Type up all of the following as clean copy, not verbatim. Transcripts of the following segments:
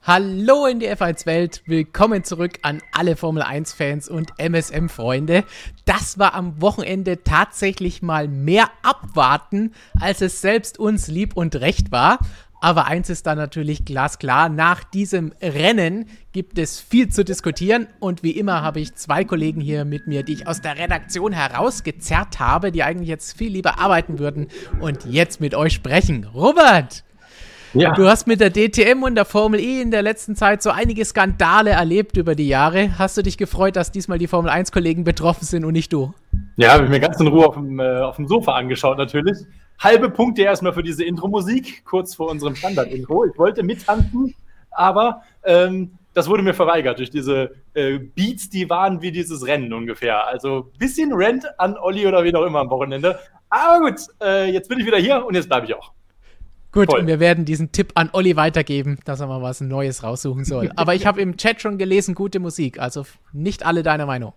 Hallo in die F1-Welt, willkommen zurück an alle Formel-1-Fans und MSM-Freunde. Das war am Wochenende tatsächlich mal mehr abwarten, als es selbst uns lieb und recht war. Aber eins ist da natürlich glasklar, nach diesem Rennen gibt es viel zu diskutieren. Und wie immer habe ich zwei Kollegen hier mit mir, die ich aus der Redaktion herausgezerrt habe, die eigentlich jetzt viel lieber arbeiten würden und jetzt mit euch sprechen. Robert! Ja. Du hast mit der DTM und der Formel E in der letzten Zeit so einige Skandale erlebt über die Jahre. Hast du dich gefreut, dass diesmal die Formel-1-Kollegen betroffen sind und nicht du? Ja, habe ich mir ganz in Ruhe auf dem Sofa angeschaut natürlich. Halbe Punkte erstmal für diese Intro-Musik, kurz vor unserem Standard-Intro. Ich wollte mittanzen, aber das wurde mir verweigert durch diese Beats, die waren wie dieses Rennen ungefähr. Also ein bisschen Rant an Olli oder wie auch immer am Wochenende. Aber gut, jetzt bin ich wieder hier und jetzt bleibe ich auch. Gut, voll. Und wir werden diesen Tipp an Olli weitergeben, dass er mal was Neues raussuchen soll. Aber ich habe im Chat schon gelesen, gute Musik. Also nicht alle deiner Meinung.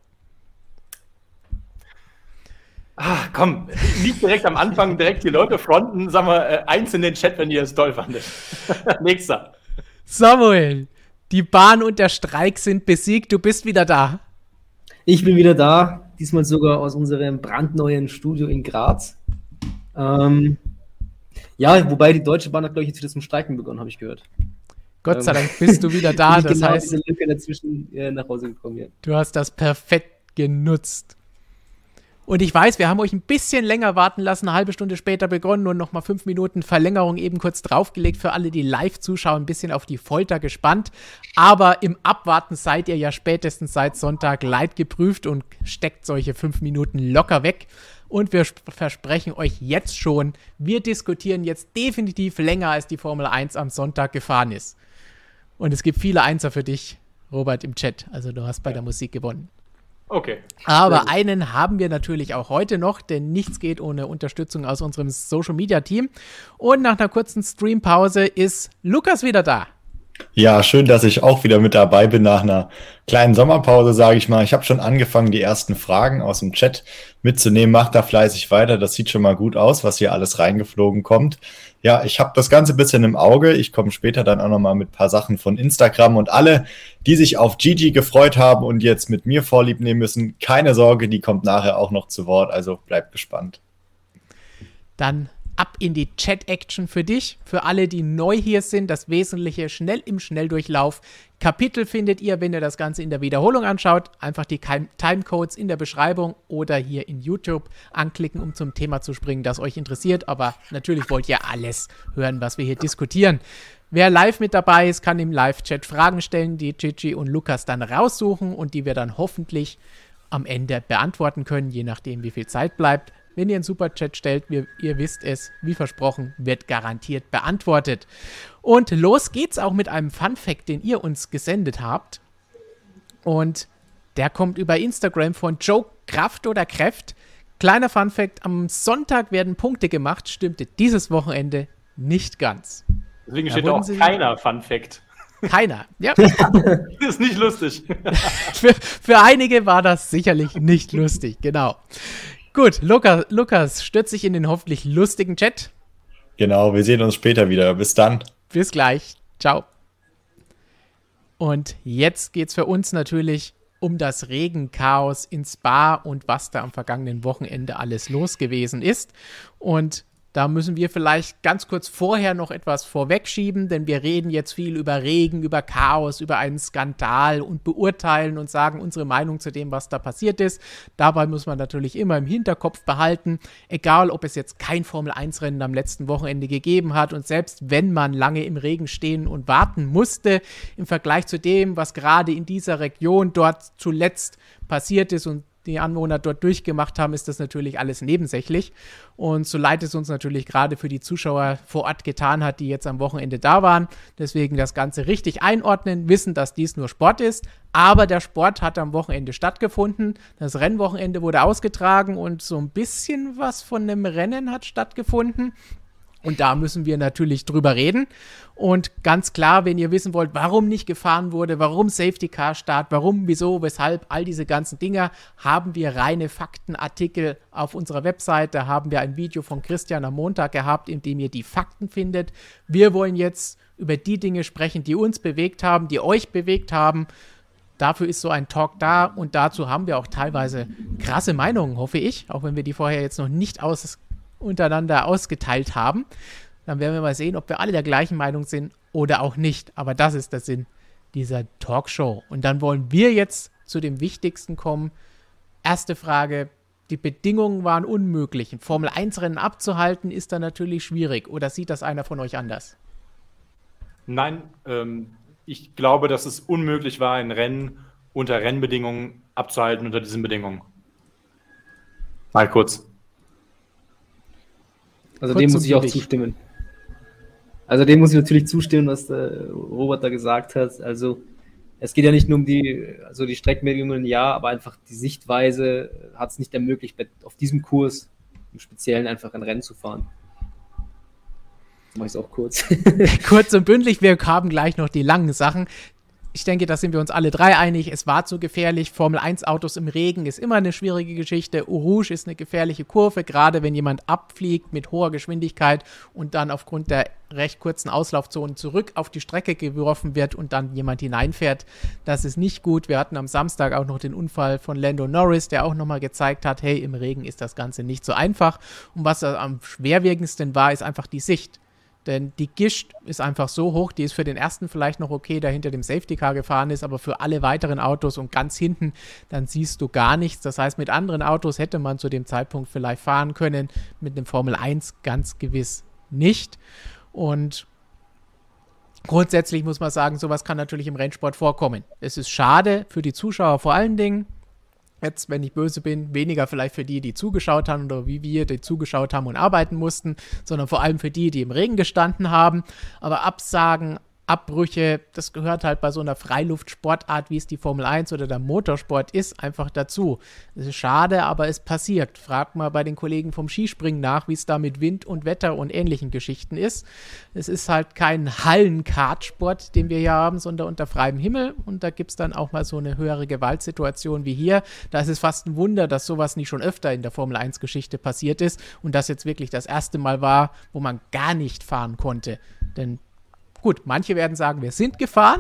Komm, nicht direkt am Anfang direkt die Leute fronten. Sagen wir eins in den Chat, wenn ihr es toll fandet. Nächster. Samuel, die Bahn und der Streik sind besiegt. Du bist wieder da. Ich bin wieder da. Diesmal sogar aus unserem brandneuen Studio in Graz. Ja, wobei die Deutsche Bahn hat, glaube ich, jetzt wieder zum Streiken begonnen, habe ich gehört. Gott sei Dank bist du wieder da. Das genau heißt, diese Lücke dazwischen nach Hause gekommen. Ja. Du hast das perfekt genutzt. Und ich weiß, wir haben euch ein bisschen länger warten lassen, eine halbe Stunde später begonnen und nochmal 5 Minuten Verlängerung eben kurz draufgelegt für alle, die live zuschauen, ein bisschen auf die Folter gespannt. Aber im Abwarten seid ihr ja spätestens seit Sonntag leidgeprüft und steckt solche 5 Minuten locker weg. Und wir versprechen euch jetzt schon, wir diskutieren jetzt definitiv länger, als die Formel 1 am Sonntag gefahren ist. Und es gibt viele Einser für dich, Robert, im Chat. Also du hast bei der Musik gewonnen. Okay. Aber einen haben wir natürlich auch heute noch, denn nichts geht ohne Unterstützung aus unserem Social-Media-Team. Und nach einer kurzen Streampause ist Lukas wieder da. Ja, schön, dass ich auch wieder mit dabei bin nach einer kleinen Sommerpause, sage ich mal. Ich habe schon angefangen, die ersten Fragen aus dem Chat mitzunehmen. Macht da fleißig weiter. Das sieht schon mal gut aus, was hier alles reingeflogen kommt. Ja, ich habe das Ganze ein bisschen im Auge. Ich komme später dann auch nochmal mit ein paar Sachen von Instagram. Und alle, die sich auf Gigi gefreut haben und jetzt mit mir Vorlieb nehmen müssen, keine Sorge, die kommt nachher auch noch zu Wort. Also bleibt gespannt. Dann ab in die Chat-Action für dich, für alle, die neu hier sind, das Wesentliche schnell im Schnelldurchlauf. Kapitel findet ihr, wenn ihr das Ganze in der Wiederholung anschaut, einfach die Timecodes in der Beschreibung oder hier in YouTube anklicken, um zum Thema zu springen, das euch interessiert, aber natürlich wollt ihr alles hören, was wir hier diskutieren. Wer live mit dabei ist, kann im Live-Chat Fragen stellen, die Gigi und Lukas dann raussuchen und die wir dann hoffentlich am Ende beantworten können, je nachdem, wie viel Zeit bleibt. Wenn ihr einen Superchat stellt, ihr wisst es, wie versprochen, wird garantiert beantwortet. Und los geht's auch mit einem Funfact, den ihr uns gesendet habt. Und der kommt über Instagram von Joe Kraft oder Kräft. Kleiner Funfact, am Sonntag werden Punkte gemacht, stimmte dieses Wochenende nicht ganz. Deswegen steht auch keiner Funfact. Keiner, ja. Das ist nicht lustig. Für einige war das sicherlich nicht lustig, genau. Gut, Lukas, stürzt sich in den hoffentlich lustigen Chat. Genau, wir sehen uns später wieder. Bis dann. Bis gleich. Ciao. Und jetzt geht's für uns natürlich um das Regenchaos in Spa und was da am vergangenen Wochenende alles los gewesen ist. Und da müssen wir vielleicht ganz kurz vorher noch etwas vorwegschieben, denn wir reden jetzt viel über Regen, über Chaos, über einen Skandal und beurteilen und sagen unsere Meinung zu dem, was da passiert ist. Dabei muss man natürlich immer im Hinterkopf behalten, egal ob es jetzt kein Formel-1-Rennen am letzten Wochenende gegeben hat und selbst wenn man lange im Regen stehen und warten musste, im Vergleich zu dem, was gerade in dieser Region dort zuletzt passiert ist und die Anwohner dort durchgemacht haben, ist das natürlich alles nebensächlich. Und so leid es uns natürlich gerade für die Zuschauer vor Ort getan hat, die jetzt am Wochenende da waren. Deswegen das Ganze richtig einordnen, wissen, dass dies nur Sport ist. Aber der Sport hat am Wochenende stattgefunden. Das Rennwochenende wurde ausgetragen und so ein bisschen was von einem Rennen hat stattgefunden. Und da müssen wir natürlich drüber reden. Und ganz klar, wenn ihr wissen wollt, warum nicht gefahren wurde, warum Safety Car Start, warum, wieso, weshalb, all diese ganzen Dinger, haben wir reine Faktenartikel auf unserer Website. Da haben wir ein Video von Christian am Montag gehabt, in dem ihr die Fakten findet. Wir wollen jetzt über die Dinge sprechen, die uns bewegt haben, die euch bewegt haben. Dafür ist so ein Talk da und dazu haben wir auch teilweise krasse Meinungen, hoffe ich, auch wenn wir die vorher jetzt noch nicht untereinander ausgeteilt haben. Dann werden wir mal sehen, ob wir alle der gleichen Meinung sind oder auch nicht. Aber das ist der Sinn dieser Talkshow. Und dann wollen wir jetzt zu dem Wichtigsten kommen. Erste Frage: Die Bedingungen waren unmöglich. Ein Formel-1-Rennen abzuhalten ist dann natürlich schwierig. Oder sieht das einer von euch anders? Nein, ich glaube, dass es unmöglich war, ein Rennen unter Rennbedingungen abzuhalten, unter diesen Bedingungen. Mal kurz. Also dem muss ich auch zustimmen. Also dem muss ich natürlich zustimmen, was der Robert da gesagt hat. Also es geht ja nicht nur um die Streckenbedingungen, ja, aber einfach die Sichtweise hat es nicht ermöglicht, auf diesem Kurs im Speziellen einfach ein Rennen zu fahren. Jetzt mache ich es auch kurz. Kurz und bündig, wir haben gleich noch die langen Sachen. Ich denke, da sind wir uns alle drei einig. Es war zu gefährlich. Formel-1-Autos im Regen ist immer eine schwierige Geschichte. Eau Rouge ist eine gefährliche Kurve, gerade wenn jemand abfliegt mit hoher Geschwindigkeit und dann aufgrund der recht kurzen Auslaufzonen zurück auf die Strecke geworfen wird und dann jemand hineinfährt. Das ist nicht gut. Wir hatten am Samstag auch noch den Unfall von Lando Norris, der auch nochmal gezeigt hat, hey, im Regen ist das Ganze nicht so einfach. Und was am schwerwiegendsten war, ist einfach die Sicht. Denn die Gischt ist einfach so hoch, die ist für den ersten vielleicht noch okay, der hinter dem Safety Car gefahren ist, aber für alle weiteren Autos und ganz hinten, dann siehst du gar nichts. Das heißt, mit anderen Autos hätte man zu dem Zeitpunkt vielleicht fahren können, mit dem Formel 1 ganz gewiss nicht. Und grundsätzlich muss man sagen, sowas kann natürlich im Rennsport vorkommen. Es ist schade für die Zuschauer vor allen Dingen. Jetzt, wenn ich böse bin, weniger vielleicht für die zugeschaut haben oder wie wir, die zugeschaut haben und arbeiten mussten, sondern vor allem für die im Regen gestanden haben. Aber Absagen, Abbrüche, das gehört halt bei so einer Freiluftsportart, wie es die Formel 1 oder der Motorsport ist, einfach dazu. Es ist schade, aber es passiert. Fragt mal bei den Kollegen vom Skispringen nach, wie es da mit Wind und Wetter und ähnlichen Geschichten ist. Es ist halt kein Hallenkartsport, den wir hier haben, sondern unter freiem Himmel. Und da gibt es dann auch mal so eine höhere Gewaltsituation wie hier. Da ist es fast ein Wunder, dass sowas nicht schon öfter in der Formel 1-Geschichte passiert ist und das jetzt wirklich das erste Mal war, wo man gar nicht fahren konnte. Denn gut, manche werden sagen, wir sind gefahren,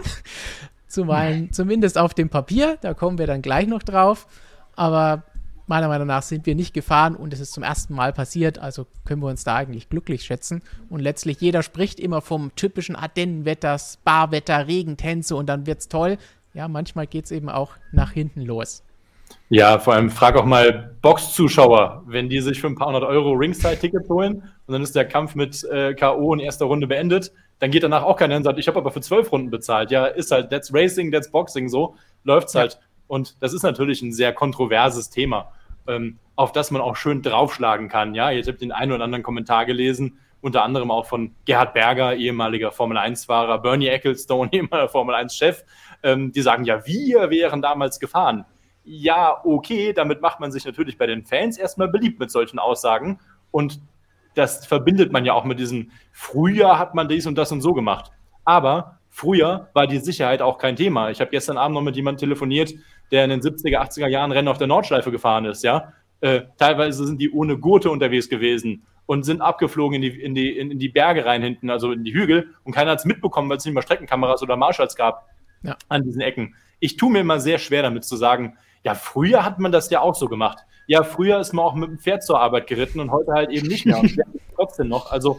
zumindest auf dem Papier, da kommen wir dann gleich noch drauf, aber meiner Meinung nach sind wir nicht gefahren und es ist zum ersten Mal passiert, also können wir uns da eigentlich glücklich schätzen und letztlich jeder spricht immer vom typischen Ardennenwetter, Spa-Wetter, Regentänze und dann wird's toll. Ja, manchmal geht's eben auch nach hinten los. Ja, vor allem frag auch mal Box-Zuschauer, wenn die sich für ein paar hundert Euro Ringside-Ticket holen und dann ist der Kampf mit K.O. in erster Runde beendet, dann geht danach auch keiner hin und sagt, ich habe aber für 12 Runden bezahlt. Ja, ist halt, that's Racing, that's Boxing, so läuft's halt. Und das ist natürlich ein sehr kontroverses Thema, auf das man auch schön draufschlagen kann. Ja, ich habe den einen oder anderen Kommentar gelesen, unter anderem auch von Gerhard Berger, ehemaliger Formel-1-Fahrer, Bernie Ecclestone, ehemaliger Formel-1-Chef, die sagen, ja, wir wären damals gefahren. Ja, okay, damit macht man sich natürlich bei den Fans erstmal beliebt mit solchen Aussagen und das verbindet man ja auch mit diesem, früher hat man dies und das und so gemacht. Aber früher war die Sicherheit auch kein Thema. Ich habe gestern Abend noch mit jemandem telefoniert, der in den 70er, 80er Jahren Rennen auf der Nordschleife gefahren ist. Ja? Teilweise sind die ohne Gurte unterwegs gewesen und sind abgeflogen in die Berge rein hinten, also in die Hügel. Und keiner hat es mitbekommen, weil es nicht mal Streckenkameras oder Marshalls gab an diesen Ecken. Ich tue mir immer sehr schwer damit zu sagen, ja, früher hat man das ja auch so gemacht. Ja, früher ist man auch mit dem Pferd zur Arbeit geritten und heute halt eben nicht mehr. Und trotzdem noch. Also,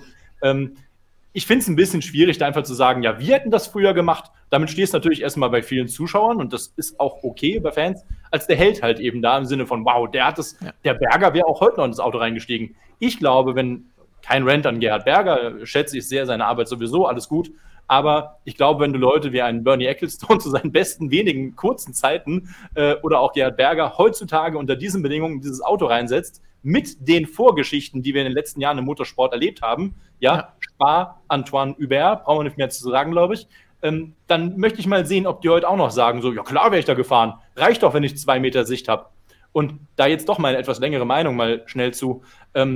ich finde es ein bisschen schwierig, da einfach zu sagen, ja, wir hätten das früher gemacht. Damit stehst du natürlich erstmal bei vielen Zuschauern und das ist auch okay bei Fans, als der Held halt eben da im Sinne von, wow, der Berger wäre auch heute noch in das Auto reingestiegen. Ich glaube, wenn kein Rant an Gerhard Berger, schätze ich sehr seine Arbeit sowieso, alles gut. Aber ich glaube, wenn du Leute wie einen Bernie Ecclestone zu seinen besten wenigen kurzen Zeiten oder auch Gerhard Berger heutzutage unter diesen Bedingungen dieses Auto reinsetzt, mit den Vorgeschichten, die wir in den letzten Jahren im Motorsport erlebt haben, Spa, Antoine Hubert, brauchen wir nicht mehr zu sagen, glaube ich, dann möchte ich mal sehen, ob die heute auch noch sagen, so, ja klar wäre ich da gefahren, reicht doch, wenn ich 2 Meter Sicht habe. Und da jetzt doch mal eine etwas längere Meinung mal schnell zu,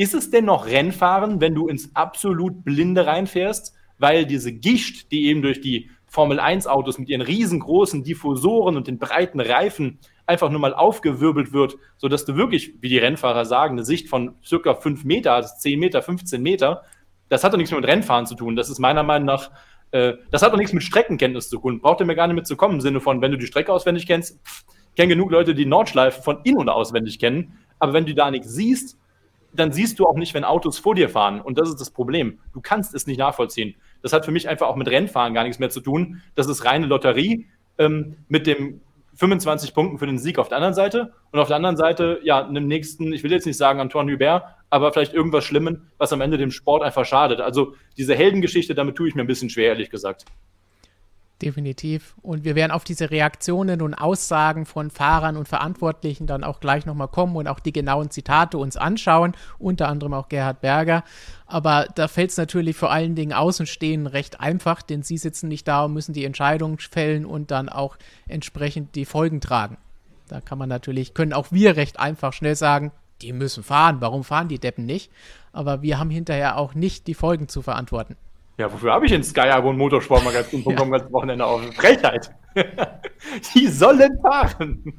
ist es denn noch Rennfahren, wenn du ins absolut Blinde reinfährst? Weil diese Gischt, die eben durch die Formel-1-Autos mit ihren riesengroßen Diffusoren und den breiten Reifen einfach nur mal aufgewirbelt wird, sodass du wirklich, wie die Rennfahrer sagen, eine Sicht von circa 5 Meter, also 10 Meter, 15 Meter, das hat doch nichts mehr mit Rennfahren zu tun. Das ist meiner Meinung nach, das hat doch nichts mit Streckenkenntnis zu tun. Braucht ihr mir gar nicht mitzukommen, im Sinne von, wenn du die Strecke auswendig kennst, kennen genug Leute, die Nordschleife von in- und auswendig kennen, aber wenn du da nichts siehst, dann siehst du auch nicht, wenn Autos vor dir fahren. Und das ist das Problem. Du kannst es nicht nachvollziehen. Das hat für mich einfach auch mit Rennfahren gar nichts mehr zu tun. Das ist reine Lotterie mit dem 25 Punkten für den Sieg auf der anderen Seite. Und auf der anderen Seite, ja, einem nächsten, ich will jetzt nicht sagen Antoine Hubert, aber vielleicht irgendwas Schlimmes, was am Ende dem Sport einfach schadet. Also diese Heldengeschichte, damit tue ich mir ein bisschen schwer, ehrlich gesagt. Definitiv. Und wir werden auf diese Reaktionen und Aussagen von Fahrern und Verantwortlichen dann auch gleich nochmal kommen und auch die genauen Zitate uns anschauen, unter anderem auch Gerhard Berger. Aber da fällt es natürlich vor allen Dingen Außenstehenden recht einfach, denn sie sitzen nicht da und müssen die Entscheidung fällen und dann auch entsprechend die Folgen tragen. Da können auch wir recht einfach schnell sagen, die müssen fahren, warum fahren die Deppen nicht? Aber wir haben hinterher auch nicht die Folgen zu verantworten. Ja, wofür habe ich in Sky Abo und Motorsportmagazin.com ganze Wochenende auf? Frechheit. Die sollen fahren.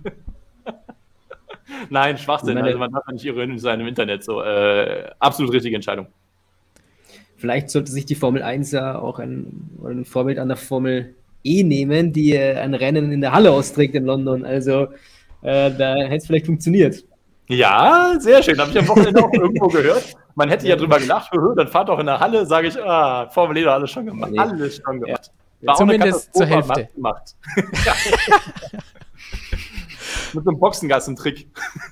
Nein, Schwachsinn. Also man darf nicht ironisch sein im Internet. So, absolut richtige Entscheidung. Vielleicht sollte sich die Formel 1 ja auch ein Vorbild an der Formel E nehmen, die ein Rennen in der Halle austrägt in London. Also da hätte es vielleicht funktioniert. Ja, sehr schön. Habe ich am Wochenende auch irgendwo gehört. Man hätte ja drüber gelacht, dann fahrt doch in der Halle, sage ich, Formel E alles schon gemacht. Nee. Alles schon gemacht. War zumindest zur Hälfte. Gemacht. Mit so einem Boxengassen-Trick.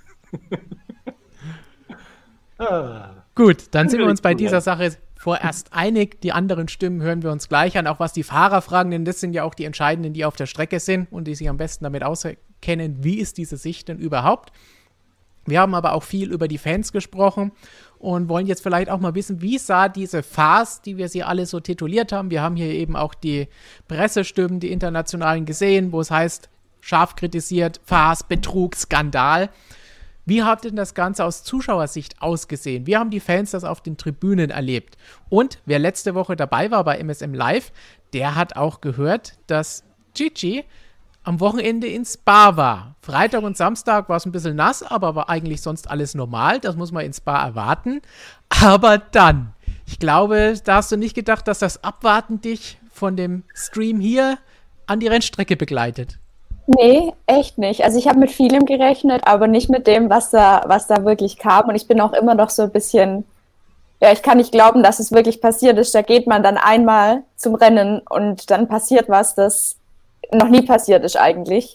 Gut, dann sind wir uns bei dieser Sache vorerst einig. Die anderen Stimmen hören wir uns gleich an, auch was die Fahrer fragen, denn das sind ja auch die Entscheidenden, die auf der Strecke sind und die sich am besten damit auskennen, wie ist diese Sicht denn überhaupt. Wir haben aber auch viel über die Fans gesprochen und wollen jetzt vielleicht auch mal wissen, wie sah diese Farce, die wir sie alle so tituliert haben. Wir haben hier eben auch die Pressestimmen, die internationalen gesehen, wo es heißt, scharf kritisiert, Farce, Betrug, Skandal. Wie hat denn das Ganze aus Zuschauersicht ausgesehen? Wie haben die Fans das auf den Tribünen erlebt? Und wer letzte Woche dabei war bei MSM Live, der hat auch gehört, dass Gigi am Wochenende in Spa war. Freitag und Samstag war es ein bisschen nass, aber war eigentlich sonst alles normal. Das muss man in Spa erwarten. Aber dann, ich glaube, da hast du nicht gedacht, dass das Abwarten dich von dem Stream hier an die Rennstrecke begleitet. Nee, echt nicht. Also ich habe mit vielem gerechnet, aber nicht mit dem, was da wirklich kam. Und ich bin auch immer noch so ein bisschen, ja, ich kann nicht glauben, dass es wirklich passiert ist. Da geht man dann einmal zum Rennen und dann passiert was, das noch nie passiert ist eigentlich.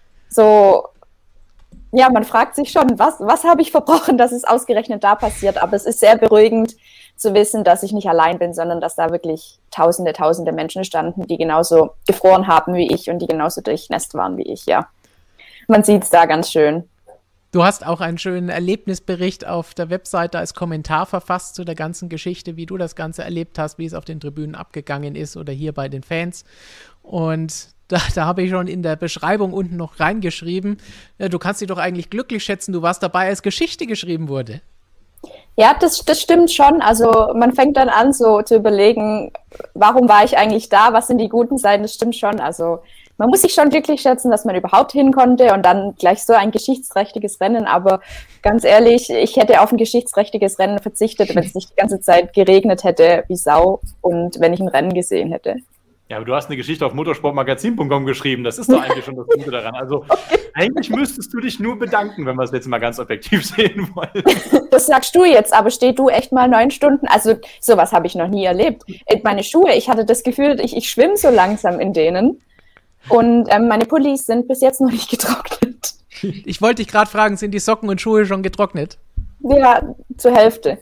So, ja, man fragt sich schon, was habe ich verbrochen, dass es ausgerechnet da passiert. Aber es ist sehr beruhigend zu wissen, dass ich nicht allein bin, sondern dass da wirklich tausende Menschen standen, die genauso gefroren haben wie ich und die genauso durchnässt waren wie ich, ja. Man sieht es da ganz schön. Du hast auch einen schönen Erlebnisbericht auf der Webseite als Kommentar verfasst zu der ganzen Geschichte, wie du das Ganze erlebt hast, wie es auf den Tribünen abgegangen ist oder hier bei den Fans. Und da habe ich schon in der Beschreibung unten noch reingeschrieben, du kannst dich doch eigentlich glücklich schätzen, du warst dabei, als Geschichte geschrieben wurde. Ja, das stimmt schon. Also man fängt dann an, so zu überlegen, warum war ich eigentlich da, was sind die guten Seiten, das stimmt schon. Also man muss sich schon glücklich schätzen, dass man überhaupt hin konnte und dann gleich so ein geschichtsträchtiges Rennen. Aber ganz ehrlich, ich hätte auf ein geschichtsträchtiges Rennen verzichtet, wenn es nicht die ganze Zeit geregnet hätte wie Sau und wenn ich ein Rennen gesehen hätte. Ja, aber du hast eine Geschichte auf motorsportmagazin.com geschrieben. Das ist doch eigentlich schon das Gute daran. Also eigentlich müsstest du dich nur bedanken, wenn wir es jetzt mal ganz objektiv sehen wollen. Das sagst du jetzt, aber steh du echt mal 9 Stunden. Also sowas habe ich noch nie erlebt. Meine Schuhe, ich hatte das Gefühl, ich schwimme so langsam in denen. Und meine Pullis sind bis jetzt noch nicht getrocknet. Ich wollte dich gerade fragen, sind die Socken und Schuhe schon getrocknet? Ja, zur Hälfte.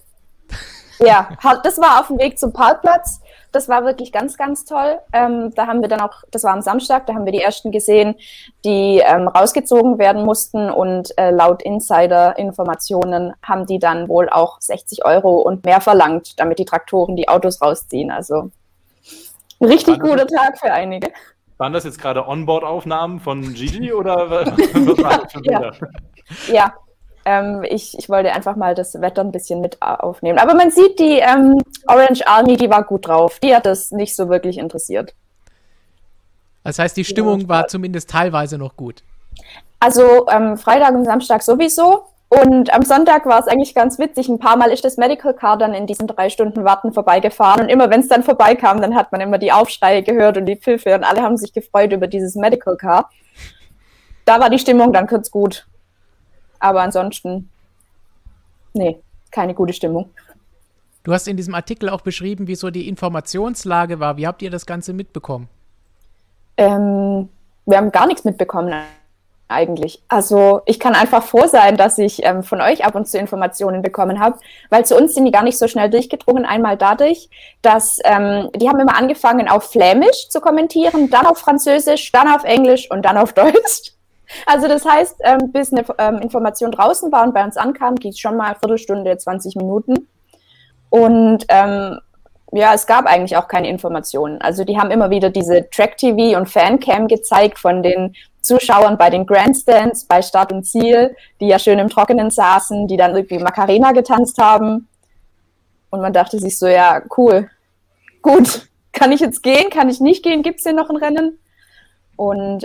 Ja, das war auf dem Weg zum Parkplatz. Das war wirklich ganz, ganz toll. Da haben wir dann auch, das war am Samstag, da haben wir die ersten gesehen, die rausgezogen werden mussten und laut Insider-Informationen haben die dann wohl auch 60 € und mehr verlangt, damit die Traktoren die Autos rausziehen. Also ein richtig guter Tag für einige. Waren das jetzt gerade Onboard-Aufnahmen von Gigi oder was war das für Bilder? Ja. Ich wollte einfach mal das Wetter ein bisschen mit aufnehmen. Aber man sieht, die Orange Army, die war gut drauf. Die hat das nicht so wirklich interessiert. Das heißt, die Stimmung war zumindest teilweise noch gut. Also Freitag und Samstag sowieso. Und am Sonntag war es eigentlich ganz witzig. Ein paar Mal ist das Medical Car dann in diesen 3 Stunden Warten vorbeigefahren. Und immer, wenn es dann vorbeikam, dann hat man immer die Aufschreie gehört und die Pfiffe. Und alle haben sich gefreut über dieses Medical Car. Da war die Stimmung dann kurz gut. Aber ansonsten, nee, keine gute Stimmung. Du hast in diesem Artikel auch beschrieben, wie so die Informationslage war. Wie habt ihr das Ganze mitbekommen? Wir haben gar nichts mitbekommen eigentlich. Also ich kann einfach froh sein, dass ich von euch ab und zu Informationen bekommen habe, weil zu uns sind die gar nicht so schnell durchgedrungen. Einmal dadurch, dass die haben immer angefangen auf Flämisch zu kommentieren, dann auf Französisch, dann auf Englisch und dann auf Deutsch. Also das heißt, bis eine Information draußen war und bei uns ankam, ging es schon mal eine Viertelstunde, 20 Minuten. Und ja, es gab eigentlich auch keine Informationen. Also die haben immer wieder diese Track-TV und Fancam gezeigt von den Zuschauern bei den Grandstands, bei Start und Ziel, die ja schön im Trockenen saßen, die dann irgendwie Macarena getanzt haben. Und man dachte sich so, ja, cool, gut, kann ich jetzt gehen, kann ich nicht gehen, gibt es hier noch ein Rennen? Und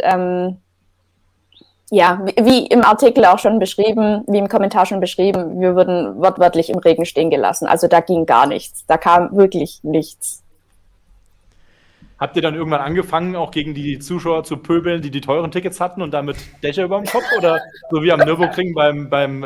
ja, wie im Artikel auch schon beschrieben, wie im Kommentar schon beschrieben, wir wurden wortwörtlich im Regen stehen gelassen. Also da ging gar nichts. Da kam wirklich nichts. Habt ihr dann irgendwann angefangen, auch gegen die Zuschauer zu pöbeln, die teuren Tickets hatten und damit Dächer über dem Kopf? Oder so wie am Nürburgring beim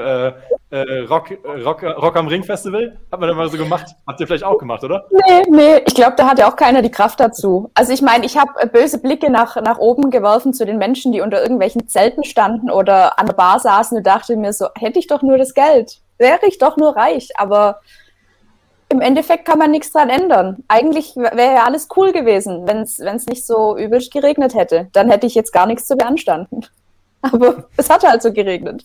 Rock am Ring Festival? Hat man das mal so gemacht? Habt ihr vielleicht auch gemacht, oder? Nee, ich glaube, da hatte auch keiner die Kraft dazu. Also ich meine, ich habe böse Blicke nach oben geworfen zu den Menschen, die unter irgendwelchen Zelten standen oder an der Bar saßen und dachte mir so, hätte ich doch nur das Geld, wäre ich doch nur reich, aber im Endeffekt kann man nichts dran ändern. Eigentlich wäre ja alles cool gewesen, wenn es nicht so übelst geregnet hätte. Dann hätte ich jetzt gar nichts zu beanstanden. Aber es hat halt so geregnet.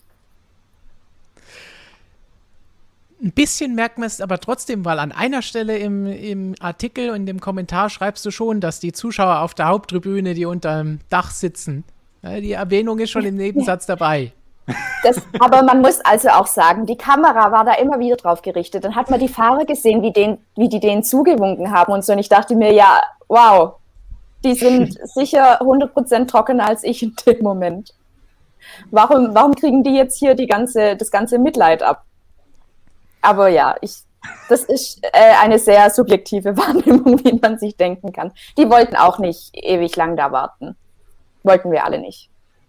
Ein bisschen merkt man es aber trotzdem, weil an einer Stelle im Artikel und im Kommentar schreibst du schon, dass die Zuschauer auf der Haupttribüne, die unter dem Dach sitzen, die Erwähnung ist schon im Nebensatz dabei. Aber man muss also auch sagen, die Kamera war da immer wieder drauf gerichtet. Dann hat man die Fahrer gesehen, wie die denen zugewunken haben und so. Und ich dachte mir, ja, wow, die sind sicher 100% trockener als ich in dem Moment. Warum kriegen die jetzt hier das ganze Mitleid ab? Aber ja, das ist eine sehr subjektive Wahrnehmung, wie man sich denken kann. Die wollten auch nicht ewig lang da warten. Wollten wir alle nicht.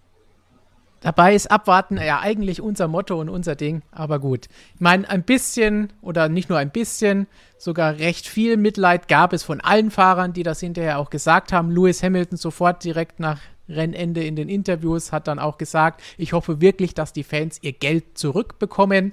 Dabei ist Abwarten ja eigentlich unser Motto und unser Ding, aber gut. Ich meine, ein bisschen oder nicht nur ein bisschen, sogar recht viel Mitleid gab es von allen Fahrern, die das hinterher auch gesagt haben. Lewis Hamilton sofort direkt nach Rennende in den Interviews hat dann auch gesagt, ich hoffe wirklich, dass die Fans ihr Geld zurückbekommen.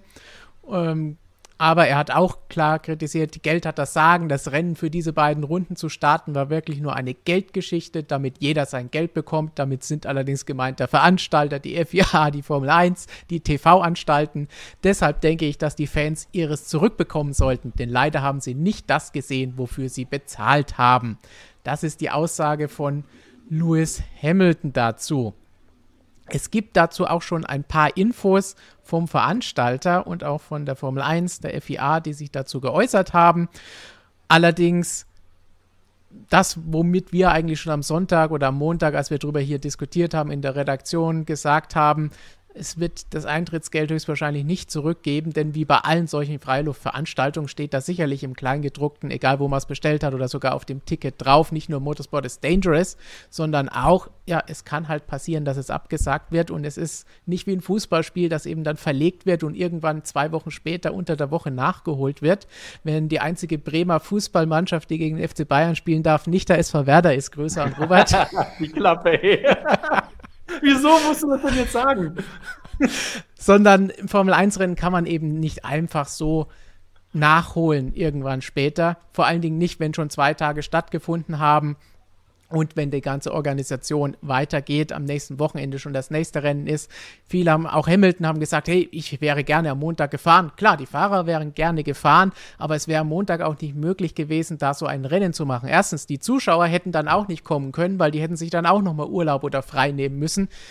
Aber er hat auch klar kritisiert, Geld hat das Sagen, das Rennen für diese beiden Runden zu starten war wirklich nur eine Geldgeschichte, damit jeder sein Geld bekommt. Damit sind allerdings gemeint der Veranstalter, die FIA, die Formel 1, die TV-Anstalten. Deshalb denke ich, dass die Fans ihres zurückbekommen sollten, denn leider haben sie nicht das gesehen, wofür sie bezahlt haben. Das ist die Aussage von Lewis Hamilton dazu. Es gibt dazu auch schon ein paar Infos vom Veranstalter und auch von der Formel 1, der FIA, die sich dazu geäußert haben. Allerdings das, womit wir eigentlich schon am Sonntag oder am Montag, als wir darüber hier diskutiert haben, in der Redaktion gesagt haben, es wird das Eintrittsgeld höchstwahrscheinlich nicht zurückgeben, denn wie bei allen solchen Freiluftveranstaltungen steht da sicherlich im Kleingedruckten, egal wo man es bestellt hat oder sogar auf dem Ticket drauf, nicht nur Motorsport is dangerous, sondern auch, ja, es kann halt passieren, dass es abgesagt wird und es ist nicht wie ein Fußballspiel, das eben dann verlegt wird und irgendwann 2 Wochen später unter der Woche nachgeholt wird, wenn die einzige Bremer Fußballmannschaft, die gegen den FC Bayern spielen darf, nicht der SV Werder ist. Grüße an Robert. Die Klappe, ey. Wieso musst du das denn jetzt sagen? Sondern im Formel-1-Rennen kann man eben nicht einfach so nachholen irgendwann später. Vor allen Dingen nicht, wenn schon 2 Tage stattgefunden haben und wenn die ganze Organisation weitergeht, am nächsten Wochenende schon das nächste Rennen ist. Viele haben, auch Hamilton, haben gesagt, hey, ich wäre gerne am Montag gefahren. Klar, die Fahrer wären gerne gefahren, aber es wäre am Montag auch nicht möglich gewesen, da so ein Rennen zu machen. Erstens, die Zuschauer hätten dann auch nicht kommen können, weil die hätten sich dann auch nochmal Urlaub oder frei nehmen müssen.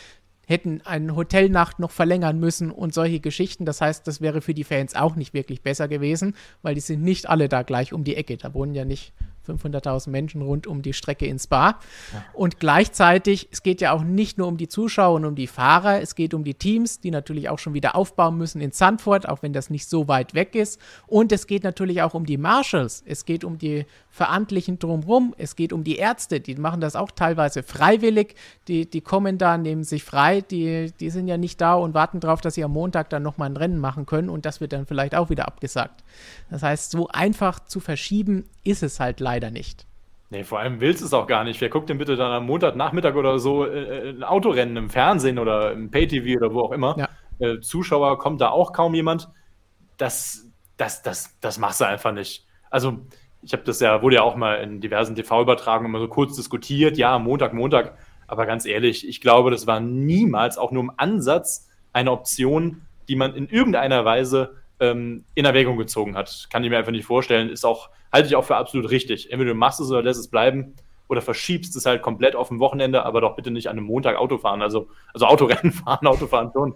hätten eine Hotelnacht noch verlängern müssen und solche Geschichten. Das heißt, das wäre für die Fans auch nicht wirklich besser gewesen, weil die sind nicht alle da gleich um die Ecke. Da wohnen ja nicht 500.000 Menschen rund um die Strecke in Spa. Ja. Und gleichzeitig, es geht ja auch nicht nur um die Zuschauer und um die Fahrer, es geht um die Teams, die natürlich auch schon wieder aufbauen müssen in Zandvoort, auch wenn das nicht so weit weg ist. Und es geht natürlich auch um die Marshals, es geht um die Verantwortlichen drumherum, es geht um die Ärzte, die machen das auch teilweise freiwillig, die kommen da, nehmen sich frei, die sind ja nicht da und warten darauf, dass sie am Montag dann nochmal ein Rennen machen können und das wird dann vielleicht auch wieder abgesagt. Das heißt, so einfach zu verschieben ist es halt leider nicht. Nee, vor allem willst du es auch gar nicht. Wer guckt denn bitte dann am Montagnachmittag oder so ein Autorennen im Fernsehen oder im Pay-TV oder wo auch immer? Ja. Zuschauer, kommt da auch kaum jemand. Das machst du einfach nicht. Also ich habe das ja, wurde ja auch mal in diversen TV-Übertragungen immer so kurz diskutiert, ja, Montag, aber ganz ehrlich, ich glaube, das war niemals auch nur im Ansatz eine Option, die man in irgendeiner Weise in Erwägung gezogen hat. Kann ich mir einfach nicht vorstellen, halte ich auch für absolut richtig. Entweder du machst es oder lässt es bleiben oder verschiebst es halt komplett auf ein Wochenende, aber doch bitte nicht an einem Montag Auto fahren, also Autorennen fahren, Autofahren schon.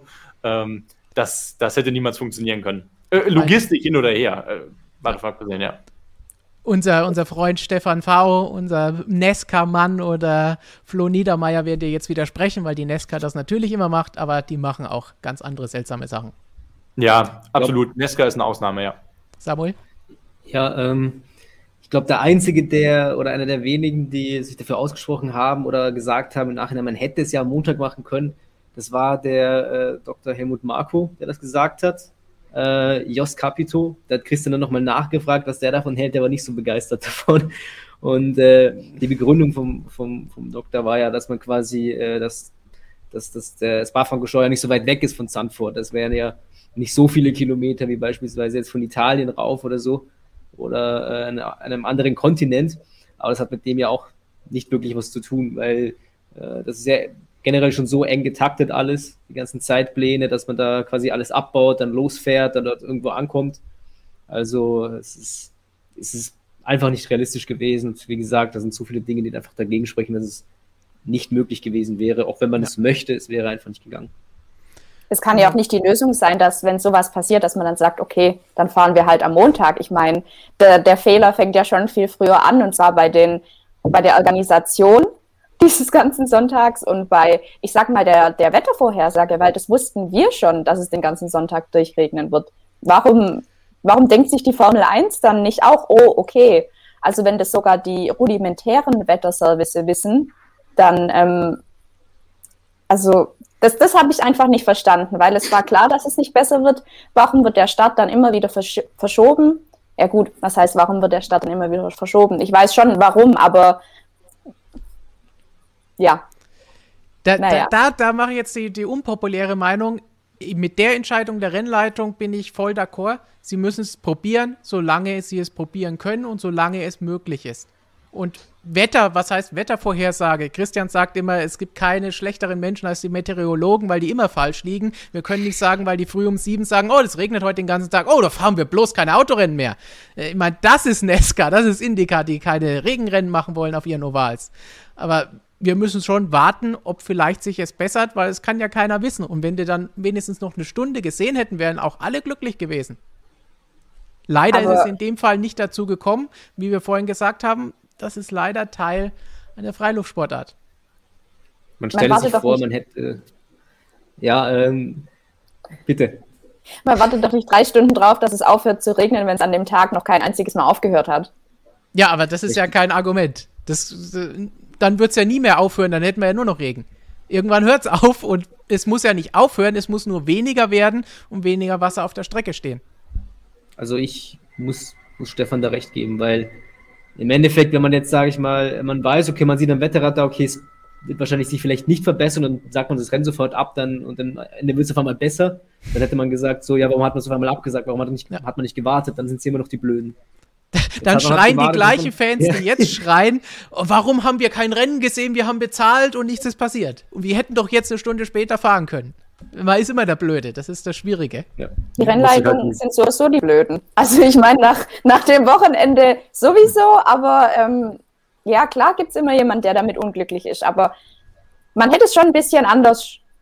Das hätte niemals funktionieren können. Logistik hin oder her, war davon abgesehen, ja. Unser Freund Stefan V., unser Nesca-Mann oder Flo Niedermeyer werden dir jetzt widersprechen, weil die Nesca das natürlich immer macht, aber die machen auch ganz andere seltsame Sachen. Ja, absolut. Nesca ist eine Ausnahme, ja. Samuel? Ja, ich glaube, der Einzige, oder einer der wenigen, die sich dafür ausgesprochen haben oder gesagt haben im Nachhinein, man hätte es ja am Montag machen können, das war der Dr. Helmut Marko, der das gesagt hat. Jos Capito, da hat Christian dann nochmal nachgefragt, was der davon hält, der war nicht so begeistert davon. Und die Begründung vom Doktor war ja, dass man quasi, dass der Spa-Francorchamps nicht so weit weg ist von Zandvoort. Das wären ja nicht so viele Kilometer wie beispielsweise jetzt von Italien rauf oder so oder an einem anderen Kontinent. Aber das hat mit dem ja auch nicht wirklich was zu tun, weil das ist ja generell schon so eng getaktet alles, die ganzen Zeitpläne, dass man da quasi alles abbaut, dann losfährt, dann dort irgendwo ankommt. Also es ist einfach nicht realistisch gewesen. Und wie gesagt, da sind so viele Dinge, die einfach dagegen sprechen, dass es nicht möglich gewesen wäre. Auch wenn man es möchte, es wäre einfach nicht gegangen. Es kann ja auch nicht die Lösung sein, dass, wenn sowas passiert, dass man dann sagt, okay, dann fahren wir halt am Montag. Ich meine, der Fehler fängt ja schon viel früher an, und zwar bei der Organisation dieses ganzen Sonntags und bei, ich sag mal, der Wettervorhersage, weil das wussten wir schon, dass es den ganzen Sonntag durchregnen wird. Warum denkt sich die Formel 1 dann nicht auch, oh, okay, also wenn das sogar die rudimentären Wetterservice wissen, dann, das habe ich einfach nicht verstanden, weil es war klar, dass es nicht besser wird. Warum wird der Start dann immer wieder verschoben? Ja gut, was heißt, warum wird der Start dann immer wieder verschoben? Ich weiß schon, warum, aber ja. Da mache ich jetzt die unpopuläre Meinung. Mit der Entscheidung der Rennleitung bin ich voll d'accord. Sie müssen es probieren, solange sie es probieren können und solange es möglich ist. Und Wetter, was heißt Wettervorhersage? Christian sagt immer, es gibt keine schlechteren Menschen als die Meteorologen, weil die immer falsch liegen. Wir können nicht sagen, weil die früh um 7 sagen, oh, das regnet heute den ganzen Tag, oh, da fahren wir bloß keine Autorennen mehr. Ich meine, das ist Nesca, das ist Indica, die keine Regenrennen machen wollen auf ihren Ovals. Aber wir müssen schon warten, ob vielleicht sich es bessert, weil es kann ja keiner wissen. Und wenn wir dann wenigstens noch eine Stunde gesehen hätten, wären auch alle glücklich gewesen. Leider ist es in dem Fall nicht dazu gekommen, wie wir vorhin gesagt haben. Das ist leider Teil einer Freiluftsportart. Man stellt sich vor, man hätte... bitte. Man wartet doch nicht 3 Stunden drauf, dass es aufhört zu regnen, wenn es an dem Tag noch kein einziges Mal aufgehört hat. Ja, aber das ist ja kein Argument. Dann wird es ja nie mehr aufhören, dann hätten wir ja nur noch Regen. Irgendwann hört es auf und es muss ja nicht aufhören, es muss nur weniger werden und weniger Wasser auf der Strecke stehen. Also ich muss Stefan da recht geben, weil im Endeffekt, wenn man jetzt, sage ich mal, man weiß, okay, man sieht am Wetterradar, okay, es wird wahrscheinlich sich vielleicht nicht verbessern und dann sagt man das Rennen sofort ab, und dann am Ende wird es auf einmal besser. Dann hätte man gesagt, so, ja, warum hat man es auf einmal abgesagt, warum hat man nicht gewartet, dann sind sie immer noch die Blöden. Dann schreien die gleichen Fans, die jetzt schreien, warum haben wir kein Rennen gesehen, wir haben bezahlt und nichts ist passiert. Und wir hätten doch jetzt eine Stunde später fahren können. Man ist immer der Blöde, das ist das Schwierige. Ja. Die Rennleitungen sind sowieso die Blöden. Also ich meine, nach dem Wochenende sowieso, aber ja, klar gibt es immer jemanden, der damit unglücklich ist, aber man hätte es schon ein bisschen anders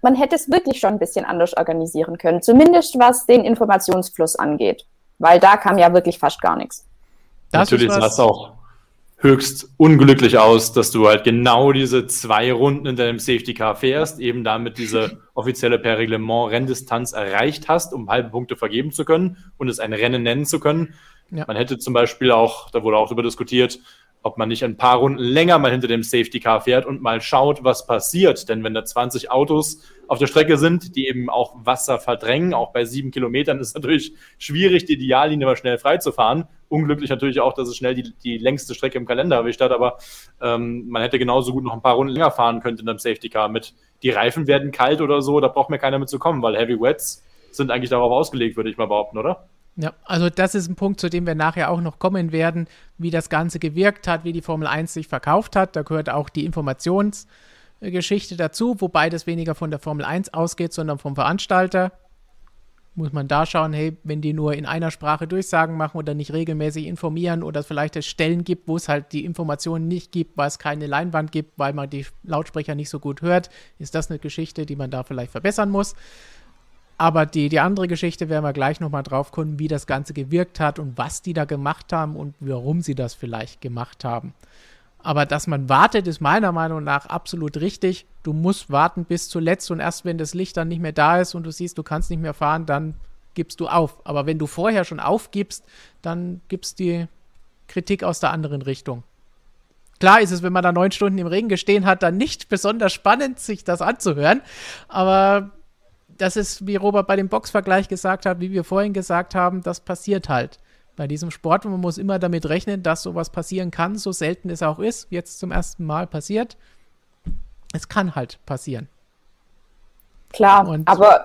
man hätte es wirklich schon ein bisschen anders organisieren können, zumindest was den Informationsfluss angeht, weil da kam ja wirklich fast gar nichts. Natürlich sah es auch höchst unglücklich aus, dass du halt genau diese 2 Runden in deinem Safety Car fährst, eben damit diese offizielle per Reglement Renndistanz erreicht hast, um halbe Punkte vergeben zu können und es ein Rennen nennen zu können. Ja. Man hätte zum Beispiel auch, da wurde auch darüber diskutiert, ob man nicht ein paar Runden länger mal hinter dem Safety Car fährt und mal schaut, was passiert. Denn wenn da 20 Autos auf der Strecke sind, die eben auch Wasser verdrängen, auch bei 7 Kilometern ist es natürlich schwierig, die Ideallinie mal schnell frei zu fahren. Unglücklich natürlich auch, dass es schnell die längste Strecke im Kalender erwischt hat, aber man hätte genauso gut noch ein paar Runden länger fahren können in einem Safety Car mit. Die Reifen werden kalt oder so, da braucht mir keiner mit zu kommen, weil Heavy Wets sind eigentlich darauf ausgelegt, würde ich mal behaupten, oder? Ja, also das ist ein Punkt, zu dem wir nachher auch noch kommen werden, wie das Ganze gewirkt hat, wie die Formel 1 sich verkauft hat. Da gehört auch die Informationsgeschichte dazu, wobei das weniger von der Formel 1 ausgeht, sondern vom Veranstalter. Muss man da schauen, hey, wenn die nur in einer Sprache Durchsagen machen oder nicht regelmäßig informieren oder es vielleicht es Stellen gibt, wo es halt die Informationen nicht gibt, weil es keine Leinwand gibt, weil man die Lautsprecher nicht so gut hört, ist das eine Geschichte, die man da vielleicht verbessern muss. Aber die andere Geschichte werden wir gleich nochmal drauf kommen, wie das Ganze gewirkt hat und was die da gemacht haben und warum sie das vielleicht gemacht haben. Aber dass man wartet, ist meiner Meinung nach absolut richtig. Du musst warten bis zuletzt und erst wenn das Licht dann nicht mehr da ist und du siehst, du kannst nicht mehr fahren, dann gibst du auf. Aber wenn du vorher schon aufgibst, dann gibst die Kritik aus der anderen Richtung. Klar ist es, wenn man da 9 Stunden im Regen gestehen hat, dann nicht besonders spannend, sich das anzuhören. Aber das ist, wie Robert bei dem Boxvergleich gesagt hat, wie wir vorhin gesagt haben, das passiert halt bei diesem Sport. Und man muss immer damit rechnen, dass sowas passieren kann, so selten es auch ist, jetzt zum ersten Mal passiert. Es kann halt passieren. Klar, aber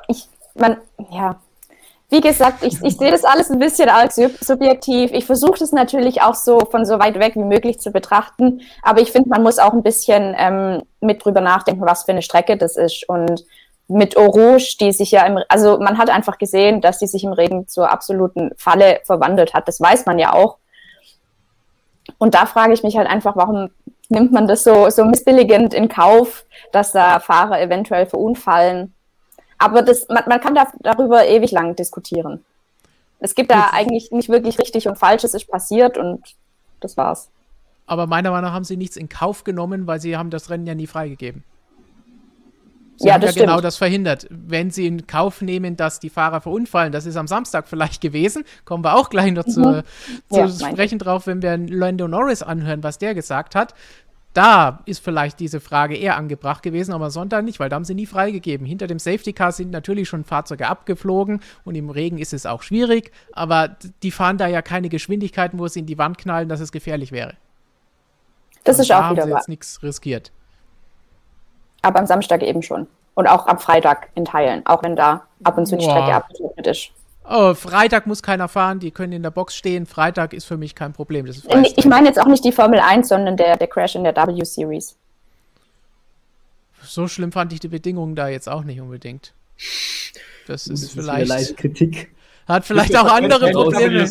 wie gesagt, ich sehe das alles ein bisschen arg subjektiv. Ich versuche das natürlich auch so von so weit weg wie möglich zu betrachten, aber ich finde, man muss auch ein bisschen mit drüber nachdenken, was für eine Strecke das ist. Und mit Eau Rouge, die sich ja also man hat einfach gesehen, dass die sich im Regen zur absoluten Falle verwandelt hat. Das weiß man ja auch. Und da frage ich mich halt einfach, warum nimmt man das so missbilligend in Kauf, dass da Fahrer eventuell verunfallen? Aber man kann darüber ewig lang diskutieren. Es gibt da eigentlich nicht wirklich richtig und falsch, es ist passiert und das war's. Aber meiner Meinung nach haben sie nichts in Kauf genommen, weil sie haben das Rennen ja nie freigegeben. Sie haben ja genau das verhindert. Wenn sie in Kauf nehmen, dass die Fahrer verunfallen, das ist am Samstag vielleicht gewesen, kommen wir auch gleich noch zu sprechen drauf, wenn wir Lando Norris anhören, was der gesagt hat. Da ist vielleicht diese Frage eher angebracht gewesen, aber Sonntag nicht, weil da haben sie nie freigegeben. Hinter dem Safety Car sind natürlich schon Fahrzeuge abgeflogen und im Regen ist es auch schwierig, aber die fahren da ja keine Geschwindigkeiten, wo sie in die Wand knallen, dass es gefährlich wäre. Das ist auch wieder wahr. Da haben sie jetzt nichts riskiert. Aber am Samstag eben schon. Und auch am Freitag in Teilen, auch wenn da ab und zu die Strecke abgetrocknet ist. Oh, Freitag muss keiner fahren, die können in der Box stehen. Freitag ist für mich kein Problem. Das ist ich meine jetzt auch nicht die Formel 1, sondern der Crash in der W-Series. So schlimm fand ich die Bedingungen da jetzt auch nicht unbedingt. Das ist vielleicht Kritik. Hat vielleicht auch andere Probleme.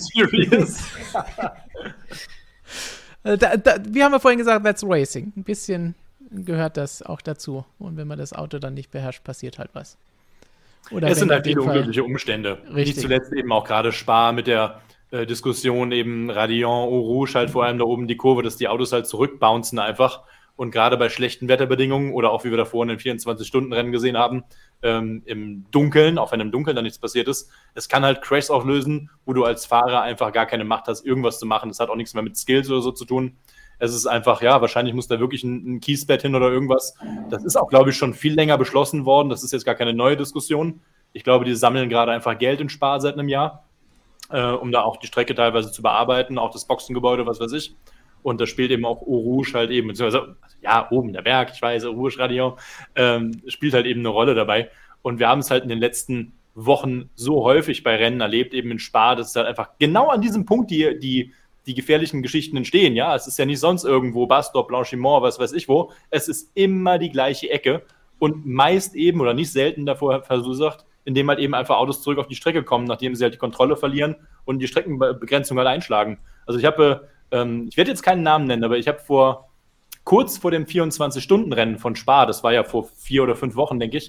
Wir haben ja vorhin gesagt, that's racing. Ein bisschen gehört das auch dazu. Und wenn man das Auto dann nicht beherrscht, passiert halt was. Oder es sind halt viele unglückliche Umstände. Nicht zuletzt eben auch gerade Spa mit der Diskussion eben Radion, Eau Rouge, halt vor allem da oben die Kurve, dass die Autos halt zurückbouncen einfach. Und gerade bei schlechten Wetterbedingungen oder auch wie wir davor in den 24-Stunden-Rennen gesehen haben, im Dunkeln, auch wenn im Dunkeln da nichts passiert ist, es kann halt Crashs auch lösen, wo du als Fahrer einfach gar keine Macht hast, irgendwas zu machen. Das hat auch nichts mehr mit Skills oder so zu tun. Es ist einfach, ja, wahrscheinlich muss da wirklich ein Kiesbett hin oder irgendwas. Das ist auch, glaube ich, schon viel länger beschlossen worden. Das ist jetzt gar keine neue Diskussion. Ich glaube, die sammeln gerade einfach Geld in Spa seit einem Jahr, um da auch die Strecke teilweise zu bearbeiten, auch das Boxengebäude, was weiß ich. Und da spielt eben auch Eau Rouge halt eben, beziehungsweise, ja, oben der Berg, ich weiß, Eau Rouge Radion, spielt halt eben eine Rolle dabei. Und wir haben es halt in den letzten Wochen so häufig bei Rennen erlebt, eben in Spa, dass es halt einfach genau an diesem Punkt die gefährlichen Geschichten entstehen, ja, es ist ja nicht sonst irgendwo Bastop, Blanchimont, was weiß ich wo, es ist immer die gleiche Ecke und meist eben oder nicht selten davor verursacht, indem halt eben einfach Autos zurück auf die Strecke kommen, nachdem sie halt die Kontrolle verlieren und die Streckenbegrenzung halt einschlagen. Also ich werde jetzt keinen Namen nennen, aber ich habe kurz vor dem 24-Stunden-Rennen von Spa, das war ja vor 4 oder 5 Wochen, denke ich,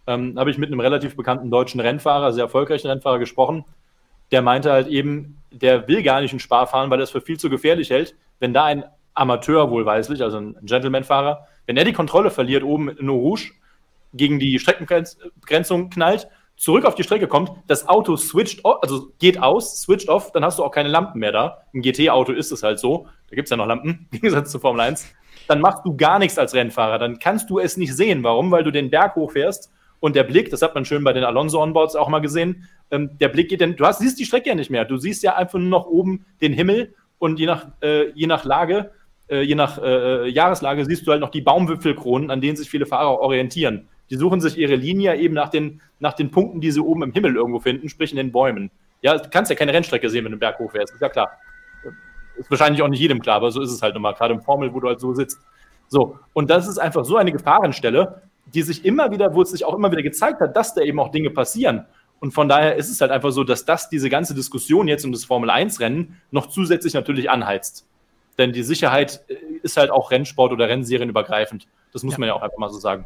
habe ich mit einem relativ bekannten deutschen Rennfahrer, sehr erfolgreichen Rennfahrer gesprochen. Der meinte halt eben, der will gar nicht in Spa fahren, weil er es für viel zu gefährlich hält, wenn da ein Amateur wohlweislich, also ein Gentleman-Fahrer, wenn er die Kontrolle verliert oben in Eau Rouge, gegen die Streckenbegrenzung knallt, zurück auf die Strecke kommt, das Auto switcht off, also geht aus, switcht off, dann hast du auch keine Lampen mehr da. Im GT-Auto ist es halt so, da gibt es ja noch Lampen, im Gegensatz zur Formel 1. Dann machst du gar nichts als Rennfahrer, dann kannst du es nicht sehen. Warum? Weil du den Berg hochfährst und der Blick, das hat man schön bei den Alonso-Onboards auch mal gesehen, der Blick geht denn, siehst die Strecke ja nicht mehr, du siehst ja einfach nur noch oben den Himmel und je nach Lage, je nach Jahreslage siehst du halt noch die Baumwipfelkronen, an denen sich viele Fahrer orientieren. Die suchen sich ihre Linie eben nach den Punkten, die sie oben im Himmel irgendwo finden, sprich in den Bäumen. Ja, du kannst ja keine Rennstrecke sehen, wenn du den Berg hochfährst, ist ja klar. Ist wahrscheinlich auch nicht jedem klar, aber so ist es halt immer, gerade im Formel, wo du halt so sitzt. So, und das ist einfach so eine Gefahrenstelle, die sich immer wieder, wo es sich auch immer wieder gezeigt hat, dass da eben auch Dinge passieren. Und von daher ist es halt einfach so, dass diese ganze Diskussion jetzt um das Formel-1-Rennen noch zusätzlich natürlich anheizt. Denn die Sicherheit ist halt auch Rennsport oder Rennserienübergreifend. Das muss man ja auch einfach mal so sagen.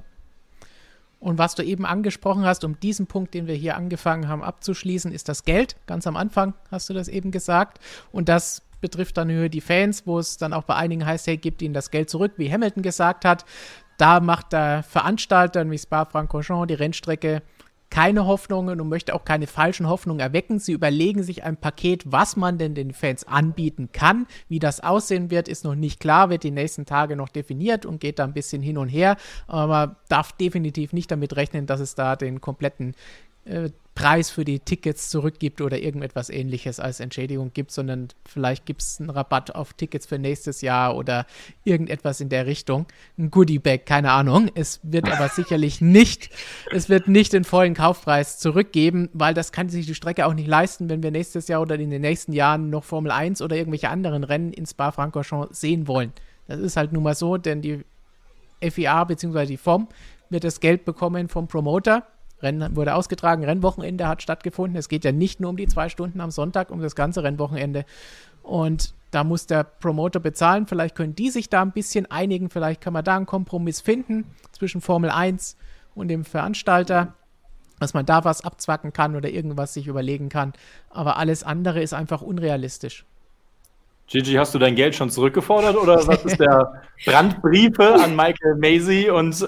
Und was du eben angesprochen hast, um diesen Punkt, den wir hier angefangen haben abzuschließen, ist das Geld. Ganz am Anfang hast du das eben gesagt. Und das betrifft dann nur die Fans, wo es dann auch bei einigen heißt, hey, gebt ihnen das Geld zurück, wie Hamilton gesagt hat. Da macht der Veranstalter, wie Spa-Francorchamps, die Rennstrecke keine Hoffnungen und möchte auch keine falschen Hoffnungen erwecken. Sie überlegen sich ein Paket, was man denn den Fans anbieten kann. Wie das aussehen wird, ist noch nicht klar, wird die nächsten Tage noch definiert und geht da ein bisschen hin und her. Aber man darf definitiv nicht damit rechnen, dass es da den kompletten Preis für die Tickets zurückgibt oder irgendetwas Ähnliches als Entschädigung gibt, sondern vielleicht gibt es einen Rabatt auf Tickets für nächstes Jahr oder irgendetwas in der Richtung. Ein Goodie-Bag, keine Ahnung. Es wird aber sicherlich nicht den vollen Kaufpreis zurückgeben, weil das kann sich die Strecke auch nicht leisten, wenn wir nächstes Jahr oder in den nächsten Jahren noch Formel 1 oder irgendwelche anderen Rennen in Spa-Francorchamps sehen wollen. Das ist halt nun mal so, denn die FIA bzw. die FOM wird das Geld bekommen vom Promoter. Rennen wurde ausgetragen, Rennwochenende hat stattgefunden. Es geht ja nicht nur um die 2 Stunden am Sonntag, um das ganze Rennwochenende. Und da muss der Promoter bezahlen. Vielleicht können die sich da ein bisschen einigen. Vielleicht kann man da einen Kompromiss finden zwischen Formel 1 und dem Veranstalter, dass man da was abzwacken kann oder irgendwas sich überlegen kann. Aber alles andere ist einfach unrealistisch. Gigi, hast du dein Geld schon zurückgefordert oder was ist der Brandbriefe an Michael Masi und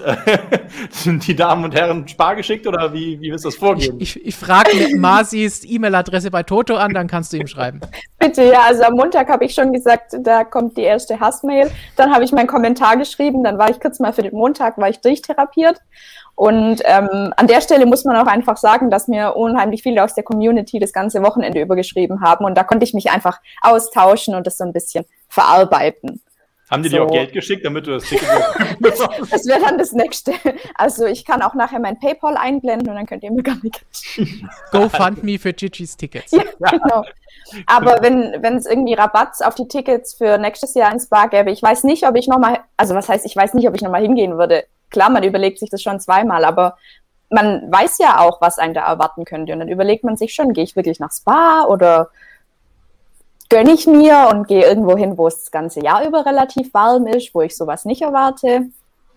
die Damen und Herren Spar geschickt oder wie ist das vorgehen? Ich frage Masis E-Mail-Adresse bei Toto an, dann kannst du ihm schreiben. Bitte, ja, also am Montag habe ich schon gesagt, da kommt die erste Hassmail. Dann habe ich meinen Kommentar geschrieben, dann war ich kurz mal für den Montag, war ich durchtherapiert. Und an der Stelle muss man auch einfach sagen, dass mir unheimlich viele aus der Community das ganze Wochenende übergeschrieben haben. Und da konnte ich mich einfach austauschen und das so ein bisschen verarbeiten. Haben die dir auch Geld geschickt, damit du das Ticket Das wäre dann das Nächste. Also ich kann auch nachher mein PayPal einblenden und dann könnt ihr mir gar nicht GoFundMe für Gigi's Tickets. Ja, genau. Aber wenn es irgendwie Rabatt auf die Tickets für nächstes Jahr ins Bar gäbe, ich weiß nicht, ob ich nochmal, also was heißt, ich weiß nicht, ob ich nochmal hingehen würde. Klar, man überlegt sich das schon zweimal, aber man weiß ja auch, was einen da erwarten könnte. Und dann überlegt man sich schon, gehe ich wirklich nach Spa oder gönne ich mir und gehe irgendwo hin, wo es das ganze Jahr über relativ warm ist, wo ich sowas nicht erwarte.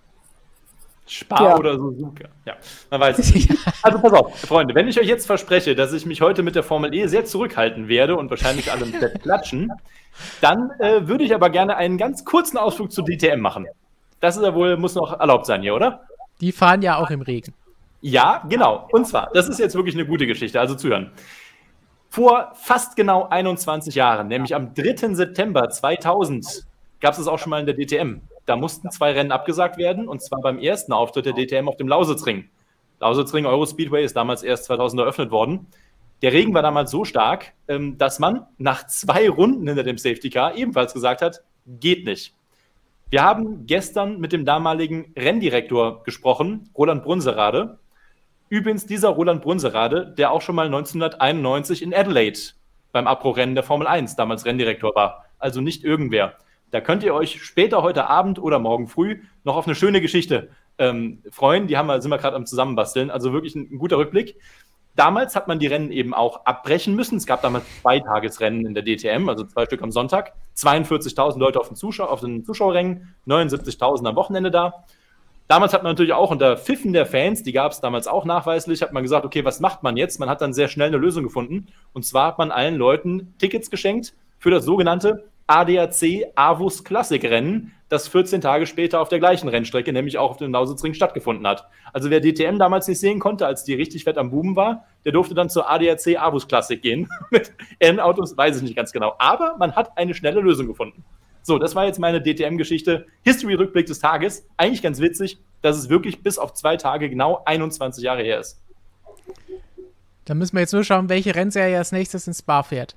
Spa oder Suzuka. Ja, man weiß es nicht. Also pass auf, Freunde, wenn ich euch jetzt verspreche, dass ich mich heute mit der Formel E sehr zurückhalten werde und wahrscheinlich alle im Bett klatschen, dann würde ich aber gerne einen ganz kurzen Ausflug zu DTM machen. Das ist ja wohl, muss noch erlaubt sein hier, oder? Die fahren ja auch im Regen. Ja, genau. Und zwar, das ist jetzt wirklich eine gute Geschichte, also zuhören. Vor fast genau 21 Jahren, nämlich am 3. September 2000, gab es das auch schon mal in der DTM. Da mussten 2 Rennen abgesagt werden, und zwar beim ersten Auftritt der DTM auf dem Lausitzring. Lausitzring Eurospeedway ist damals erst 2000 eröffnet worden. Der Regen war damals so stark, dass man nach 2 Runden hinter dem Safety Car ebenfalls gesagt hat, geht nicht. Wir haben gestern mit dem damaligen Renndirektor gesprochen, Roland Brunserade. Übrigens dieser Roland Brunserade, der auch schon mal 1991 in Adelaide beim Abbruchrennen der Formel 1 damals Renndirektor war. Also nicht irgendwer. Da könnt ihr euch später heute Abend oder morgen früh noch auf eine schöne Geschichte freuen. Die sind wir gerade am Zusammenbasteln. Also wirklich ein guter Rückblick. Damals hat man die Rennen eben auch abbrechen müssen. Es gab damals 2 Tagesrennen in der DTM, also 2 Stück am Sonntag. 42.000 Leute auf den Zuschauerrängen, 79.000 am Wochenende da. damals hat man natürlich auch unter Pfiffen der Fans, die gab es damals auch nachweislich, hat man gesagt, okay, was macht man jetzt? Man hat dann sehr schnell eine Lösung gefunden. Und zwar hat man allen Leuten Tickets geschenkt für das sogenannte ADAC Avus Classic Rennen, das 14 Tage später auf der gleichen Rennstrecke, nämlich auch auf dem Lausitzring stattgefunden hat. Also wer DTM damals nicht sehen konnte, als die richtig fett am Buben war, der durfte dann zur ADAC Avus Classic gehen. Mit Rennautos, weiß ich nicht ganz genau. Aber man hat eine schnelle Lösung gefunden. So, das war jetzt meine DTM-Geschichte. History-Rückblick des Tages. Eigentlich ganz witzig, dass es wirklich bis auf 2 Tage genau 21 Jahre her ist. Da müssen wir jetzt nur schauen, welche Rennserie als nächstes ins Spa fährt.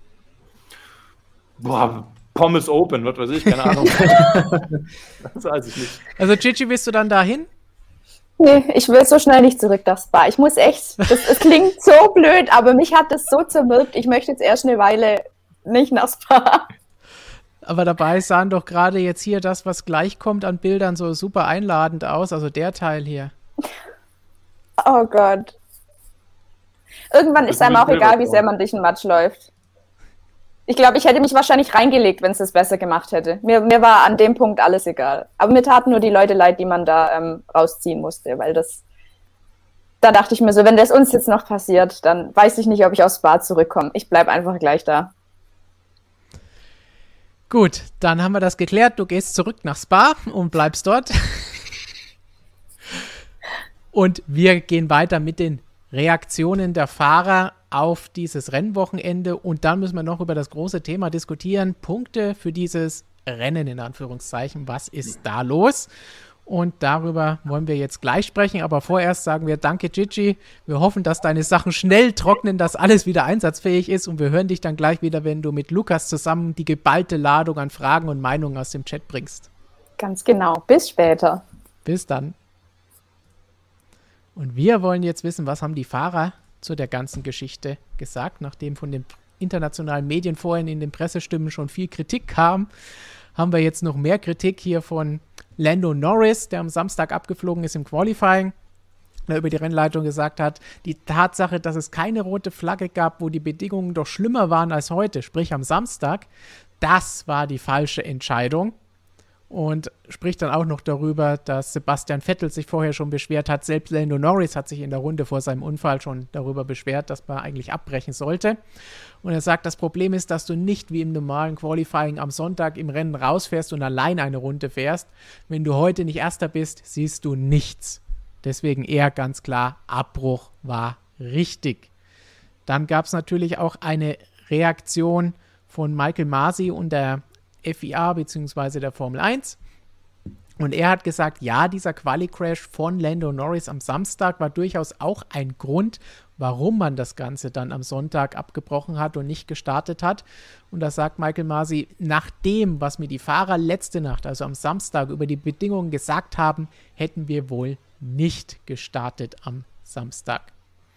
Boah, Pommes Open, was weiß ich, keine Ahnung. Das weiß ich nicht. Also Gigi, willst du dann dahin? Nee, ich will so schnell nicht zurück nach Spa. Ich muss echt, es klingt so blöd, aber mich hat das so zermürbt. Ich möchte jetzt erst eine Weile nicht nach Spa. Aber dabei sahen doch gerade jetzt hier das, was gleich kommt an Bildern, so super einladend aus. Also der Teil hier. Oh Gott. Irgendwann ist einem auch egal, wie sehr man durch den Matsch läuft. Ich glaube, ich hätte mich wahrscheinlich reingelegt, wenn es das besser gemacht hätte. Mir war an dem Punkt alles egal. Aber mir taten nur die Leute leid, die man da rausziehen musste, weil da dachte ich mir so, wenn das uns jetzt noch passiert, dann weiß ich nicht, ob ich aufs Spa zurückkomme. Ich bleibe einfach gleich da. Gut, dann haben wir das geklärt. Du gehst zurück nach Spa und bleibst dort. Und wir gehen weiter mit den Reaktionen der Fahrer auf dieses Rennwochenende. Und dann müssen wir noch über das große Thema diskutieren. Punkte für dieses Rennen in Anführungszeichen. Was ist da los? Und darüber wollen wir jetzt gleich sprechen. Aber vorerst sagen wir danke, Gigi. Wir hoffen, dass deine Sachen schnell trocknen, dass alles wieder einsatzfähig ist. Und wir hören dich dann gleich wieder, wenn du mit Lukas zusammen die geballte Ladung an Fragen und Meinungen aus dem Chat bringst. Ganz genau. Bis später. Bis dann. Und wir wollen jetzt wissen, was haben die Fahrer zu der ganzen Geschichte gesagt, nachdem von den internationalen Medien vorhin in den Pressestimmen schon viel Kritik kam, haben wir jetzt noch mehr Kritik hier von Lando Norris, der am Samstag abgeflogen ist im Qualifying, der über die Rennleitung gesagt hat, die Tatsache, dass es keine rote Flagge gab, wo die Bedingungen doch schlimmer waren als heute, sprich am Samstag, das war die falsche Entscheidung. Und spricht dann auch noch darüber, dass Sebastian Vettel sich vorher schon beschwert hat. Selbst Lando Norris hat sich in der Runde vor seinem Unfall schon darüber beschwert, dass man eigentlich abbrechen sollte. Und er sagt, das Problem ist, dass du nicht wie im normalen Qualifying am Sonntag im Rennen rausfährst und allein eine Runde fährst. Wenn du heute nicht Erster bist, siehst du nichts. Deswegen eher ganz klar, Abbruch war richtig. Dann gab es natürlich auch eine Reaktion von Michael Masi und der FIA bzw. der Formel 1. Und er hat gesagt, ja, dieser Quali-Crash von Lando Norris am Samstag war durchaus auch ein Grund, warum man das Ganze dann am Sonntag abgebrochen hat und nicht gestartet hat. Und da sagt Michael Masi, nach dem, was mir die Fahrer letzte Nacht, also am Samstag, über die Bedingungen gesagt haben, hätten wir wohl nicht gestartet am Samstag.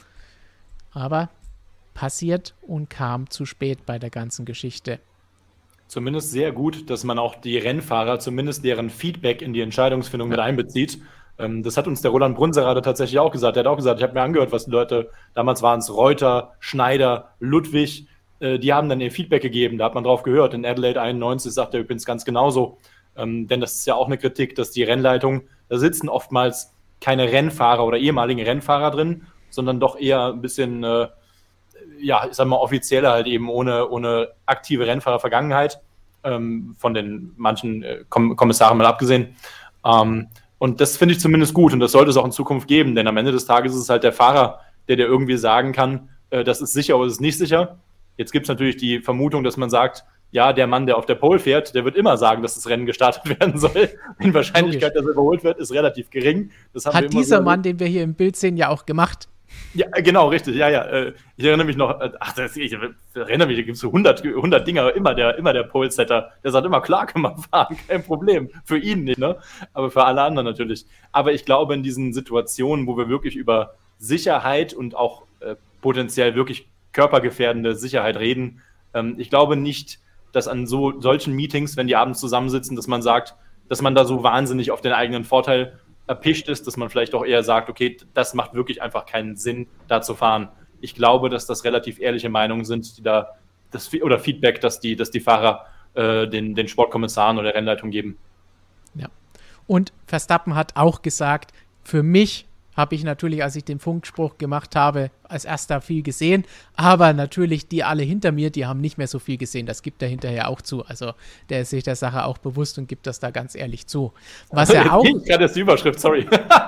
Aber passiert und kam zu spät bei der ganzen Geschichte. Zumindest sehr gut, dass man auch die Rennfahrer, zumindest deren Feedback in die Entscheidungsfindung mit einbezieht. Das hat uns der Roland Brunzerath tatsächlich auch gesagt. Er hat auch gesagt, ich habe mir angehört, was die Leute, damals waren es Reuter, Schneider, Ludwig, die haben dann ihr Feedback gegeben. Da hat man drauf gehört. In Adelaide 91 sagt er übrigens ganz genauso. Denn das ist ja auch eine Kritik, dass die Rennleitung, da sitzen oftmals keine Rennfahrer oder ehemaligen Rennfahrer drin, sondern doch eher ein bisschen ja, ich sag mal, offiziell halt eben ohne aktive Rennfahrer-Vergangenheit, von den manchen Kommissaren mal abgesehen. Und das finde ich zumindest gut und das sollte es auch in Zukunft geben, denn am Ende des Tages ist es halt der Fahrer, der dir irgendwie sagen kann, das ist sicher oder das ist nicht sicher. Jetzt gibt es natürlich die Vermutung, dass man sagt, ja, der Mann, der auf der Pole fährt, der wird immer sagen, dass das Rennen gestartet werden soll. Die Wahrscheinlichkeit, dass er überholt wird, ist relativ gering. Das haben hat dieser Mann, den wir hier im Bild sehen, ja auch gemacht. Ja, genau, richtig, ja. Ich erinnere mich noch, ich erinnere mich, da gibt es so 100 Dinger, immer der Pole-Setter, der sagt immer, klar kann man fahren, kein Problem, für ihn nicht, ne, aber für alle anderen natürlich. Aber ich glaube, in diesen Situationen, wo wir wirklich über Sicherheit und auch potenziell wirklich körpergefährdende Sicherheit reden, ich glaube nicht, dass an solchen Meetings, wenn die abends zusammensitzen, dass man sagt, dass man da so wahnsinnig auf den eigenen Vorteil erpicht ist, dass man vielleicht auch eher sagt, okay, das macht wirklich einfach keinen Sinn, da zu fahren. Ich glaube, dass das relativ ehrliche Meinungen sind, die da oder Feedback, dass die Fahrer den Sportkommissaren oder der Rennleitung geben. Ja. Und Verstappen hat auch gesagt, für mich habe ich natürlich, als ich den Funkspruch gemacht habe, als erster viel gesehen, aber natürlich die alle hinter mir, die haben nicht mehr so viel gesehen, das gibt er hinterher auch zu, also der ist sich der Sache auch bewusst und gibt das da ganz ehrlich zu. Was er auch... Ich gerade die Überschrift, sorry.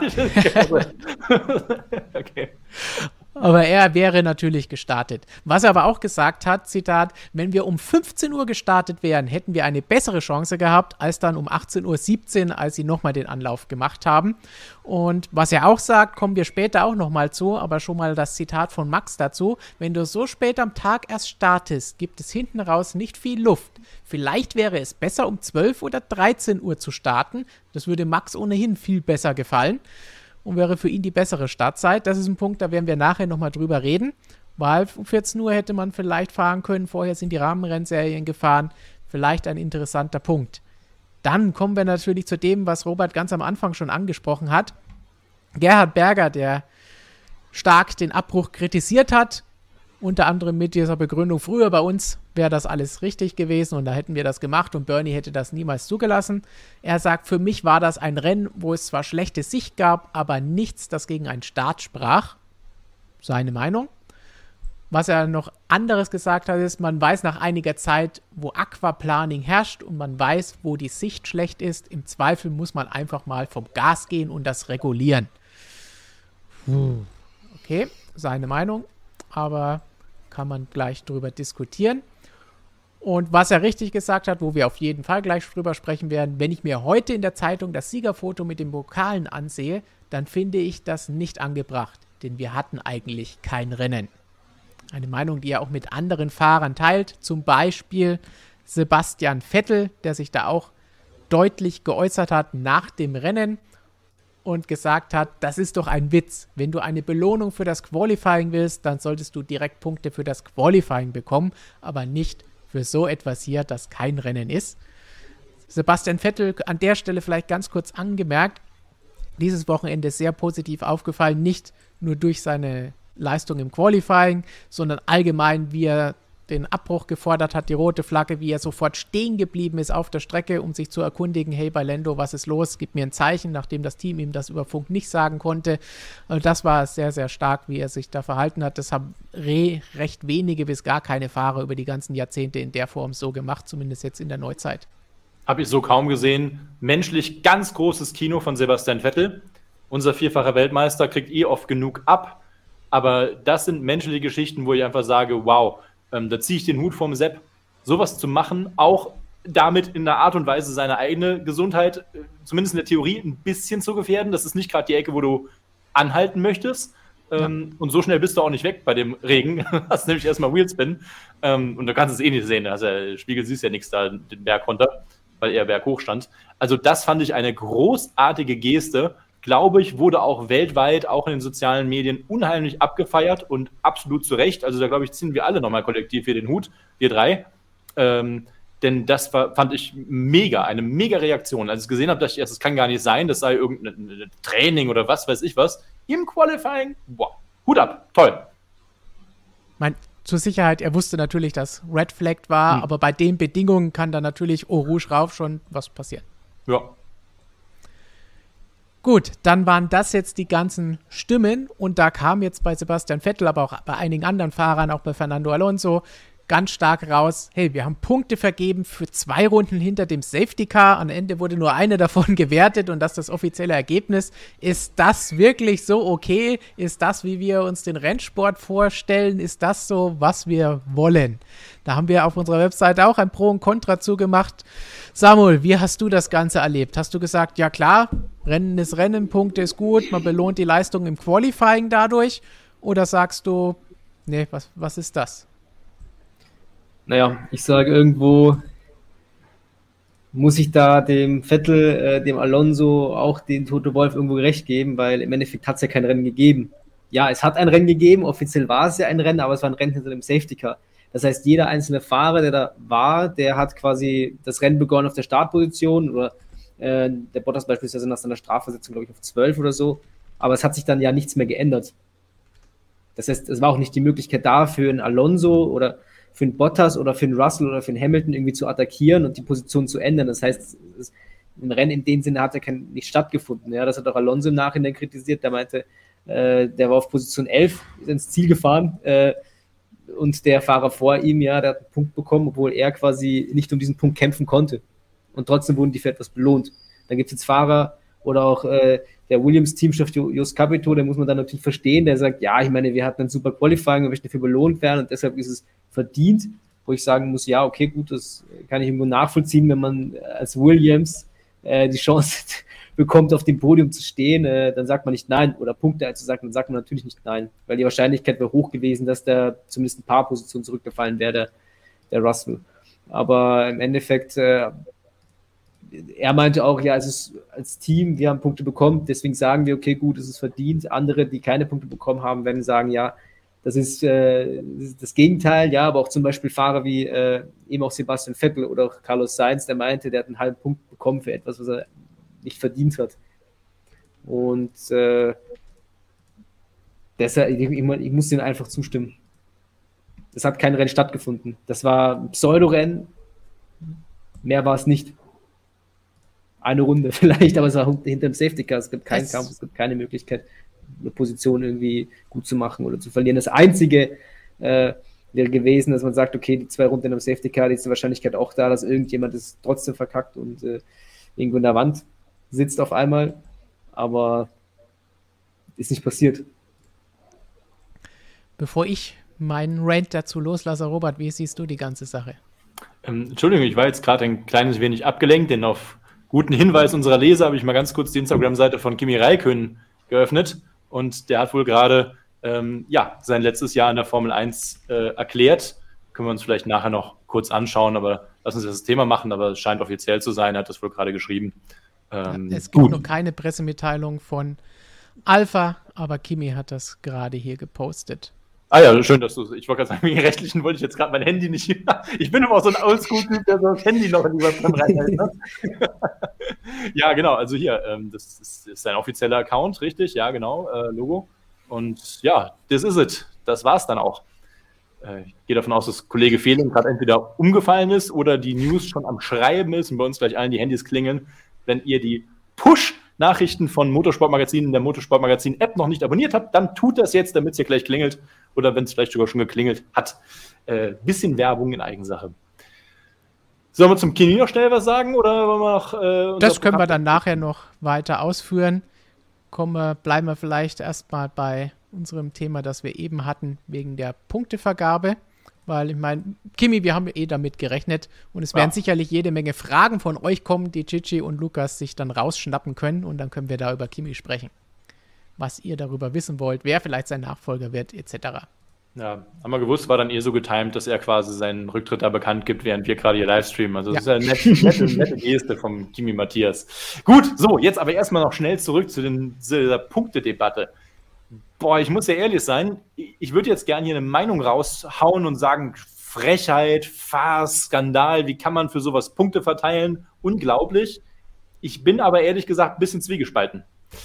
Okay. Aber er wäre natürlich gestartet. Was er aber auch gesagt hat, Zitat, wenn wir um 15 Uhr gestartet wären, hätten wir eine bessere Chance gehabt, als dann um 18:17 Uhr, als sie nochmal den Anlauf gemacht haben. Und was er auch sagt, kommen wir später auch nochmal zu, aber schon mal das Zitat von Max dazu. Wenn du so spät am Tag erst startest, gibt es hinten raus nicht viel Luft. Vielleicht wäre es besser, um 12 oder 13 Uhr zu starten. Das würde Max ohnehin viel besser gefallen. Und wäre für ihn die bessere Startzeit. Das ist ein Punkt, da werden wir nachher nochmal drüber reden, weil um 14 Uhr hätte man vielleicht fahren können, vorher sind die Rahmenrennserien gefahren, vielleicht ein interessanter Punkt. Dann kommen wir natürlich zu dem, was Robert ganz am Anfang schon angesprochen hat. Gerhard Berger, der stark den Abbruch kritisiert hat, unter anderem mit dieser Begründung, früher bei uns wäre das alles richtig gewesen und da hätten wir das gemacht und Bernie hätte das niemals zugelassen. Er sagt, für mich war das ein Rennen, wo es zwar schlechte Sicht gab, aber nichts, das gegen einen Start sprach. Seine Meinung. Was er noch anderes gesagt hat, ist, man weiß nach einiger Zeit, wo Aquaplaning herrscht und man weiß, wo die Sicht schlecht ist. Im Zweifel muss man einfach mal vom Gas gehen und das regulieren. Okay, seine Meinung, aber kann man gleich drüber diskutieren. Und was er richtig gesagt hat, wo wir auf jeden Fall gleich drüber sprechen werden, wenn ich mir heute in der Zeitung das Siegerfoto mit den Pokalen ansehe, dann finde ich das nicht angebracht, denn wir hatten eigentlich kein Rennen. Eine Meinung, die er auch mit anderen Fahrern teilt, zum Beispiel Sebastian Vettel, der sich da auch deutlich geäußert hat nach dem Rennen und gesagt hat, das ist doch ein Witz. Wenn du eine Belohnung für das Qualifying willst, dann solltest du direkt Punkte für das Qualifying bekommen, aber nicht für so etwas hier, das kein Rennen ist. Sebastian Vettel an der Stelle vielleicht ganz kurz angemerkt, dieses Wochenende sehr positiv aufgefallen, nicht nur durch seine Leistung im Qualifying, sondern allgemein, wie er den Abbruch gefordert hat, die rote Flagge, wie er sofort stehen geblieben ist auf der Strecke, um sich zu erkundigen, hey, bei Lando, was ist los? Gib mir ein Zeichen, nachdem das Team ihm das über Funk nicht sagen konnte. Also das war sehr, sehr stark, wie er sich da verhalten hat. Das haben recht wenige bis gar keine Fahrer über die ganzen Jahrzehnte in der Form so gemacht, zumindest jetzt in der Neuzeit. Habe ich so kaum gesehen. Menschlich ganz großes Kino von Sebastian Vettel. Unser vierfacher Weltmeister kriegt oft genug ab, aber das sind menschliche Geschichten, wo ich einfach sage, wow, da ziehe ich den Hut vom Sepp. Sowas zu machen, auch damit in einer Art und Weise seine eigene Gesundheit, zumindest in der Theorie, ein bisschen zu gefährden. Das ist nicht gerade die Ecke, wo du anhalten möchtest. Ja. Und so schnell bist du auch nicht weg bei dem Regen. Hast nämlich erstmal Wheelspin. Und du kannst es nicht sehen. Also der Spiegel siehst ja nichts da, den Berg runter, weil er berghoch stand. Also das fand ich eine großartige Geste. Glaube ich, wurde auch weltweit, auch in den sozialen Medien, unheimlich abgefeiert und absolut zu Recht. Also da, glaube ich, ziehen wir alle nochmal kollektiv hier den Hut, wir drei. Denn das fand ich mega, eine mega Reaktion. Als ich gesehen habe, dachte ich erst, das kann gar nicht sein, das sei irgendein Training oder was weiß ich was. Im Qualifying, wow, Hut ab, toll. Zur Sicherheit, er wusste natürlich, dass Red Flag war, aber bei den Bedingungen kann da natürlich Rouge rauf schon was passieren. Ja. Gut, dann waren das jetzt die ganzen Stimmen und da kam jetzt bei Sebastian Vettel, aber auch bei einigen anderen Fahrern, auch bei Fernando Alonso, ganz stark raus, hey, wir haben Punkte vergeben für 2 Runden hinter dem Safety Car. Am Ende wurde nur eine davon gewertet und das ist das offizielle Ergebnis. Ist das wirklich so okay? Ist das, wie wir uns den Rennsport vorstellen? Ist das so, was wir wollen? Da haben wir auf unserer Webseite auch ein Pro und Contra zugemacht. Samuel, wie hast du das Ganze erlebt? Hast du gesagt, ja klar, Rennen ist Rennen, Punkte ist gut, man belohnt die Leistung im Qualifying dadurch? Oder sagst du, nee, was ist das? Naja, ich sage irgendwo, muss ich da dem Vettel, dem Alonso, auch den Toto Wolff irgendwo gerecht geben, weil im Endeffekt hat es ja kein Rennen gegeben. Ja, es hat ein Rennen gegeben, offiziell war es ja ein Rennen, aber es war ein Rennen hinter dem Safety Car. Das heißt, jeder einzelne Fahrer, der da war, der hat quasi das Rennen begonnen auf der Startposition oder der Bottas beispielsweise nach seiner Strafversetzung, glaube ich, auf 12 oder so, aber es hat sich dann ja nichts mehr geändert. Das heißt, es war auch nicht die Möglichkeit da für einen Alonso oder für einen Bottas oder für einen Russell oder für einen Hamilton irgendwie zu attackieren und die Position zu ändern. Das heißt, ein Rennen in dem Sinne hat ja nicht stattgefunden. Ja, das hat auch Alonso im Nachhinein kritisiert. Der meinte, der war auf Position 11, ist ins Ziel gefahren und der Fahrer vor ihm, ja, der hat einen Punkt bekommen, obwohl er quasi nicht um diesen Punkt kämpfen konnte. Und trotzdem wurden die für etwas belohnt. Dann gibt es jetzt Fahrer oder auch der Williams-Teamchef Jost Capito, der muss man dann natürlich verstehen, der sagt, ja, ich meine, wir hatten ein super Qualifying, wir möchten dafür belohnt werden und deshalb ist es verdient, wo ich sagen muss, ja, okay, gut, das kann ich irgendwo nachvollziehen, wenn man als Williams die Chance bekommt, auf dem Podium zu stehen, dann sagt man nicht nein oder Punkte einzusagen, dann sagt man natürlich nicht nein, weil die Wahrscheinlichkeit wäre hoch gewesen, dass der zumindest ein paar Positionen zurückgefallen wäre, der Russell. Aber im Endeffekt, er meinte auch, ja, es ist als Team, wir haben Punkte bekommen, deswegen sagen wir, okay, gut, es ist verdient. Andere, die keine Punkte bekommen haben, werden sagen, ja, das ist das Gegenteil, ja, aber auch zum Beispiel Fahrer wie eben auch Sebastian Vettel oder auch Carlos Sainz, der meinte, der hat einen halben Punkt bekommen für etwas, was er nicht verdient hat. Und deshalb, ich muss denen einfach zustimmen. Es hat kein Rennen stattgefunden. Das war ein Pseudo-Rennen, mehr war es nicht. Eine Runde vielleicht, aber es war hinter dem Safety Car. Es gibt keinen Kampf, es gibt keine Möglichkeit, eine Position irgendwie gut zu machen oder zu verlieren. Das Einzige wäre gewesen, dass man sagt, okay, die 2 Runden am Safety Car, die ist die Wahrscheinlichkeit auch da, dass irgendjemand es trotzdem verkackt und irgendwo in der Wand sitzt auf einmal, aber ist nicht passiert. Bevor ich meinen Rant dazu loslasse, Robert, wie siehst du die ganze Sache? Entschuldigung, ich war jetzt gerade ein kleines wenig abgelenkt, denn auf guten Hinweis unserer Leser habe ich mal ganz kurz die Instagram-Seite von Kimi Räikkönen geöffnet und der hat wohl gerade sein letztes Jahr in der Formel 1 erklärt. Können wir uns vielleicht nachher noch kurz anschauen, aber lass uns das Thema machen, aber es scheint offiziell zu sein, er hat das wohl gerade geschrieben. Es gibt noch keine Pressemitteilung von Alpha, aber Kimi hat das gerade hier gepostet. Ah ja, schön, dass du, ich wollte gerade sagen, wegen rechtlichen wollte ich jetzt gerade mein Handy nicht, ich bin aber auch so ein Oldschool-Typ, der so das Handy noch in die Webcam reinhält. Ne? Ja, genau, also hier, das ist ein offizieller Account, richtig, ja, genau, Logo. Und ja, this is it, das war's dann auch. Ich gehe davon aus, dass Kollege Fehlin gerade entweder umgefallen ist oder die News schon am Schreiben ist und bei uns gleich allen die Handys klingeln. Wenn ihr die Push-Nachrichten von Motorsportmagazinen in der Motorsportmagazin-App noch nicht abonniert habt, dann tut das jetzt, damit es hier gleich klingelt. Oder wenn es vielleicht sogar schon geklingelt hat. Bisschen Werbung in Eigensache. Sollen wir zum Kimi noch schnell was sagen? Oder wollen wir noch, das können wir dann nachher noch weiter ausführen. Bleiben wir vielleicht erstmal bei unserem Thema, das wir eben hatten, wegen der Punktevergabe. Weil ich meine, Kimi, wir haben damit gerechnet und es werden sicherlich jede Menge Fragen von euch kommen, die Gigi und Lukas sich dann rausschnappen können und dann können wir da über Kimi sprechen. Was ihr darüber wissen wollt, wer vielleicht sein Nachfolger wird, etc. Ja, haben wir gewusst, war dann so getimed, dass er quasi seinen Rücktritt da bekannt gibt, während wir gerade hier livestreamen. Also das ist ja eine nette Geste vom Kimi Matthias. Gut, so, jetzt aber erstmal noch schnell zurück zu dieser Punktedebatte. Boah, ich muss ja ehrlich sein, ich würde jetzt gerne hier eine Meinung raushauen und sagen, Frechheit, Farce, Skandal, wie kann man für sowas Punkte verteilen? Unglaublich. Ich bin aber ehrlich gesagt ein bisschen zwiegespalten.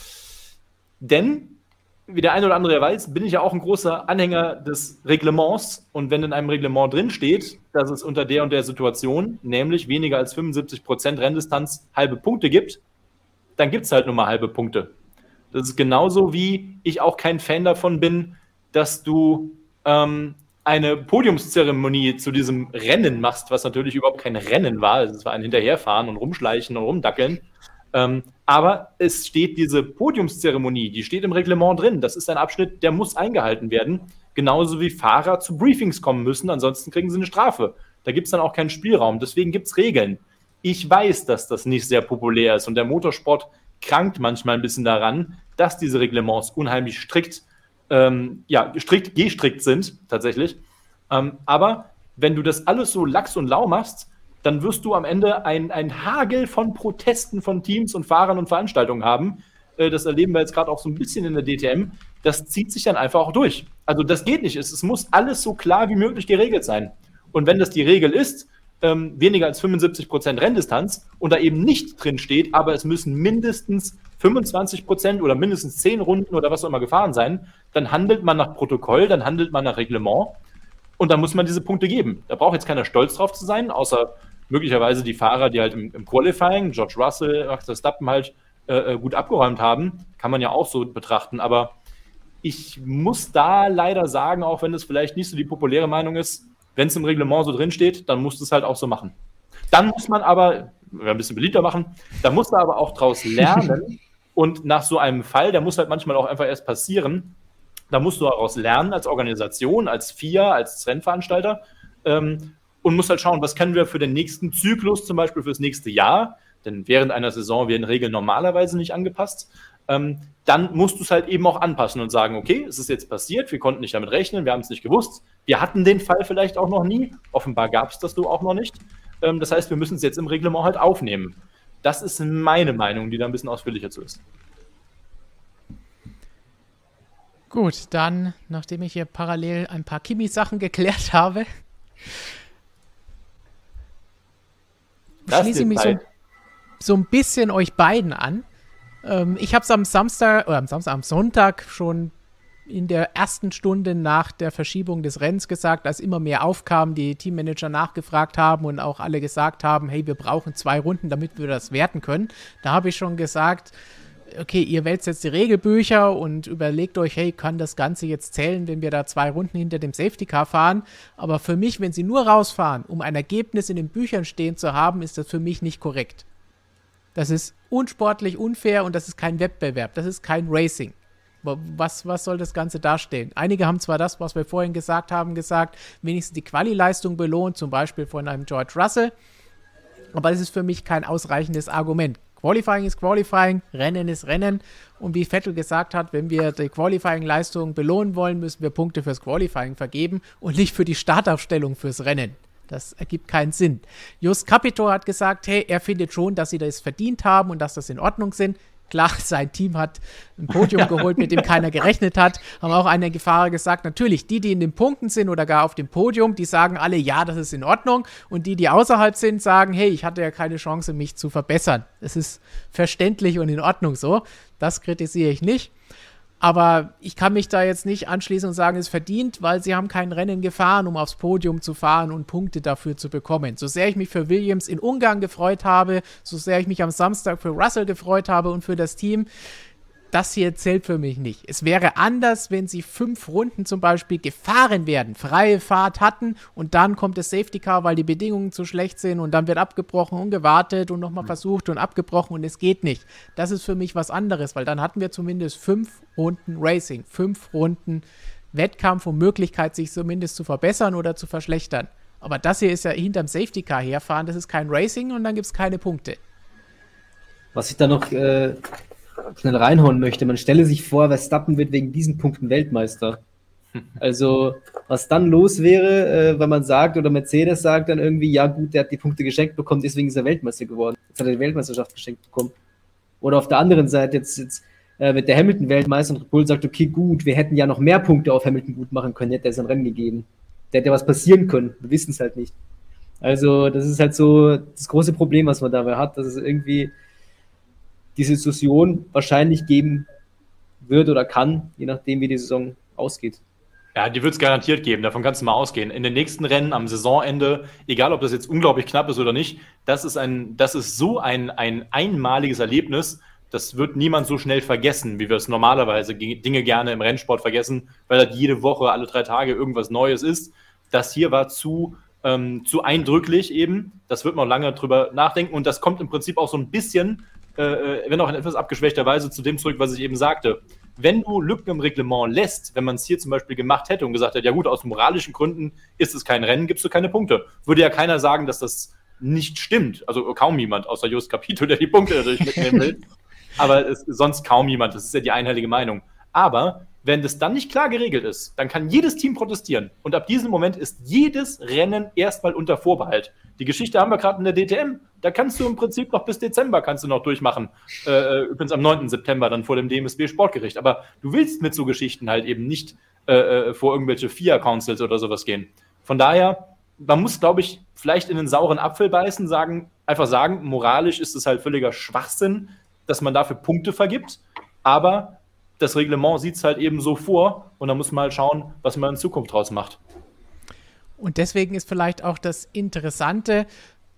Denn, wie der eine oder andere weiß, bin ich ja auch ein großer Anhänger des Reglements und wenn in einem Reglement drin steht, dass es unter der und der Situation, nämlich weniger als 75% Renndistanz, halbe Punkte gibt, dann gibt es halt nur mal halbe Punkte. Das ist genauso wie ich auch kein Fan davon bin, dass du eine Podiumszeremonie zu diesem Rennen machst, was natürlich überhaupt kein Rennen war. Also es war ein Hinterherfahren und Rumschleichen und Rumdackeln. Aber es steht diese Podiumszeremonie, die steht im Reglement drin. Das ist ein Abschnitt, der muss eingehalten werden. Genauso wie Fahrer zu Briefings kommen müssen, ansonsten kriegen sie eine Strafe. Da gibt es dann auch keinen Spielraum. Deswegen gibt es Regeln. Ich weiß, dass das nicht sehr populär ist und der Motorsport krankt manchmal ein bisschen daran, dass diese Reglements unheimlich strikt gestrickt sind, tatsächlich. Aber wenn du das alles so lax und lau machst, dann wirst du am Ende ein Hagel von Protesten von Teams und Fahrern und Veranstaltungen haben. Das erleben wir jetzt gerade auch so ein bisschen in der DTM. Das zieht sich dann einfach auch durch. Also das geht nicht. Es muss alles so klar wie möglich geregelt sein. Und wenn das die Regel ist, weniger als 75% Renndistanz und da eben nicht drin steht, aber es müssen mindestens 25% oder mindestens 10 Runden oder was auch immer gefahren sein, dann handelt man nach Protokoll, dann handelt man nach Reglement und dann muss man diese Punkte geben. Da braucht jetzt keiner stolz drauf zu sein, außer möglicherweise die Fahrer, die halt im Qualifying, George Russell, Max Verstappen halt gut abgeräumt haben, kann man ja auch so betrachten, aber ich muss da leider sagen, auch wenn es vielleicht nicht so die populäre Meinung ist, wenn es im Reglement so drin steht, dann musst du es halt auch so machen. Dann muss man aber, ein bisschen beliebter machen, dann musst du aber auch daraus lernen und nach so einem Fall, der muss halt manchmal auch einfach erst passieren, da musst du daraus lernen als Organisation, als FIA, als Rennveranstalter und musst halt schauen, was können wir für den nächsten Zyklus, zum Beispiel fürs nächste Jahr, denn während einer Saison werden Regeln normalerweise nicht angepasst, dann musst du es halt eben auch anpassen und sagen, okay, es ist jetzt passiert, wir konnten nicht damit rechnen, wir haben es nicht gewusst, wir hatten den Fall vielleicht auch noch nie, offenbar gab es das so auch noch nicht, das heißt, wir müssen es jetzt im Reglement halt aufnehmen. Das ist meine Meinung, die da ein bisschen ausführlicher zu ist. Gut, dann, nachdem ich hier parallel ein paar Kimi-Sachen geklärt habe, schließe ich mich so ein bisschen euch beiden an. Ich habe es am Sonntag schon in der ersten Stunde nach der Verschiebung des Rennens gesagt, als immer mehr aufkam, die Teammanager nachgefragt haben und auch alle gesagt haben, hey, wir brauchen 2 Runden, damit wir das werten können. Da habe ich schon gesagt, okay, ihr wälzt jetzt die Regelbücher und überlegt euch, hey, kann das Ganze jetzt zählen, wenn wir da 2 Runden hinter dem Safety Car fahren? Aber für mich, wenn sie nur rausfahren, um ein Ergebnis in den Büchern stehen zu haben, ist das für mich nicht korrekt. Das ist unsportlich, unfair und das ist kein Wettbewerb, das ist kein Racing. Was soll das Ganze darstellen? Einige haben zwar das, was wir vorhin gesagt haben, wenigstens die Quali-Leistung belohnt, zum Beispiel von einem George Russell, aber das ist für mich kein ausreichendes Argument. Qualifying ist Qualifying, Rennen ist Rennen und wie Vettel gesagt hat, wenn wir die Qualifying-Leistung belohnen wollen, müssen wir Punkte fürs Qualifying vergeben und nicht für die Startaufstellung fürs Rennen. Das ergibt keinen Sinn. Jost Capito hat gesagt, hey, er findet schon, dass sie das verdient haben und dass das in Ordnung sind. Klar, sein Team hat ein Podium geholt, mit dem keiner gerechnet hat. Haben auch einige Fahrer gesagt, natürlich, die in den Punkten sind oder gar auf dem Podium, die sagen alle, ja, das ist in Ordnung. Und die außerhalb sind, sagen, hey, ich hatte ja keine Chance, mich zu verbessern. Es ist verständlich und in Ordnung so. Das kritisiere ich nicht. Aber ich kann mich da jetzt nicht anschließen und sagen, es ist verdient, weil sie haben kein Rennen gefahren, um aufs Podium zu fahren und Punkte dafür zu bekommen. So sehr ich mich für Williams in Ungarn gefreut habe, so sehr ich mich am Samstag für Russell gefreut habe und für das Team, das hier zählt für mich nicht. Es wäre anders, wenn sie 5 Runden zum Beispiel gefahren werden, freie Fahrt hatten und dann kommt das Safety Car, weil die Bedingungen zu schlecht sind und dann wird abgebrochen und gewartet und nochmal versucht und abgebrochen und es geht nicht. Das ist für mich was anderes, weil dann hatten wir zumindest 5 Runden Racing, 5 Runden Wettkampf und Möglichkeit, sich zumindest zu verbessern oder zu verschlechtern. Aber das hier ist ja hinterm Safety Car herfahren, das ist kein Racing und dann gibt es keine Punkte. Was ich da noch schnell reinhauen möchte, man stelle sich vor, Verstappen wird wegen diesen Punkten Weltmeister. Also, was dann los wäre, wenn man sagt, oder Mercedes sagt dann irgendwie, ja gut, der hat die Punkte geschenkt bekommen, deswegen ist er Weltmeister geworden. Jetzt hat er die Weltmeisterschaft geschenkt bekommen. Oder auf der anderen Seite, jetzt wird der Hamilton Weltmeister und Red Bull sagt, okay, gut, wir hätten ja noch mehr Punkte auf Hamilton gut machen können, hätte er es ein Rennen gegeben. Da hätte ja was passieren können, wir wissen es halt nicht. Also, das ist halt so das große Problem, was man dabei hat, dass es irgendwie diese Diskussion wahrscheinlich geben wird oder kann, je nachdem, wie die Saison ausgeht. Ja, die wird es garantiert geben, davon kannst du mal ausgehen. In den nächsten Rennen am Saisonende, egal ob das jetzt unglaublich knapp ist oder nicht, das ist so ein einmaliges Erlebnis, das wird niemand so schnell vergessen, wie wir es normalerweise Dinge gerne im Rennsport vergessen, weil halt jede Woche, alle 3 Tage irgendwas Neues ist. Das hier war zu eindrücklich eben, das wird man lange drüber nachdenken und das kommt im Prinzip auch so ein bisschen, wenn auch in etwas abgeschwächter Weise, zu dem zurück, was ich eben sagte. Wenn du Lücken im Reglement lässt, wenn man es hier zum Beispiel gemacht hätte und gesagt hätte, ja gut, aus moralischen Gründen ist es kein Rennen, gibst du keine Punkte. Würde ja keiner sagen, dass das nicht stimmt. Also kaum jemand, außer Jost Capito, der die Punkte natürlich mitnehmen will. Aber sonst kaum jemand, das ist ja die einhellige Meinung. Aber wenn das dann nicht klar geregelt ist, dann kann jedes Team protestieren. Und ab diesem Moment ist jedes Rennen erstmal unter Vorbehalt. Die Geschichte haben wir gerade in der DTM. Da kannst du im Prinzip noch bis Dezember kannst du noch durchmachen. Übrigens am 9. September dann vor dem DMSB Sportgericht. Aber du willst mit so Geschichten halt eben nicht vor irgendwelche FIA-Councils oder sowas gehen. Von daher, man muss, glaube ich, vielleicht in den sauren Apfel beißen, einfach sagen, moralisch ist es halt völliger Schwachsinn, dass man dafür Punkte vergibt. Aber das Reglement sieht es halt eben so vor und da muss man halt schauen, was man in Zukunft draus macht. Und deswegen ist vielleicht auch das Interessante,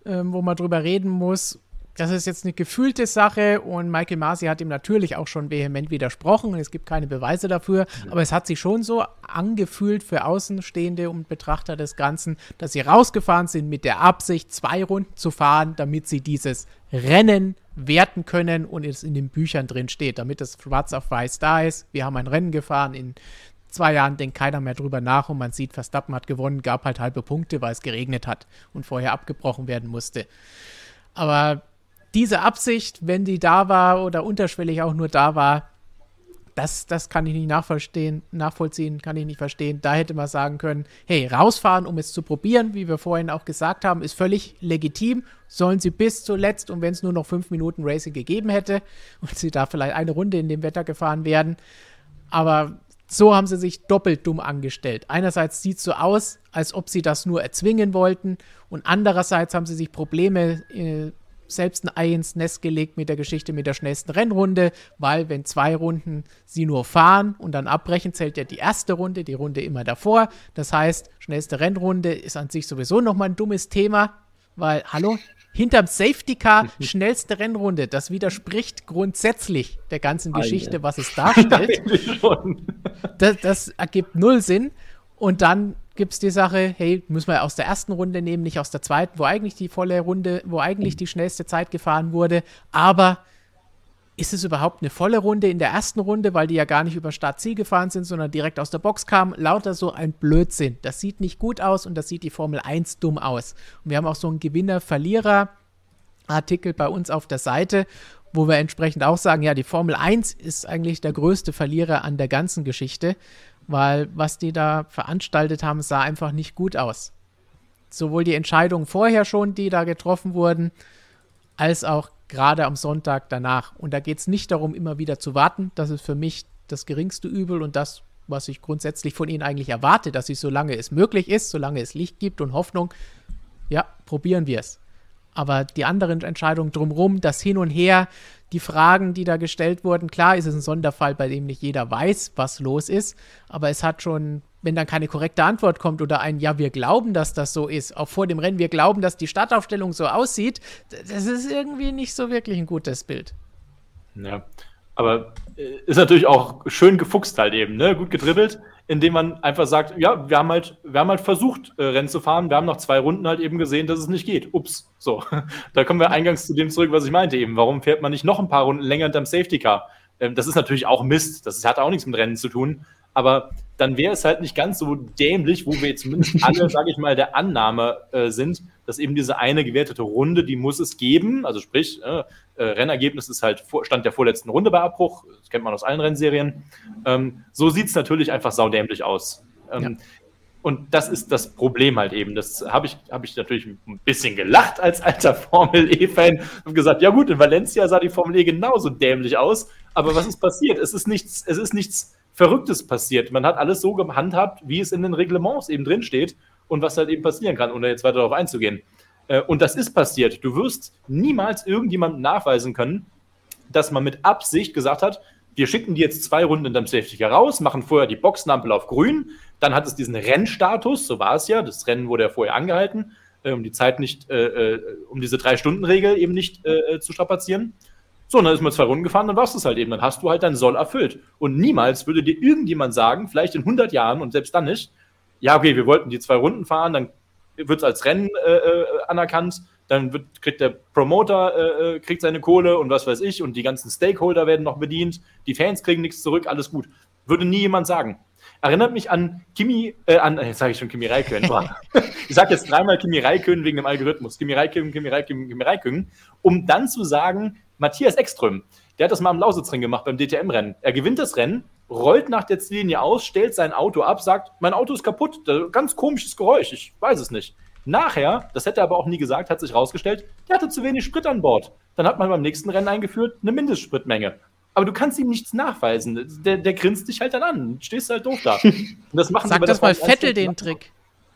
wo man drüber reden muss. Das ist jetzt eine gefühlte Sache und Michael Masi hat ihm natürlich auch schon vehement widersprochen und es gibt keine Beweise dafür, aber es hat sich schon so angefühlt für Außenstehende und Betrachter des Ganzen, dass sie rausgefahren sind mit der Absicht, 2 Runden zu fahren, damit sie dieses Rennen werten können und es in den Büchern drin steht, damit es schwarz auf weiß da ist. Wir haben ein Rennen gefahren, in 2 Jahren denkt keiner mehr drüber nach und man sieht, Verstappen hat gewonnen, gab halt halbe Punkte, weil es geregnet hat und vorher abgebrochen werden musste. Aber diese Absicht, wenn die da war oder unterschwellig auch nur da war, das kann ich nicht nachvollziehen, kann ich nicht verstehen. Da hätte man sagen können, hey, rausfahren, um es zu probieren, wie wir vorhin auch gesagt haben, ist völlig legitim. Sollen sie bis zuletzt, und wenn es nur noch 5 Minuten Racing gegeben hätte und sie da vielleicht eine Runde in dem Wetter gefahren werden. Aber so haben sie sich doppelt dumm angestellt. Einerseits sieht es so aus, als ob sie das nur erzwingen wollten und andererseits haben sie sich Probleme selbst ein Ei ins Nest gelegt mit der Geschichte mit der schnellsten Rennrunde, weil wenn 2 Runden sie nur fahren und dann abbrechen, zählt ja die erste Runde, die Runde immer davor. Das heißt, schnellste Rennrunde ist an sich sowieso nochmal ein dummes Thema, weil, hallo, hinterm Safety Car schnellste Rennrunde, das widerspricht grundsätzlich der ganzen Geschichte, was es darstellt. Das ergibt null Sinn. Und dann gibt es die Sache, hey, müssen wir aus der ersten Runde nehmen, nicht aus der zweiten, wo eigentlich die volle Runde, wo eigentlich die schnellste Zeit gefahren wurde. Aber ist es überhaupt eine volle Runde in der ersten Runde, weil die ja gar nicht über Start-Ziel gefahren sind, sondern direkt aus der Box kamen? Lauter so ein Blödsinn. Das sieht nicht gut aus und das sieht die Formel 1 dumm aus. Und wir haben auch so einen Gewinner-Verlierer-Artikel bei uns auf der Seite, wo wir entsprechend auch sagen, ja, die Formel 1 ist eigentlich der größte Verlierer an der ganzen Geschichte, weil was die da veranstaltet haben, sah einfach nicht gut aus. Sowohl die Entscheidungen vorher schon, die da getroffen wurden, als auch gerade am Sonntag danach. Und da geht es nicht darum, immer wieder zu warten. Das ist für mich das geringste Übel und das, was ich grundsätzlich von ihnen eigentlich erwarte, dass sie, solange es möglich ist, solange es Licht gibt und Hoffnung, ja, probieren wir es. Aber die anderen Entscheidungen drumherum, das Hin und Her, die Fragen, die da gestellt wurden, klar ist es ein Sonderfall, bei dem nicht jeder weiß, was los ist, aber es hat schon, wenn dann keine korrekte Antwort kommt oder ein Ja, wir glauben, dass das so ist, auch vor dem Rennen, wir glauben, dass die Startaufstellung so aussieht, das ist irgendwie nicht so wirklich ein gutes Bild. Ja, aber ist natürlich auch schön gefuchst halt eben, ne? Gut gedribbelt, indem man einfach sagt, ja, wir haben halt versucht, Rennen zu fahren, wir haben nach 2 Runden halt eben gesehen, dass es nicht geht. Ups, so. Da kommen wir eingangs zu dem zurück, was ich meinte eben. Warum fährt man nicht noch ein paar Runden länger hinterm Safety Car? Das ist natürlich auch Mist, das hat auch nichts mit Rennen zu tun, aber dann wäre es halt nicht ganz so dämlich, wo wir zumindest alle, sage ich mal, der Annahme sind, dass eben diese eine gewertete Runde, die muss es geben, also sprich, Rennergebnis ist halt Stand der vorletzten Runde bei Abbruch, das kennt man aus allen Rennserien. So sieht es natürlich einfach saudämlich aus. Ja. Und das ist das Problem halt eben. Das habe ich natürlich ein bisschen gelacht als alter Formel-E-Fan und gesagt, ja gut, in Valencia sah die Formel E genauso dämlich aus, aber was ist passiert? Es ist nichts Verrücktes passiert. Man hat alles so gehandhabt, wie es in den Reglements eben drinsteht und was halt eben passieren kann, ohne jetzt weiter darauf einzugehen. Und das ist passiert. Du wirst niemals irgendjemandem nachweisen können, dass man mit Absicht gesagt hat, wir schicken die jetzt 2 Runden hinterm Safety Car raus, machen vorher die Boxenampel auf grün, dann hat es diesen Rennstatus, so war es ja, das Rennen wurde ja vorher angehalten, um die Zeit nicht, um diese 3-Stunden-Regel eben nicht zu strapazieren. So, und dann ist man 2 Runden gefahren, dann warst du es halt eben, dann hast du halt dein Soll erfüllt. Und niemals würde dir irgendjemand sagen, vielleicht in 100 Jahren und selbst dann nicht, ja, okay, wir wollten die 2 Runden fahren, dann wird es als Rennen anerkannt, dann kriegt der Promoter kriegt seine Kohle und was weiß ich und die ganzen Stakeholder werden noch bedient, die Fans kriegen nichts zurück, alles gut. Würde nie jemand sagen. Erinnert mich an jetzt sage ich schon Kimi Räikkönen. Ich sage jetzt 3-mal Kimi Räikkönen wegen dem Algorithmus. Kimi Räikkönen, um dann zu sagen, Matthias Ekström, der hat das mal am Lausitzring gemacht beim DTM-Rennen. Er gewinnt das Rennen, rollt nach der Ziellinie aus, stellt sein Auto ab, sagt, mein Auto ist kaputt, ganz komisches Geräusch, ich weiß es nicht. Nachher, das hätte er aber auch nie gesagt, hat sich rausgestellt, der hatte zu wenig Sprit an Bord. Dann hat man beim nächsten Rennen eingeführt, eine Mindestspritmenge. Aber du kannst ihm nichts nachweisen. Der grinst dich halt dann an. Stehst halt doof da. Und das machen Sag das mal Vettel den Trick.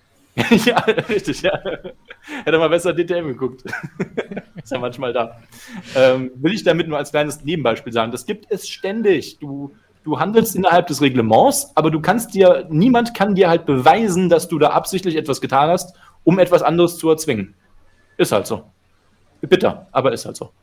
Ja, richtig, ja. Hätte mal besser DTM geguckt. Ist ja manchmal da. Will ich damit nur als kleines Nebenbeispiel sagen, das gibt es ständig. Du handelst innerhalb des Reglements, aber niemand kann dir halt beweisen, dass du da absichtlich etwas getan hast, um etwas anderes zu erzwingen. Ist halt so. Bitter, aber ist halt so.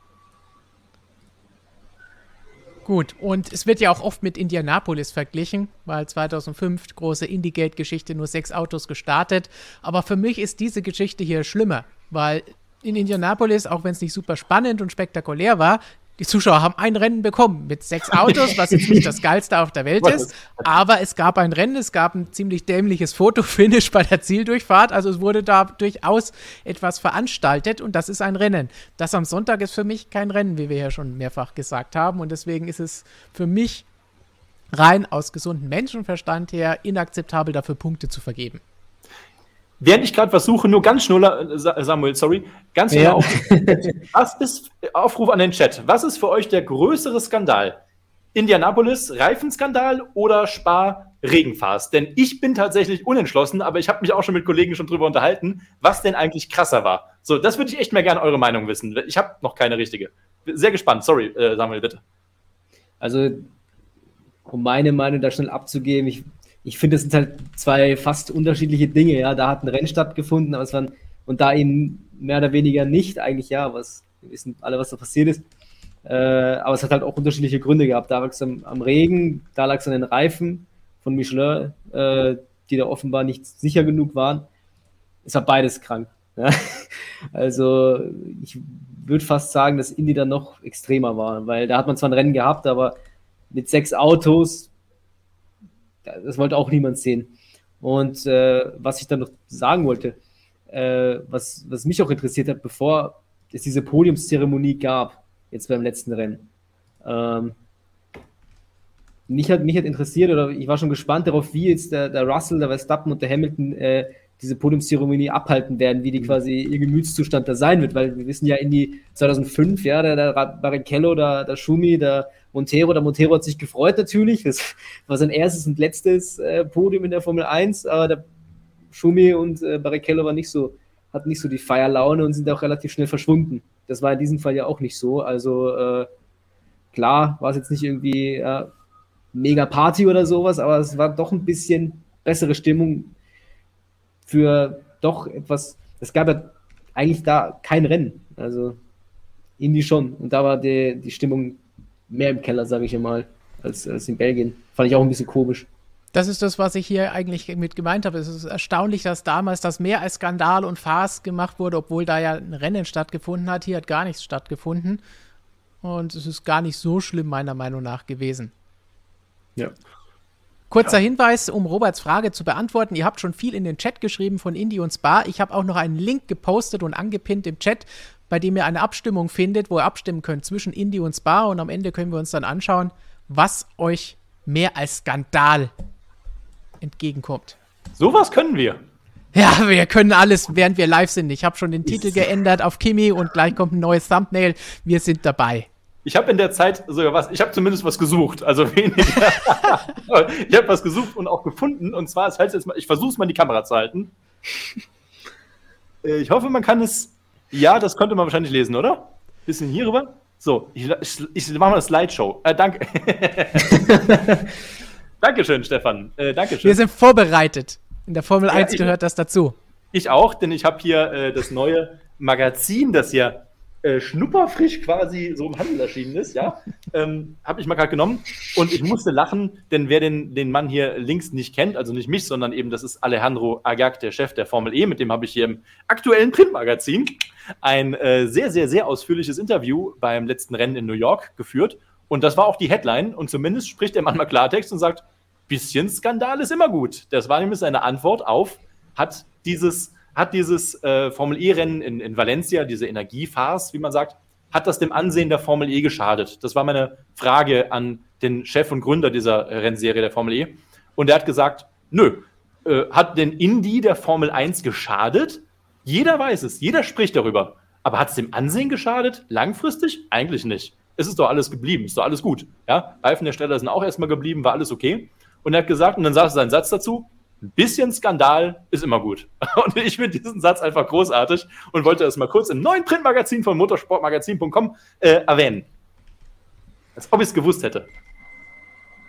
Gut, und es wird ja auch oft mit Indianapolis verglichen, weil 2005, große Indie-Gate-Geschichte, nur 6 Autos gestartet. Aber für mich ist diese Geschichte hier schlimmer, weil in Indianapolis, auch wenn es nicht super spannend und spektakulär war, die Zuschauer haben ein Rennen bekommen mit 6 Autos, was jetzt nicht das Geilste auf der Welt ist, aber es gab ein Rennen, es gab ein ziemlich dämliches Fotofinish bei der Zieldurchfahrt, also es wurde da durchaus etwas veranstaltet und das ist ein Rennen. Das am Sonntag ist für mich kein Rennen, wie wir ja schon mehrfach gesagt haben, und deswegen ist es für mich rein aus gesundem Menschenverstand her inakzeptabel, dafür Punkte zu vergeben. Während ich gerade versuche, nur ganz schnuller, Samuel, sorry, ganz schnuller Aufruf an den Chat. Was ist für euch der größere Skandal? Indianapolis, Reifenskandal oder Spa-Regenfarce? Denn ich bin tatsächlich unentschlossen, aber ich habe mich auch schon mit Kollegen schon drüber unterhalten, was denn eigentlich krasser war. So, das würde ich echt mehr gerne eure Meinung wissen. Ich habe noch keine richtige. Sehr gespannt. Sorry, Samuel, bitte. Also, um meine Meinung da schnell abzugeben, ich finde, es sind halt 2 fast unterschiedliche Dinge, ja. Da hat ein Rennen stattgefunden, aber es waren, und da eben mehr oder weniger nicht, eigentlich, ja, wir wissen alle, was da passiert ist. Aber es hat halt auch unterschiedliche Gründe gehabt. Da lag es am Regen, da lag es an den Reifen von Michelin, die da offenbar nicht sicher genug waren. Es war beides krank. Ja. Also, ich würde fast sagen, dass Indy dann noch extremer war, weil da hat man zwar ein Rennen gehabt, aber mit 6 Autos, das wollte auch niemand sehen. Und was ich dann noch sagen wollte, was mich auch interessiert hat, bevor es diese Podiumszeremonie gab, jetzt beim letzten Rennen, mich hat interessiert, oder ich war schon gespannt darauf, wie jetzt der Russell, der Verstappen und der Hamilton diese Podiumszeremonie abhalten werden, wie die quasi ihr Gemütszustand da sein wird, weil wir wissen ja in die 2005, ja, der Barrichello, der Schumi, der Montero hat sich gefreut natürlich, das war sein erstes und letztes Podium in der Formel 1, aber der Schumi und Barrichello hatten nicht so die Feierlaune und sind auch relativ schnell verschwunden. Das war in diesem Fall ja auch nicht so, also klar war es jetzt nicht irgendwie mega Party oder sowas, aber es war doch ein bisschen bessere Stimmung für doch etwas, es gab ja eigentlich da kein Rennen, also Indy schon, und da war die Stimmung mehr im Keller, sage ich mal, als in Belgien. Fand ich auch ein bisschen komisch. Das ist das, was ich hier eigentlich mit gemeint habe. Es ist erstaunlich, dass damals das mehr als Skandal und Farce gemacht wurde, obwohl da ja ein Rennen stattgefunden hat. Hier hat gar nichts stattgefunden. Und es ist gar nicht so schlimm, meiner Meinung nach, gewesen. Ja. Kurzer Hinweis, um Roberts Frage zu beantworten. Ihr habt schon viel in den Chat geschrieben von Indy und Spa. Ich habe auch noch einen Link gepostet und angepinnt im Chat, bei dem ihr eine Abstimmung findet, wo ihr abstimmen könnt zwischen Indy und Spa. Und am Ende können wir uns dann anschauen, was euch mehr als Skandal entgegenkommt. Sowas können wir. Ja, wir können alles, während wir live sind. Ich habe schon den Titel geändert auf Kimi und gleich kommt ein neues Thumbnail. Wir sind dabei. Ich habe in der Zeit sogar ich habe zumindest was gesucht, also weniger. Ich habe was gesucht und auch gefunden, und zwar, ich versuche es mal in die Kamera zu halten. Ich hoffe, man kann es, ja, das könnte man wahrscheinlich lesen, oder? Bisschen hier rüber. So, ich mache mal eine Slideshow. Danke. Dankeschön, Stefan. Dankeschön. Wir sind vorbereitet. In der Formel 1 gehört das dazu. Ich auch, denn ich habe hier das neue Magazin, das ja schnupperfrisch quasi so im Handel erschienen ist, ja, habe ich mal gerade genommen, und ich musste lachen, denn wer den Mann hier links nicht kennt, also nicht mich, sondern eben, das ist Alejandro Agag, der Chef der Formel E, mit dem habe ich hier im aktuellen Printmagazin ein sehr, sehr, sehr ausführliches Interview beim letzten Rennen in New York geführt, und das war auch die Headline, und zumindest spricht der Mann mal Klartext und sagt, bisschen Skandal ist immer gut. Das war nämlich seine Antwort auf, hat dieses Formel-E-Rennen in Valencia, diese Energiefarce, wie man sagt, hat das dem Ansehen der Formel E geschadet? Das war meine Frage an den Chef und Gründer dieser Rennserie der Formel E. Und er hat gesagt, nö, hat denn Indy der Formel 1 geschadet? Jeder weiß es, jeder spricht darüber. Aber hat es dem Ansehen geschadet? Langfristig? Eigentlich nicht. Es ist doch alles geblieben, ist doch alles gut. Ja? Reifenhersteller sind auch erstmal geblieben, war alles okay. Und er hat gesagt, und dann sagt er seinen Satz dazu, ein bisschen Skandal ist immer gut. Und ich finde diesen Satz einfach großartig und wollte das mal kurz im neuen Printmagazin von motorsportmagazin.com erwähnen. Als ob ich es gewusst hätte.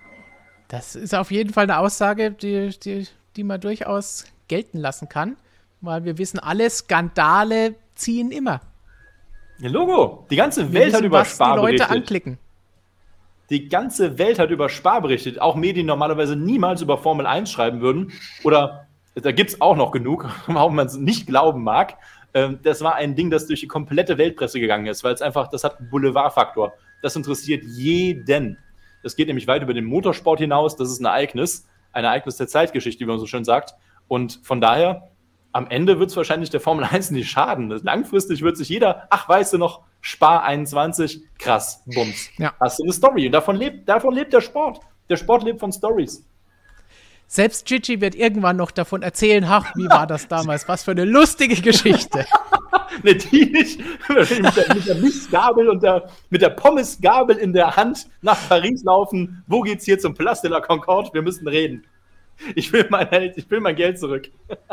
Das ist auf jeden Fall eine Aussage, die man durchaus gelten lassen kann. weil wir wissen alle, Skandale ziehen immer. Ja, Logo. Die ganze Welt hat wissen, über was Spar die Leute berichtet. anklicken. Die ganze Welt hat über Spar berichtet. Auch Medien normalerweise niemals über Formel 1 schreiben würden. Oder da gibt es auch noch genug, warum man es nicht glauben mag. Das war ein Ding, das durch die komplette Weltpresse gegangen ist, weil es einfach, das hat einen Boulevardfaktor. Das interessiert jeden. Das geht nämlich weit über den Motorsport hinaus. Das ist ein Ereignis der Zeitgeschichte, wie man so schön sagt. Und von daher, am Ende wird es wahrscheinlich der Formel 1 nicht schaden. Langfristig wird sich jeder, ach, weißt du noch, Spar 21, krass, bums. Ja. Hast du eine Story. Und davon lebt der Sport. Der Sport lebt von Stories. Selbst Gigi wird irgendwann noch davon erzählen, ach, wie war das damals? Was für eine lustige Geschichte. Ne, die nicht. Mit der Mistgabel und mit der Pommesgabel in der Hand nach Paris laufen. Wo geht's hier zum Place de la Concorde? Wir müssen reden. Ich will mein Geld zurück.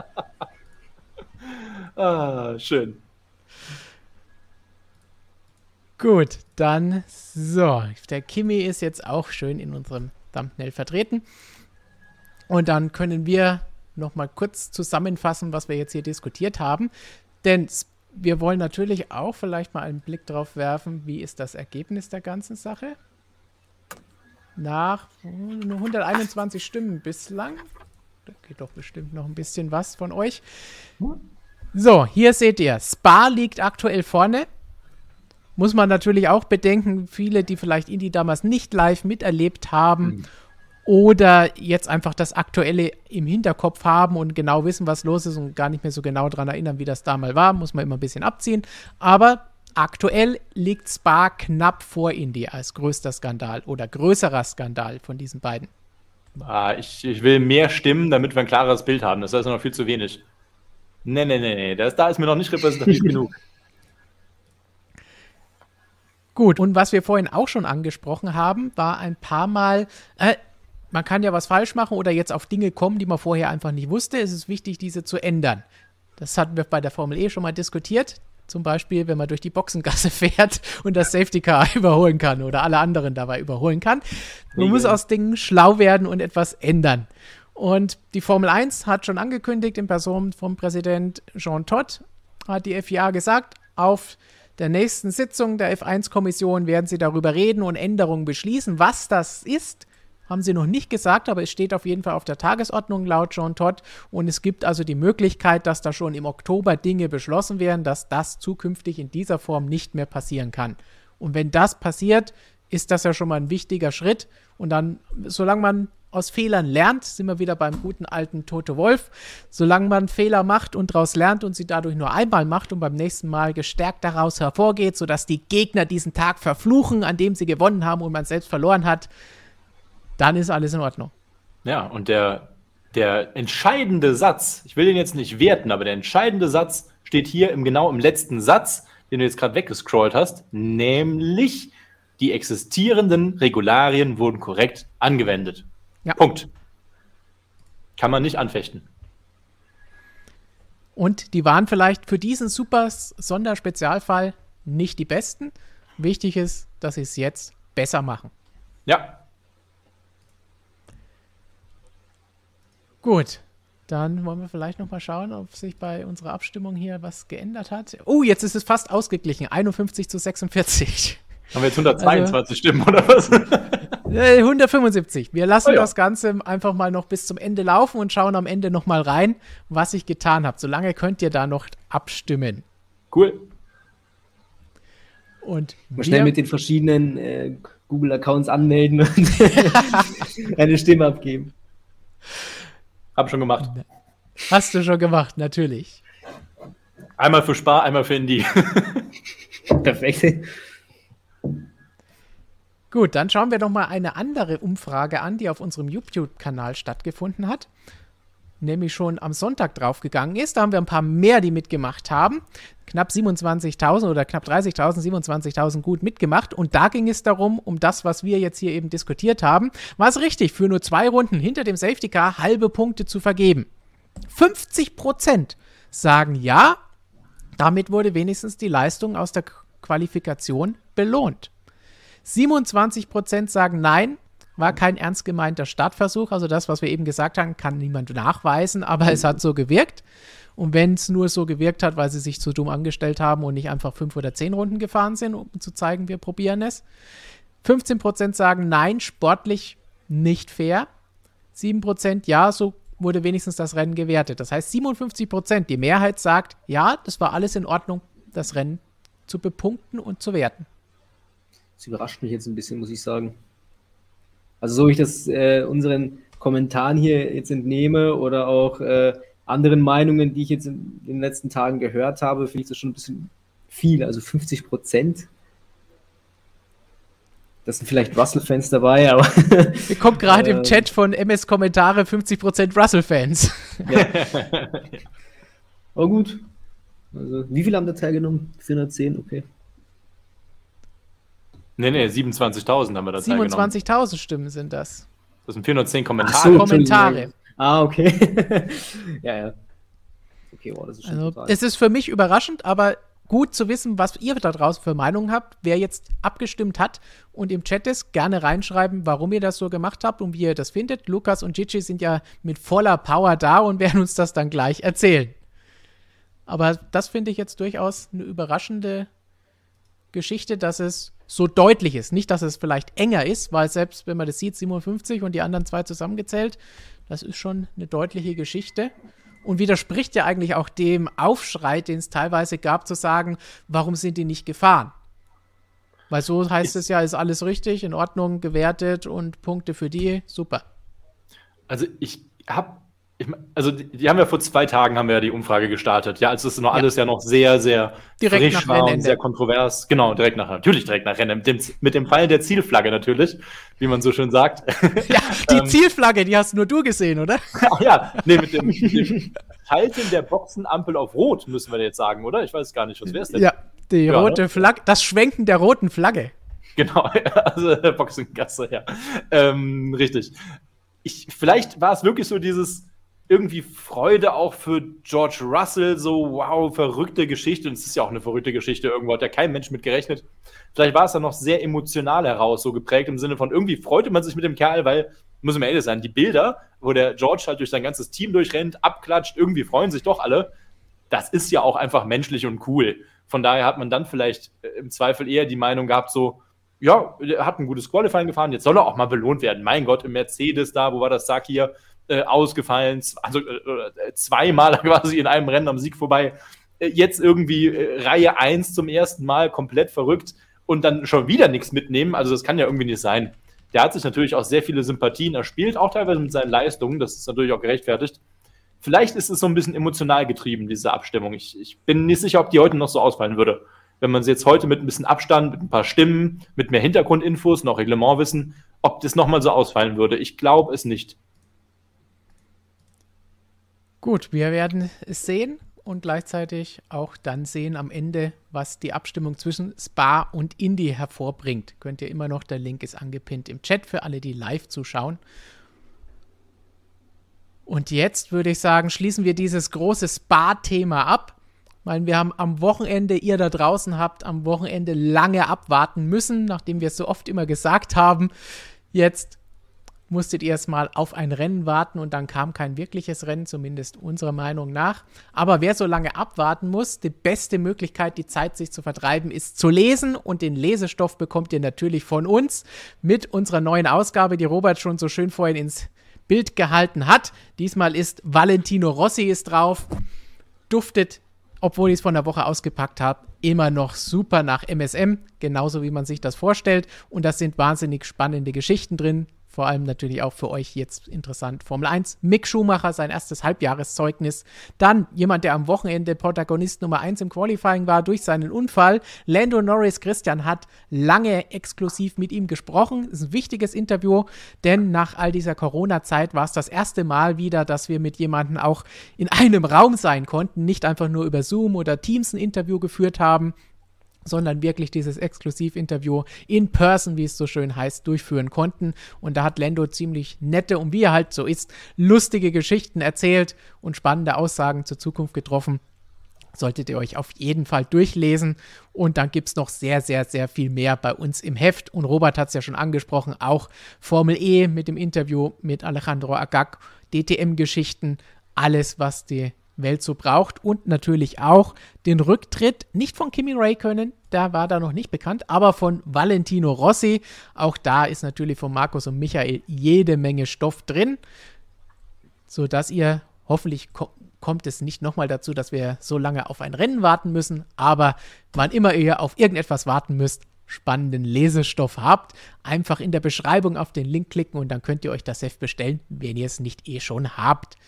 Schön. Gut, dann so. Der Kimi ist jetzt auch schön in unserem Thumbnail vertreten. Und dann können wir noch mal kurz zusammenfassen, was wir jetzt hier diskutiert haben. Denn wir wollen natürlich auch vielleicht mal einen Blick drauf werfen, wie ist das Ergebnis der ganzen Sache. Nach nur 121 Stimmen bislang. Da geht doch bestimmt noch ein bisschen was von euch. So, hier seht ihr, Spa liegt aktuell vorne. Muss man natürlich auch bedenken, viele, die vielleicht Indy damals nicht live miterlebt haben oder jetzt einfach das Aktuelle im Hinterkopf haben und genau wissen, was los ist und gar nicht mehr so genau daran erinnern, wie das damals war, muss man immer ein bisschen abziehen. Aber aktuell liegt Spa knapp vor Indy als größter Skandal oder größerer Skandal von diesen beiden. Ich will mehr Stimmen, damit wir ein klares Bild haben. Das ist noch viel zu wenig. Nee. Da ist mir noch nicht repräsentativ genug. Gut, und was wir vorhin auch schon angesprochen haben, war ein paar Mal, man kann ja was falsch machen oder jetzt auf Dinge kommen, die man vorher einfach nicht wusste. Es ist wichtig, diese zu ändern. Das hatten wir bei der Formel E schon mal diskutiert. Zum Beispiel, wenn man durch die Boxengasse fährt und das Safety Car überholen kann oder alle anderen dabei überholen kann. Man muss aus Dingen schlau werden und etwas ändern. Und die Formel 1 hat schon angekündigt, in Person vom Präsident Jean Todt, hat die FIA gesagt, auf der nächsten Sitzung der F1-Kommission werden sie darüber reden und Änderungen beschließen. Was das ist, haben sie noch nicht gesagt, aber es steht auf jeden Fall auf der Tagesordnung laut Jean Todt. Und es gibt also die Möglichkeit, dass da schon im Oktober Dinge beschlossen werden, dass das zukünftig in dieser Form nicht mehr passieren kann. Und wenn das passiert, ist das ja schon mal ein wichtiger Schritt. Und dann, solange man aus Fehlern lernt, sind wir wieder beim guten alten Toto Wolff. Solange man Fehler macht und daraus lernt und sie dadurch nur einmal macht und beim nächsten Mal gestärkt daraus hervorgeht, sodass die Gegner diesen Tag verfluchen, an dem sie gewonnen haben und man selbst verloren hat, dann ist alles in Ordnung. Ja, und der entscheidende Satz, ich will den jetzt nicht werten, aber der entscheidende Satz steht hier genau im letzten Satz, den du jetzt gerade weggescrollt hast, nämlich die existierenden Regularien wurden korrekt angewendet. Ja. Punkt. Kann man nicht anfechten. Und die waren vielleicht für diesen super Sonderspezialfall nicht die besten. Wichtig ist, dass sie es jetzt besser machen. Ja. Gut, dann wollen wir vielleicht noch mal schauen, ob sich bei unserer Abstimmung hier was geändert hat. Oh, jetzt ist es fast ausgeglichen. 51-46. Haben wir jetzt 122 Stimmen oder was? 175. Wir lassen das Ganze einfach mal noch bis zum Ende laufen und schauen am Ende noch mal rein, was ich getan habe. Solange könnt ihr da noch abstimmen. Cool. Und mal schnell mit den verschiedenen Google-Accounts anmelden und eine Stimme abgeben. Hab schon gemacht. Hast du schon gemacht, natürlich. Einmal für Spar, einmal für Indy. Perfekt. Gut, dann schauen wir doch mal eine andere Umfrage an, die auf unserem YouTube-Kanal stattgefunden hat. Nämlich schon am Sonntag draufgegangen ist. Da haben wir ein paar mehr, die mitgemacht haben. Knapp 27.000 oder knapp 30.000, 27.000 gut mitgemacht. Und da ging es darum, um das, was wir jetzt hier eben diskutiert haben. War es richtig, für nur 2 Runden hinter dem Safety Car halbe Punkte zu vergeben? 50% sagen ja, damit wurde wenigstens die Leistung aus der Qualifikation belohnt. 27% sagen nein, war kein ernst gemeinter Startversuch. Also das, was wir eben gesagt haben, kann niemand nachweisen, aber es hat so gewirkt. Und wenn es nur so gewirkt hat, weil sie sich zu dumm angestellt haben und nicht einfach 5 oder 10 Runden gefahren sind, um zu zeigen, wir probieren es. 15% sagen, nein, sportlich nicht fair. 7%, ja, so wurde wenigstens das Rennen gewertet. Das heißt, 57%, die Mehrheit sagt, ja, das war alles in Ordnung, das Rennen zu bepunkten und zu werten. Das überrascht mich jetzt ein bisschen, muss ich sagen. Also so wie ich das unseren Kommentaren hier jetzt entnehme oder auch anderen Meinungen, die ich jetzt in den letzten Tagen gehört habe, finde ich das schon ein bisschen viel. Also 50%. Das sind vielleicht Russell-Fans dabei, aber... Hier kommt gerade im Chat von MS-Kommentare 50% Russell-Fans. Ja. Oh gut. Also, wie viele haben da teilgenommen? 410, okay. Nee, 27.000 haben wir da teilgenommen. 27.000 Stimmen sind das. Das sind 410 Kommentare. Ach so, Kommentare. Okay. ja. Okay, wow, das ist schon total. Es ist für mich überraschend, aber gut zu wissen, was ihr da draußen für Meinungen habt. Wer jetzt abgestimmt hat und im Chat ist, gerne reinschreiben, warum ihr das so gemacht habt und wie ihr das findet. Lukas und Gigi sind ja mit voller Power da und werden uns das dann gleich erzählen. Aber das finde ich jetzt durchaus eine überraschende Geschichte, dass es so deutlich ist. Nicht, dass es vielleicht enger ist, weil selbst wenn man das sieht, 57 und die anderen 2 zusammengezählt, das ist schon eine deutliche Geschichte. Und widerspricht ja eigentlich auch dem Aufschrei, den es teilweise gab, zu sagen, warum sind die nicht gefahren? Weil so heißt es ja, ist alles richtig, in Ordnung, gewertet und Punkte für die, super. Also die haben ja vor 2 Tagen haben wir ja die Umfrage gestartet. Ja, also es ist noch alles ja noch sehr, sehr direkt frisch nach war und Rennende. sehr kontrovers. Genau, direkt nach Rennen. Mit dem Pfeil der Zielflagge natürlich, wie man so schön sagt. Ja, die Zielflagge, die hast nur du gesehen, oder? Ach ja, nee, mit dem Schalten der Boxenampel auf Rot, müssen wir jetzt sagen, oder? Ich weiß gar nicht, was wäre es denn? Ja, die rote Flagge, das Schwenken der roten Flagge. Genau, also Boxengasse, ja. Richtig. Vielleicht war es wirklich so dieses irgendwie Freude auch für George Russell, so wow, verrückte Geschichte. Und es ist ja auch eine verrückte Geschichte, irgendwo hat ja kein Mensch mit gerechnet. Vielleicht war es dann noch sehr emotional heraus, so geprägt im Sinne von irgendwie freute man sich mit dem Kerl, weil, muss man ehrlich sein, die Bilder, wo der George halt durch sein ganzes Team durchrennt, abklatscht, irgendwie freuen sich doch alle. Das ist ja auch einfach menschlich und cool. Von daher hat man dann vielleicht im Zweifel eher die Meinung gehabt, so, ja, er hat ein gutes Qualifying gefahren, jetzt soll er auch mal belohnt werden. Mein Gott, im Mercedes da, wo war das, Sag hier, ausgefallen, also 2-mal quasi in einem Rennen am Sieg vorbei, jetzt irgendwie Reihe 1 zum ersten Mal, komplett verrückt und dann schon wieder nichts mitnehmen, also das kann ja irgendwie nicht sein. Der hat sich natürlich auch sehr viele Sympathien erspielt, auch teilweise mit seinen Leistungen, das ist natürlich auch gerechtfertigt. Vielleicht ist es so ein bisschen emotional getrieben, diese Abstimmung. Ich bin nicht sicher, ob die heute noch so ausfallen würde. Wenn man sie jetzt heute mit ein bisschen Abstand, mit ein paar Stimmen, mit mehr Hintergrundinfos, noch Reglementwissen, ob das nochmal so ausfallen würde. Ich glaube es nicht. Gut, wir werden es sehen und gleichzeitig auch dann sehen am Ende, was die Abstimmung zwischen Spa und Indy hervorbringt. Könnt ihr immer noch, der Link ist angepinnt im Chat für alle, die live zuschauen. Und jetzt würde ich sagen, schließen wir dieses große Spa-Thema ab. Ich meine, wir haben am Wochenende, ihr da draußen habt am Wochenende lange abwarten müssen, nachdem wir es so oft immer gesagt haben. Jetzt musstet ihr erst mal auf ein Rennen warten und dann kam kein wirkliches Rennen, zumindest unserer Meinung nach. Aber wer so lange abwarten muss, die beste Möglichkeit, die Zeit sich zu vertreiben, ist zu lesen. Und den Lesestoff bekommt ihr natürlich von uns mit unserer neuen Ausgabe, die Robert schon so schön vorhin ins Bild gehalten hat. Diesmal ist Valentino Rossi ist drauf, duftet, obwohl ich es von der Woche ausgepackt habe, immer noch super nach MSM, genauso wie man sich das vorstellt. Und das sind wahnsinnig spannende Geschichten drin. Vor allem natürlich auch für euch jetzt interessant. Formel 1, Mick Schumacher, sein erstes Halbjahreszeugnis. Dann jemand, der am Wochenende Protagonist Nummer 1 im Qualifying war durch seinen Unfall. Lando Norris, Christian hat lange exklusiv mit ihm gesprochen. Das ist ein wichtiges Interview, denn nach all dieser Corona-Zeit war es das erste Mal wieder, dass wir mit jemandem auch in einem Raum sein konnten. Nicht einfach nur über Zoom oder Teams ein Interview geführt haben, sondern wirklich dieses Exklusivinterview in person, wie es so schön heißt, durchführen konnten. Und da hat Lando ziemlich nette und wie er halt so ist, lustige Geschichten erzählt und spannende Aussagen zur Zukunft getroffen. Solltet ihr euch auf jeden Fall durchlesen. Und dann gibt es noch sehr, sehr, sehr viel mehr bei uns im Heft. Und Robert hat es ja schon angesprochen, auch Formel E mit dem Interview mit Alejandro Agag, DTM-Geschichten, alles, was die Welt so braucht und natürlich auch den Rücktritt, nicht von Kimi Räikkönen, der war da noch nicht bekannt, aber von Valentino Rossi. Auch da ist natürlich von Markus und Michael jede Menge Stoff drin, sodass ihr hoffentlich kommt es nicht nochmal dazu, dass wir so lange auf ein Rennen warten müssen, aber wann immer ihr auf irgendetwas warten müsst, spannenden Lesestoff habt, einfach in der Beschreibung auf den Link klicken und dann könnt ihr euch das Heft bestellen, wenn ihr es nicht schon habt.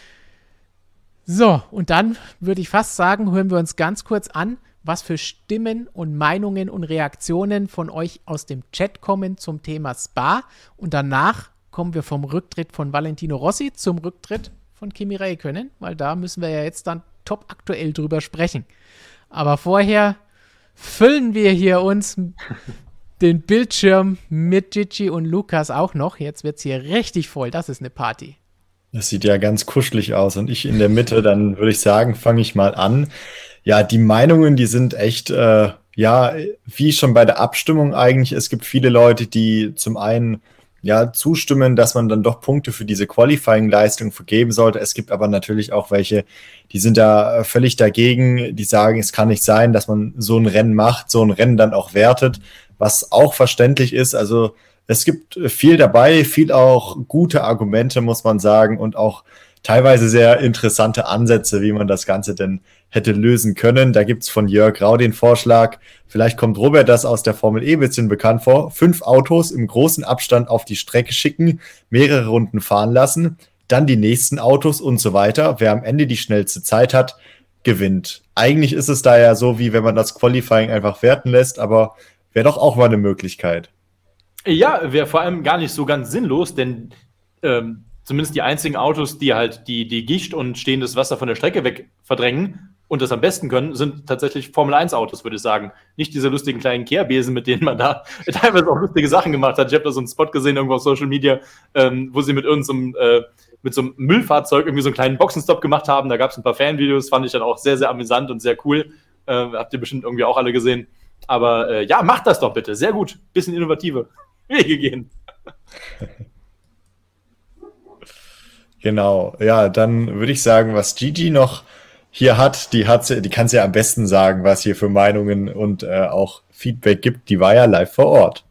So, und dann würde ich fast sagen, hören wir uns ganz kurz an, was für Stimmen und Meinungen und Reaktionen von euch aus dem Chat kommen zum Thema Spa. Und danach kommen wir vom Rücktritt von Valentino Rossi zum Rücktritt von Kimi Räikkönen, weil da müssen wir ja jetzt dann top aktuell drüber sprechen. Aber vorher füllen wir hier uns den Bildschirm mit Gigi und Lukas auch noch. Jetzt wird es hier richtig voll. Das ist eine Party. Das sieht ja ganz kuschelig aus und ich in der Mitte, dann würde ich sagen, fange ich mal an. Ja, die Meinungen, die sind echt, ja, wie schon bei der Abstimmung eigentlich. Es gibt viele Leute, die zum einen ja zustimmen, dass man dann doch Punkte für diese Qualifying-Leistung vergeben sollte. Es gibt aber natürlich auch welche, die sind da völlig dagegen, die sagen, es kann nicht sein, dass man so ein Rennen macht, so ein Rennen dann auch wertet, was auch verständlich ist. Also es gibt viel dabei, viel auch gute Argumente, muss man sagen, und auch teilweise sehr interessante Ansätze, wie man das Ganze denn hätte lösen können. Da gibt's von Jörg Rau den Vorschlag, vielleicht kommt Robert das aus der Formel E ein bisschen bekannt vor, 5 Autos im großen Abstand auf die Strecke schicken, mehrere Runden fahren lassen, dann die nächsten Autos und so weiter. Wer am Ende die schnellste Zeit hat, gewinnt. Eigentlich ist es da ja so, wie wenn man das Qualifying einfach werten lässt, aber wäre doch auch mal eine Möglichkeit. Ja, wäre vor allem gar nicht so ganz sinnlos, denn zumindest die einzigen Autos, die halt die Gischt und stehendes Wasser von der Strecke weg verdrängen und das am besten können, sind tatsächlich Formel-1-Autos, würde ich sagen. Nicht diese lustigen kleinen Kehrbesen, mit denen man da teilweise auch lustige Sachen gemacht hat. Ich habe da so einen Spot gesehen irgendwo auf Social Media, wo sie mit irgendeinem mit so einem Müllfahrzeug irgendwie so einen kleinen Boxenstopp gemacht haben. Da gab es ein paar Fanvideos, fand ich dann auch sehr, sehr amüsant und sehr cool. Habt ihr bestimmt irgendwie auch alle gesehen. Aber ja, macht das doch bitte. Sehr gut. Bisschen innovative Wege gehen. Genau, ja, dann würde ich sagen, was Gigi noch hier hat, die kann es ja am besten sagen, was hier für Meinungen und auch Feedback gibt. Die war ja live vor Ort.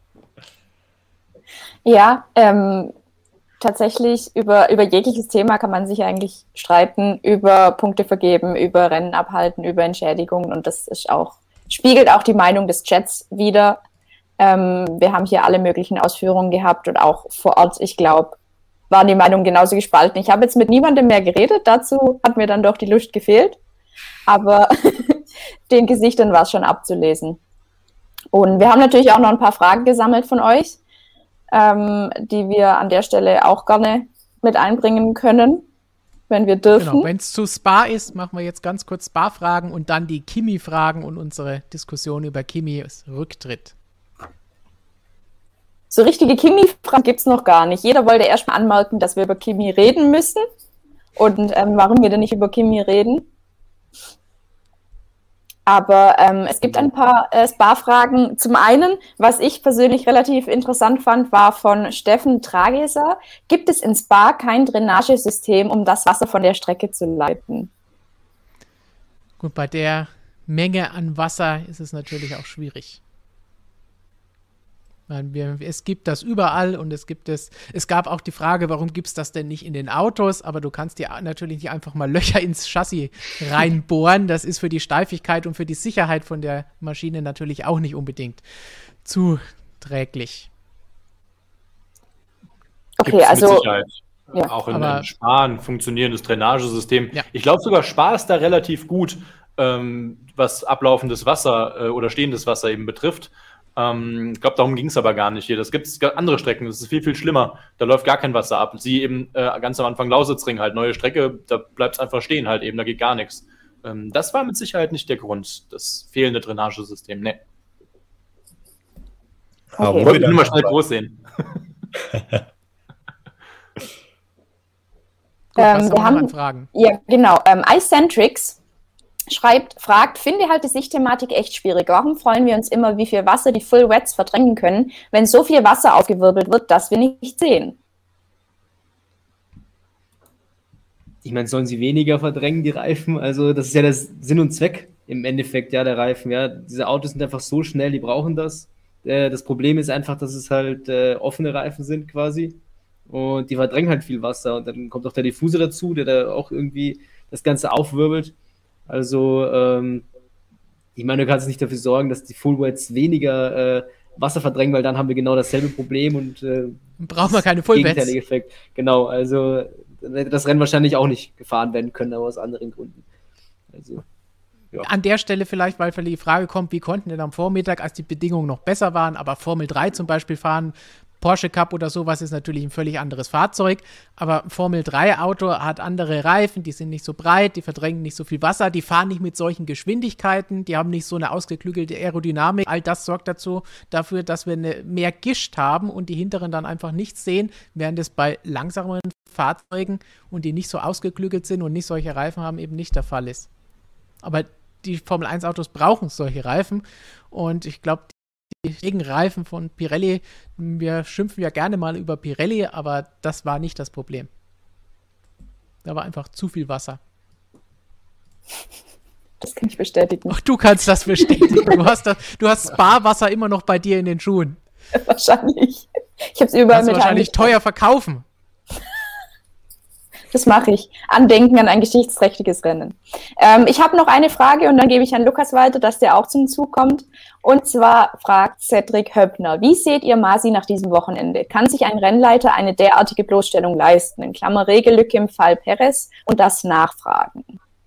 Ja, tatsächlich über jegliches Thema kann man sich eigentlich streiten, über Punkte vergeben, über Rennen abhalten, über Entschädigungen, und das ist auch, spiegelt auch die Meinung des Chats wider. Wir haben hier alle möglichen Ausführungen gehabt und auch vor Ort, ich glaube, waren die Meinungen genauso gespalten. Ich habe jetzt mit niemandem mehr geredet, dazu hat mir dann doch die Lust gefehlt, aber den Gesichtern war es schon abzulesen. Und wir haben natürlich auch noch ein paar Fragen gesammelt von euch, die wir an der Stelle auch gerne mit einbringen können, wenn wir dürfen. Genau, wenn es zu Spa ist, machen wir jetzt ganz kurz Spa-Fragen und dann die Kimi-Fragen und unsere Diskussion über Kimis Rücktritt. So richtige Kimi-Fragen gibt es noch gar nicht. Jeder wollte erstmal anmerken, dass wir über Kimi reden müssen und warum wir denn nicht über Kimi reden. Aber es gibt ein paar Spa-Fragen. Zum einen, was ich persönlich relativ interessant fand, war von Steffen Trageser. Gibt es in Spa kein Drainagesystem, um das Wasser von der Strecke zu leiten? Gut, bei der Menge an Wasser ist es natürlich auch schwierig. Es gibt das überall und es gab auch die Frage, warum gibt es das denn nicht in den Autos, aber du kannst dir natürlich nicht einfach mal Löcher ins Chassis reinbohren, das ist für die Steifigkeit und für die Sicherheit von der Maschine natürlich auch nicht unbedingt zuträglich. Okay, Gibt's also mit Sicherheit. Ja. Auch in Spa ein funktionierendes Drainagesystem. Ja. Ich glaube sogar, Spa ist da relativ gut, was ablaufendes Wasser oder stehendes Wasser eben betrifft. Ich glaube, darum ging es aber gar nicht hier. Das gibt es andere Strecken, das ist viel, viel schlimmer. Da läuft gar kein Wasser ab. Sie eben ganz am Anfang Lausitzring halt, neue Strecke, da bleibt es einfach stehen halt eben, da geht gar nichts. Das war mit Sicherheit nicht der Grund, das fehlende Drainagesystem, ne. Okay. Ich wollte nur mal schnell groß sehen. Gut, was wir haben wir haben an Fragen? Ja, genau. iCentrix fragt, finde halt die Sichtthematik echt schwierig. Warum freuen wir uns immer, wie viel Wasser die Full Wets verdrängen können, wenn so viel Wasser aufgewirbelt wird, dass wir nicht sehen? ich meine, sollen sie weniger verdrängen, die Reifen? Also das ist ja der Sinn und Zweck im Endeffekt, ja, der Reifen. Ja, diese Autos sind einfach so schnell, die brauchen das. Das Problem ist einfach, dass es halt offene Reifen sind quasi und die verdrängen halt viel Wasser und dann kommt auch der Diffuser dazu, der da auch irgendwie das Ganze aufwirbelt. Also ich meine, du kannst nicht dafür sorgen, dass die Fullwets weniger Wasser verdrängen, weil dann haben wir genau dasselbe Problem und brauchen wir keine Fullwets. Gegenteilige Effekt. Genau, also das Rennen wahrscheinlich auch nicht gefahren werden können, aber aus anderen Gründen. Also ja. An der Stelle vielleicht, weil die Frage kommt, wie konnten denn am Vormittag, als die Bedingungen noch besser waren, aber Formel 3 zum Beispiel fahren, Porsche Cup oder sowas ist natürlich ein völlig anderes Fahrzeug, aber Formel 3 Auto hat andere Reifen, die sind nicht so breit, die verdrängen nicht so viel Wasser, die fahren nicht mit solchen Geschwindigkeiten, die haben nicht so eine ausgeklügelte Aerodynamik. All das sorgt dafür, dass wir mehr Gischt haben und die Hinteren dann einfach nichts sehen, während es bei langsameren Fahrzeugen und die nicht so ausgeklügelt sind und nicht solche Reifen haben, eben nicht der Fall ist. Aber die Formel-1-Autos brauchen solche Reifen und ich glaube, die Regenreifen von Pirelli, wir schimpfen ja gerne mal über Pirelli, aber das war nicht das Problem. Da war einfach zu viel Wasser. Das kann ich bestätigen. Ach, du kannst das bestätigen. Du hast Spa-Wasser immer noch bei dir in den Schuhen. Wahrscheinlich. Ich habe es überall kannst mit wahrscheinlich teuer verkaufen. Das mache ich. Andenken an ein geschichtsträchtiges Rennen. Ich habe noch eine Frage und dann gebe ich an Lukas weiter, dass der auch zum Zug kommt. Und zwar fragt Cedric Höppner, wie seht ihr Masi nach diesem Wochenende? Kann sich ein Rennleiter eine derartige Bloßstellung leisten? In Klammer Regellücke im Fall Perez und das Nachfragen.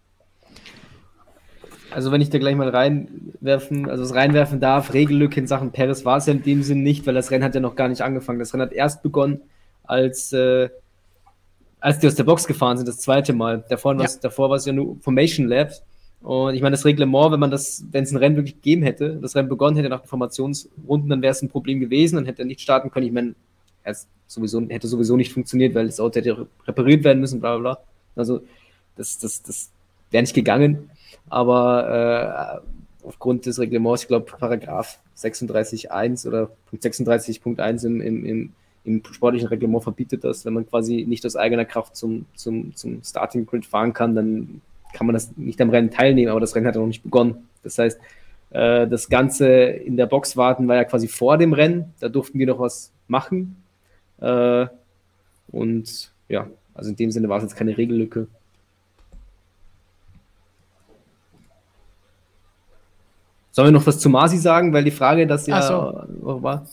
Also wenn ich da gleich mal reinwerfen darf, Regellücke in Sachen Perez war es ja in dem Sinn nicht, weil das Rennen hat ja noch gar nicht angefangen. Das Rennen hat erst begonnen, als die aus der Box gefahren sind, das zweite Mal. Davor war es ja nur Formation Lab. Und ich meine, das Reglement, wenn es ein Rennen wirklich gegeben hätte, das Rennen begonnen hätte nach den Formationsrunden, dann wäre es ein Problem gewesen, dann hätte er nicht starten können. Ich meine, hätte sowieso nicht funktioniert, weil das Auto hätte repariert werden müssen, bla bla bla. Also das wäre nicht gegangen. Aber aufgrund des Reglements, ich glaube, Paragraph 36.1 oder Punkt 36.1 im sportlichen Reglement verbietet das, wenn man quasi nicht aus eigener Kraft zum Starting Grid fahren kann, dann kann man das nicht am Rennen teilnehmen, aber das Rennen hat ja noch nicht begonnen. Das heißt, das Ganze in der Box warten war ja quasi vor dem Rennen, da durften wir noch was machen. Und ja, also in dem Sinne war es jetzt keine Regellücke. Sollen wir noch was zu Masi sagen, weil die Frage, das ja war.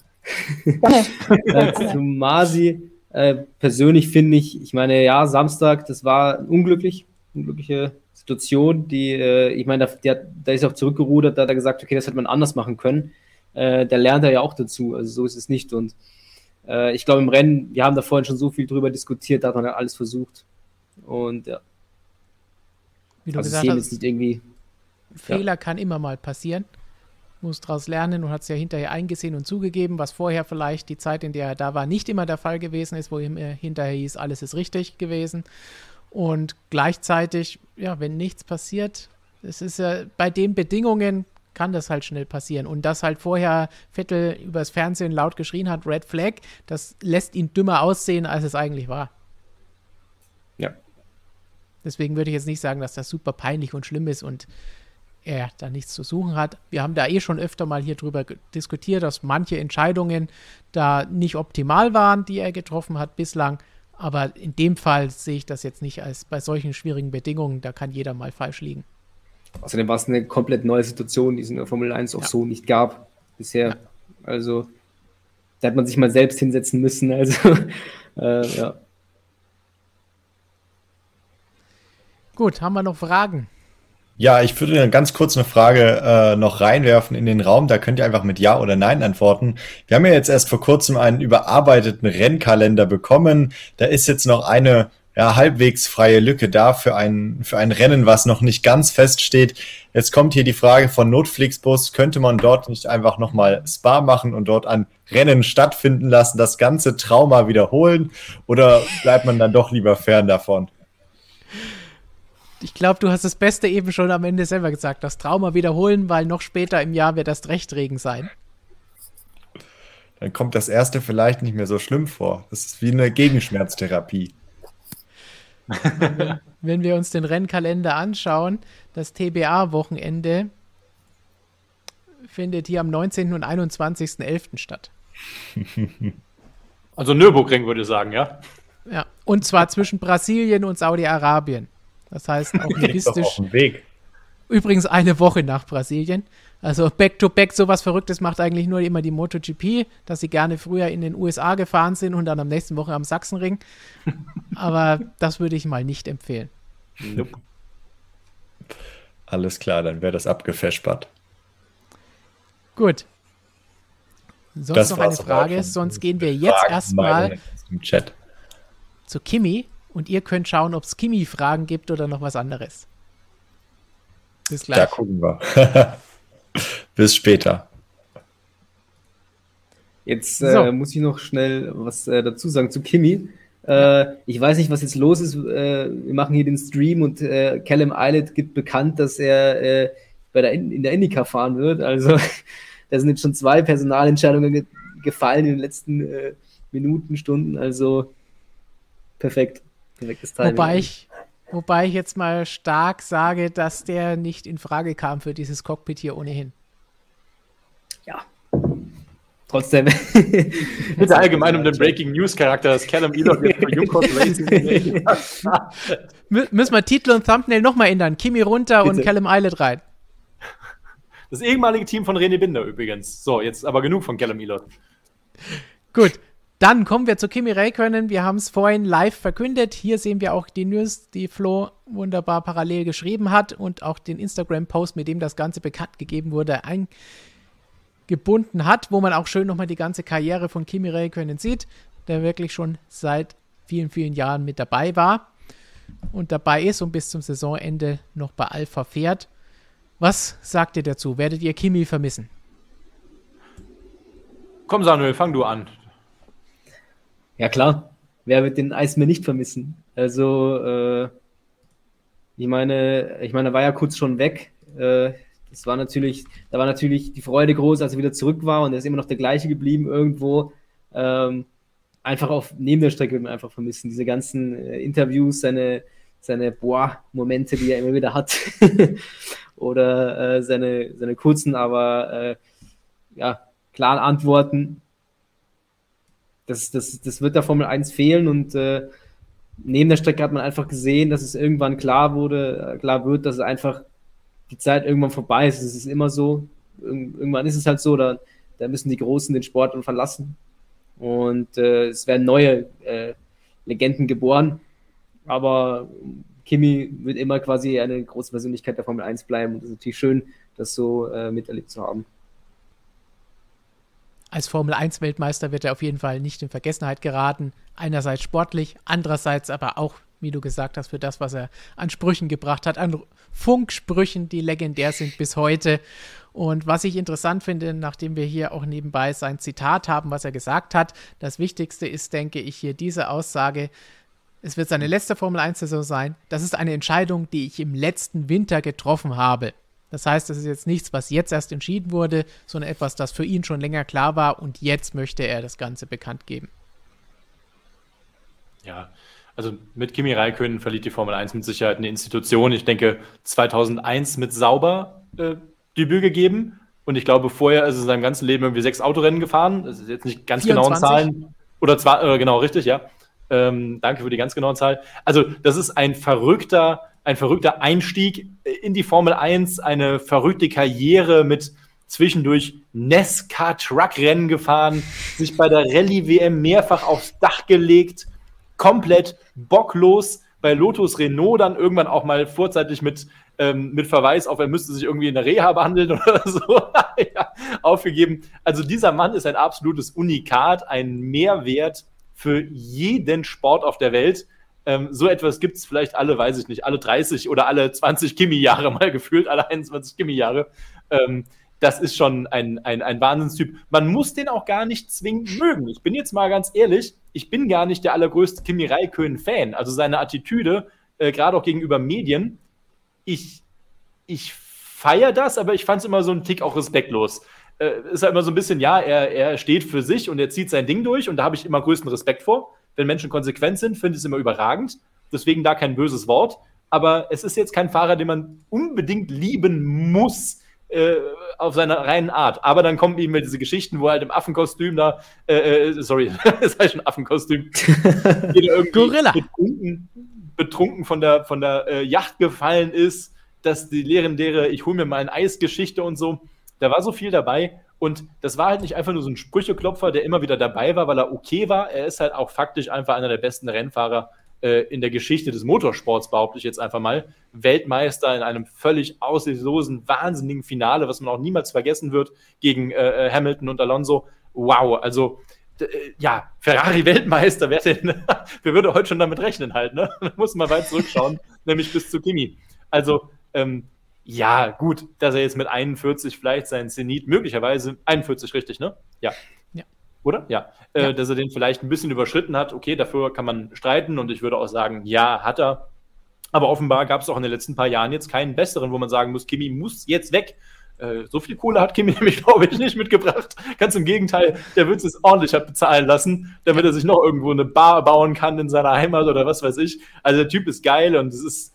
Zu Masi persönlich finde ich meine, ja, Samstag, das war unglückliche Situation, ich meine, da ist auch zurückgerudert, da hat er gesagt, okay, das hätte man anders machen können. Der lernt er ja auch dazu, also so ist es nicht und ich glaube im Rennen, wir haben da vorhin schon so viel drüber diskutiert, da hat man ja alles versucht und ja. Wie du also gesagt hast, jetzt nicht irgendwie Fehler kann immer mal passieren. Muss daraus lernen und hat es ja hinterher eingesehen und zugegeben, was vorher vielleicht die Zeit, in der er da war, nicht immer der Fall gewesen ist, wo ihm hinterher hieß, alles ist richtig gewesen. Und gleichzeitig, ja, wenn nichts passiert, es ist ja bei den Bedingungen, kann das halt schnell passieren. Und dass halt vorher Vettel übers Fernsehen laut geschrien hat, Red Flag, das lässt ihn dümmer aussehen, als es eigentlich war. Ja. Deswegen würde ich jetzt nicht sagen, dass das super peinlich und schlimm ist und er da nichts zu suchen hat. Wir haben da schon öfter mal hier drüber diskutiert, dass manche Entscheidungen da nicht optimal waren, die er getroffen hat bislang. Aber in dem Fall sehe ich das jetzt nicht als bei solchen schwierigen Bedingungen, da kann jeder mal falsch liegen. Außerdem war es eine komplett neue Situation, die es in der Formel 1 auch so nicht gab bisher. Ja. Also da hat man sich mal selbst hinsetzen müssen. Also ja. Gut, haben wir noch Fragen? Ja, ich würde ganz kurz eine Frage noch reinwerfen in den Raum. Da könnt ihr einfach mit Ja oder Nein antworten. Wir haben ja jetzt erst vor kurzem einen überarbeiteten Rennkalender bekommen. Da ist jetzt noch eine halbwegs freie Lücke da für ein Rennen, was noch nicht ganz feststeht. Jetzt kommt hier die Frage von Notflixbus. Könnte man dort nicht einfach nochmal Spa machen und dort ein Rennen stattfinden lassen, das ganze Trauma wiederholen? Oder bleibt man dann doch lieber fern davon? Ich glaube, du hast das Beste eben schon am Ende selber gesagt. Das Trauma wiederholen, weil noch später im Jahr wird das Rechtregen sein. Dann kommt das erste vielleicht nicht mehr so schlimm vor. Das ist wie eine Gegenschmerztherapie. Wenn wir uns den Rennkalender anschauen, das TBA-Wochenende findet hier am 19. und 21.11. statt. Also Nürburgring würde ich sagen, ja? Ja, und zwar zwischen Brasilien und Saudi-Arabien. Das heißt auch logistisch. Auf dem Weg. Übrigens eine Woche nach Brasilien. Also Back-to-Back, sowas Verrücktes macht eigentlich nur immer die MotoGP, dass sie gerne früher in den USA gefahren sind und dann am nächsten Woche am Sachsenring. Aber das würde ich mal nicht empfehlen. Nope. Alles klar, dann wäre das abgefespert. Gut. Sonst Das noch eine war's aber Frage, auch schon. sonst gehen wir jetzt Fragen, erstmal Meinungen im Chat. zu Kimi und ihr könnt schauen, ob es Kimi-Fragen gibt oder noch was anderes. Bis Da gleich. gucken wir. Bis später. Jetzt So. muss ich noch schnell was dazu sagen zu Kimi. Ich weiß nicht, was jetzt los ist. Wir machen hier den Stream und Callum Ilott gibt bekannt, dass er in der IndyCar fahren wird. Also da sind jetzt schon 2 Personalentscheidungen gefallen in den letzten Minuten, Stunden. Also perfekt. Perfektes Timing. Wobei ich jetzt mal stark sage, dass der nicht in Frage kam für dieses Cockpit hier ohnehin. Ja. Trotzdem. Bitte allgemein um den Breaking News Charakter, dass Callum Ilott jetzt bei Junkos Racing Müssen wir Titel und Thumbnail nochmal ändern. Kimi runter und Bitte. Callum Ilott rein. Das ehemalige Team von René Binder übrigens. So, jetzt aber genug von Callum Ilott. Gut, dann kommen wir zu Kimi Räikkönen. Wir haben es vorhin live verkündet. Hier sehen wir auch die News, die Flo wunderbar parallel geschrieben hat und auch den Instagram-Post, mit dem das Ganze bekannt gegeben wurde, eingebunden hat, wo man auch schön nochmal die ganze Karriere von Kimi Räikkönen sieht, der wirklich schon seit vielen, vielen Jahren mit dabei war und dabei ist und bis zum Saisonende noch bei Alpha fährt. Was sagt ihr dazu? Werdet ihr Kimi vermissen? Komm, Samuel, fang du an. Ja, klar. Wer wird den Eismeer nicht vermissen? Also, ich meine, er war ja kurz schon weg. Da war natürlich die Freude groß, als er wieder zurück war und er ist immer noch der gleiche geblieben irgendwo. Einfach neben der Strecke wird man einfach vermissen. Diese ganzen Interviews, seine Momente, die er immer wieder hat. Oder seine kurzen, aber klaren Antworten. Das wird der Formel 1 fehlen und neben der Strecke hat man einfach gesehen, dass es irgendwann klar wird, dass einfach die Zeit irgendwann vorbei ist. Es ist immer so. Irgendwann ist es halt so, da müssen die Großen den Sport dann verlassen. Und es werden neue Legenden geboren. Aber Kimi wird immer quasi eine große Persönlichkeit der Formel 1 bleiben. Und es ist natürlich schön, das so miterlebt zu haben. Als Formel-1-Weltmeister wird er auf jeden Fall nicht in Vergessenheit geraten. Einerseits sportlich, andererseits aber auch, wie du gesagt hast, für das, was er an Sprüchen gebracht hat, an Funksprüchen, die legendär sind bis heute. Und was ich interessant finde, nachdem wir hier auch nebenbei sein Zitat haben, was er gesagt hat, das Wichtigste ist, denke ich, hier diese Aussage: Es wird seine letzte Formel-1-Saison sein. Das ist eine Entscheidung, die ich im letzten Winter getroffen habe. Das heißt, das ist jetzt nichts, was jetzt erst entschieden wurde, sondern etwas, das für ihn schon länger klar war und jetzt möchte er das Ganze bekannt geben. Ja, also mit Kimi Räikkönen verliert die Formel 1 mit Sicherheit eine Institution. Ich denke, 2001 mit Sauber Debüt gegeben und ich glaube, vorher ist er in seinem ganzen Leben irgendwie 6 Autorennen gefahren. Das ist jetzt nicht ganz 24. genauen Zahlen. Oder zwar, genau, richtig, ja. Danke für die ganz genauen Zahlen. Also, das ist ein verrückter Einstieg in die Formel 1, eine verrückte Karriere mit zwischendurch NASCAR-Truck-Rennen gefahren, sich bei der Rallye-WM mehrfach aufs Dach gelegt, komplett bocklos, bei Lotus Renault dann irgendwann auch mal vorzeitig mit Verweis auf, er müsste sich irgendwie in der Reha behandeln oder so, ja, aufgegeben. Also dieser Mann ist ein absolutes Unikat, ein Mehrwert für jeden Sport auf der Welt. So etwas gibt es vielleicht alle 30 oder alle 20 Kimi-Jahre mal gefühlt, alle 21 Kimi-Jahre. Das ist schon ein Wahnsinnstyp. Man muss den auch gar nicht zwingend mögen. Ich bin jetzt mal ganz ehrlich, ich bin gar nicht der allergrößte Kimi Räikkönen-Fan. Also seine Attitüde, gerade auch gegenüber Medien, ich feiere das, aber ich fand es immer so einen Tick auch respektlos. Ist ja immer so ein bisschen, ja, er steht für sich und er zieht sein Ding durch und da habe ich immer größten Respekt vor. Wenn Menschen konsequent sind, finde ich es immer überragend. deswegen da kein böses Wort. Aber es ist jetzt kein Fahrer, den man unbedingt lieben muss, auf seiner reinen Art. Aber dann kommen eben diese Geschichten, wo halt im Affenkostüm da, sorry, das heißt schon Affenkostüm, jeder irgendwie Gorilla. betrunken von der Yacht gefallen ist, dass die legendäre Ich hol mir mal ein Eis-Geschichte und so, da war so viel dabei und das war halt nicht einfach nur so ein Sprücheklopfer, der immer wieder dabei war, weil er okay war, er ist halt auch faktisch einfach einer der besten Rennfahrer in der Geschichte des Motorsports, behaupte ich jetzt einfach mal. Weltmeister in einem völlig aussichtslosen, wahnsinnigen Finale, was man auch niemals vergessen wird, gegen Hamilton und Alonso. Wow, also ja, Ferrari-Weltmeister, wer würde heute schon damit rechnen halt, ne? Da muss man weit zurückschauen, nämlich bis zu Kimi. Also, ja, gut, dass er jetzt mit 41 vielleicht seinen Zenit, möglicherweise 41, richtig, ne? Ja. Oder? Ja. Dass er den vielleicht ein bisschen überschritten hat. Okay, dafür kann man streiten und ich würde auch sagen, ja, hat er. Aber offenbar gab es auch in den letzten paar Jahren jetzt keinen besseren, wo man sagen muss, Kimi muss jetzt weg. So viel Kohle hat Kimi nämlich, glaube ich, nicht mitgebracht. Ganz im Gegenteil, der wird es ordentlich bezahlen lassen, damit er sich noch irgendwo eine Bar bauen kann in seiner Heimat oder was weiß ich. Also der Typ ist geil und es ist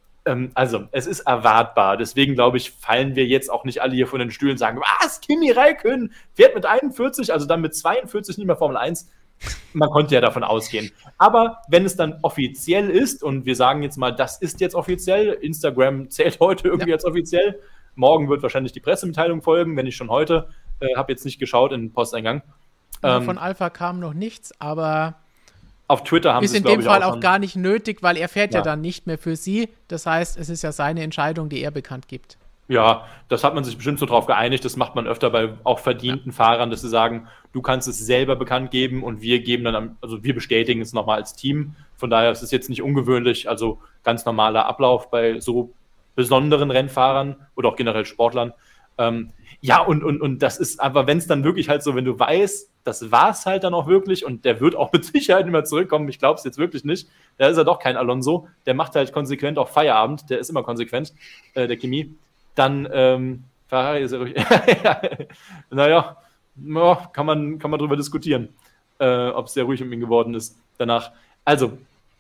es ist erwartbar. Deswegen, glaube ich, fallen wir jetzt auch nicht alle hier von den Stühlen und sagen, was, Kimi Räikkönen fährt mit 41, also dann mit 42 nicht mehr Formel 1. Man konnte ja davon ausgehen. Aber wenn es dann offiziell ist, und wir sagen jetzt mal, das ist jetzt offiziell, Instagram zählt heute irgendwie als offiziell, morgen wird wahrscheinlich die Pressemitteilung folgen, wenn ich schon heute, habe jetzt nicht geschaut in den Posteingang. Von Alpha kam noch nichts, aber auf Twitter haben ist sie es, in dem Fall auch schon gar nicht nötig, weil er fährt ja dann nicht mehr für sie. Das heißt, es ist ja seine Entscheidung, die er bekannt gibt. Ja, das hat man sich bestimmt so drauf geeinigt. Das macht man öfter bei auch verdienten Fahrern, dass sie sagen, du kannst es selber bekannt geben und wir geben dann, also wir bestätigen es nochmal als Team. Von daher ist es jetzt nicht ungewöhnlich, also ganz normaler Ablauf bei so besonderen Rennfahrern oder auch generell Sportlern. Ja, und das ist aber, wenn es dann wirklich halt so, wenn du weißt, das war es halt dann auch wirklich und der wird auch mit Sicherheit nicht mehr zurückkommen, ich glaube es jetzt wirklich nicht, da ist er doch kein Alonso, der macht halt konsequent auch Feierabend, der ist immer konsequent, der Kimi, dann Ferrari ist ja ruhig, naja, kann man drüber diskutieren, ob es sehr ruhig um ihn geworden ist danach. Also,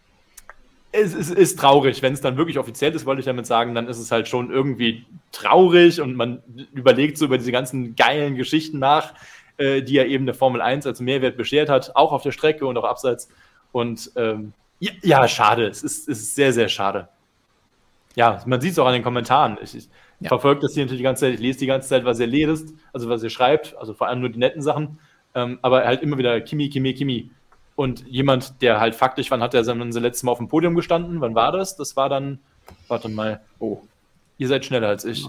es ist traurig, wenn es dann wirklich offiziell ist, wollte ich damit sagen, dann ist es halt schon irgendwie traurig und man überlegt so über diese ganzen geilen Geschichten nach, die ja eben der Formel 1 als Mehrwert beschert hat, auch auf der Strecke und auch abseits. Und ja, schade, es ist sehr, sehr schade. Ja, man sieht es auch an den Kommentaren. Ich verfolge das hier natürlich die ganze Zeit, ich lese die ganze Zeit, was ihr lest, also was ihr schreibt, also vor allem nur die netten Sachen, aber halt immer wieder Kimi. Und jemand, der halt faktisch, wann hat er sein letztes Mal auf dem Podium gestanden? Wann war das? Das war dann, warte mal, ihr seid schneller als ich.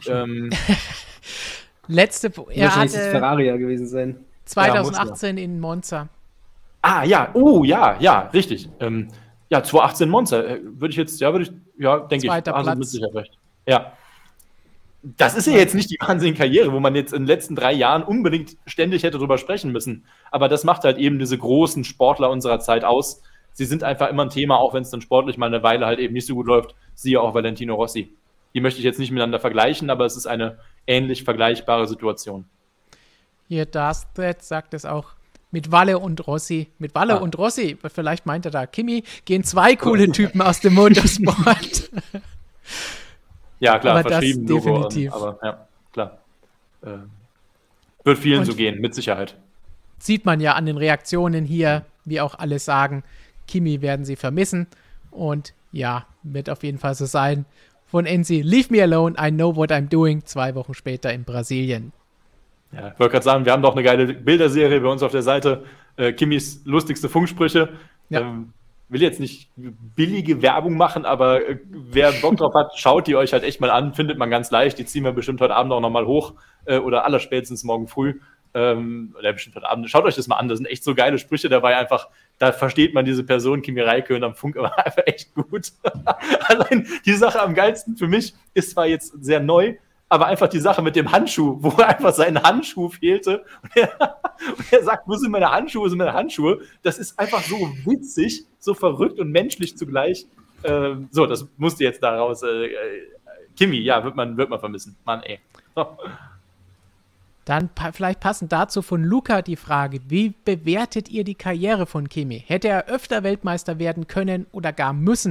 Er hatte Ferrari gewesen sein. 2018 in Monza. Ah, ja, ja, richtig. 2018 Monza, denke ich, Zweiter Platz. Mit Sicherheit recht. Ja. Das ist ja jetzt nicht die wahnsinnige Karriere, wo man jetzt in den letzten 3 Jahren unbedingt ständig hätte drüber sprechen müssen. Aber das macht halt eben diese großen Sportler unserer Zeit aus. Sie sind einfach immer ein Thema, auch wenn es dann sportlich mal eine Weile halt eben nicht so gut läuft. Siehe auch Valentino Rossi. Die möchte ich jetzt nicht miteinander vergleichen, aber es ist eine ähnlich vergleichbare Situation. Hier, Darstedt sagt es auch. Mit Walle und Rossi, und Rossi, vielleicht meint er da Kimi, gehen 2 coole Typen aus dem Motorsport. Ja, klar, aber verschrieben das definitiv. Aber ja, klar. Wird vielen so gehen, mit Sicherheit. Sieht man ja an den Reaktionen hier, wie auch alle sagen, Kimi werden sie vermissen. Und ja, wird auf jeden Fall so sein. Von Enzi, leave me alone, I know what I'm doing, 2 Wochen später in Brasilien. Ja, ich wollte gerade sagen, wir haben doch eine geile Bilderserie bei uns auf der Seite. Kimis lustigste Funksprüche. Ja. Will jetzt nicht billige Werbung machen, aber wer Bock drauf hat, schaut die euch halt echt mal an. Findet man ganz leicht. Die ziehen wir bestimmt heute Abend auch nochmal hoch. Oder allerspätestens morgen früh. Oder bestimmt heute Abend. Schaut euch das mal an. Da sind echt so geile Sprüche dabei. Einfach, da versteht man diese Person, Kimi Räikkönen am Funk, aber einfach echt gut. Allein die Sache am geilsten für mich ist zwar jetzt sehr neu, aber einfach die Sache mit dem Handschuh, wo einfach sein Handschuh fehlte. Und er sagt, wo sind meine Handschuhe? Das ist einfach so witzig, so verrückt und menschlich zugleich. So, das musste jetzt da raus. Kimi, ja, wird man vermissen. Mann, ey. So. Dann vielleicht passend dazu von Luca die Frage, wie bewertet ihr die Karriere von Kimi? Hätte er öfter Weltmeister werden können oder gar müssen?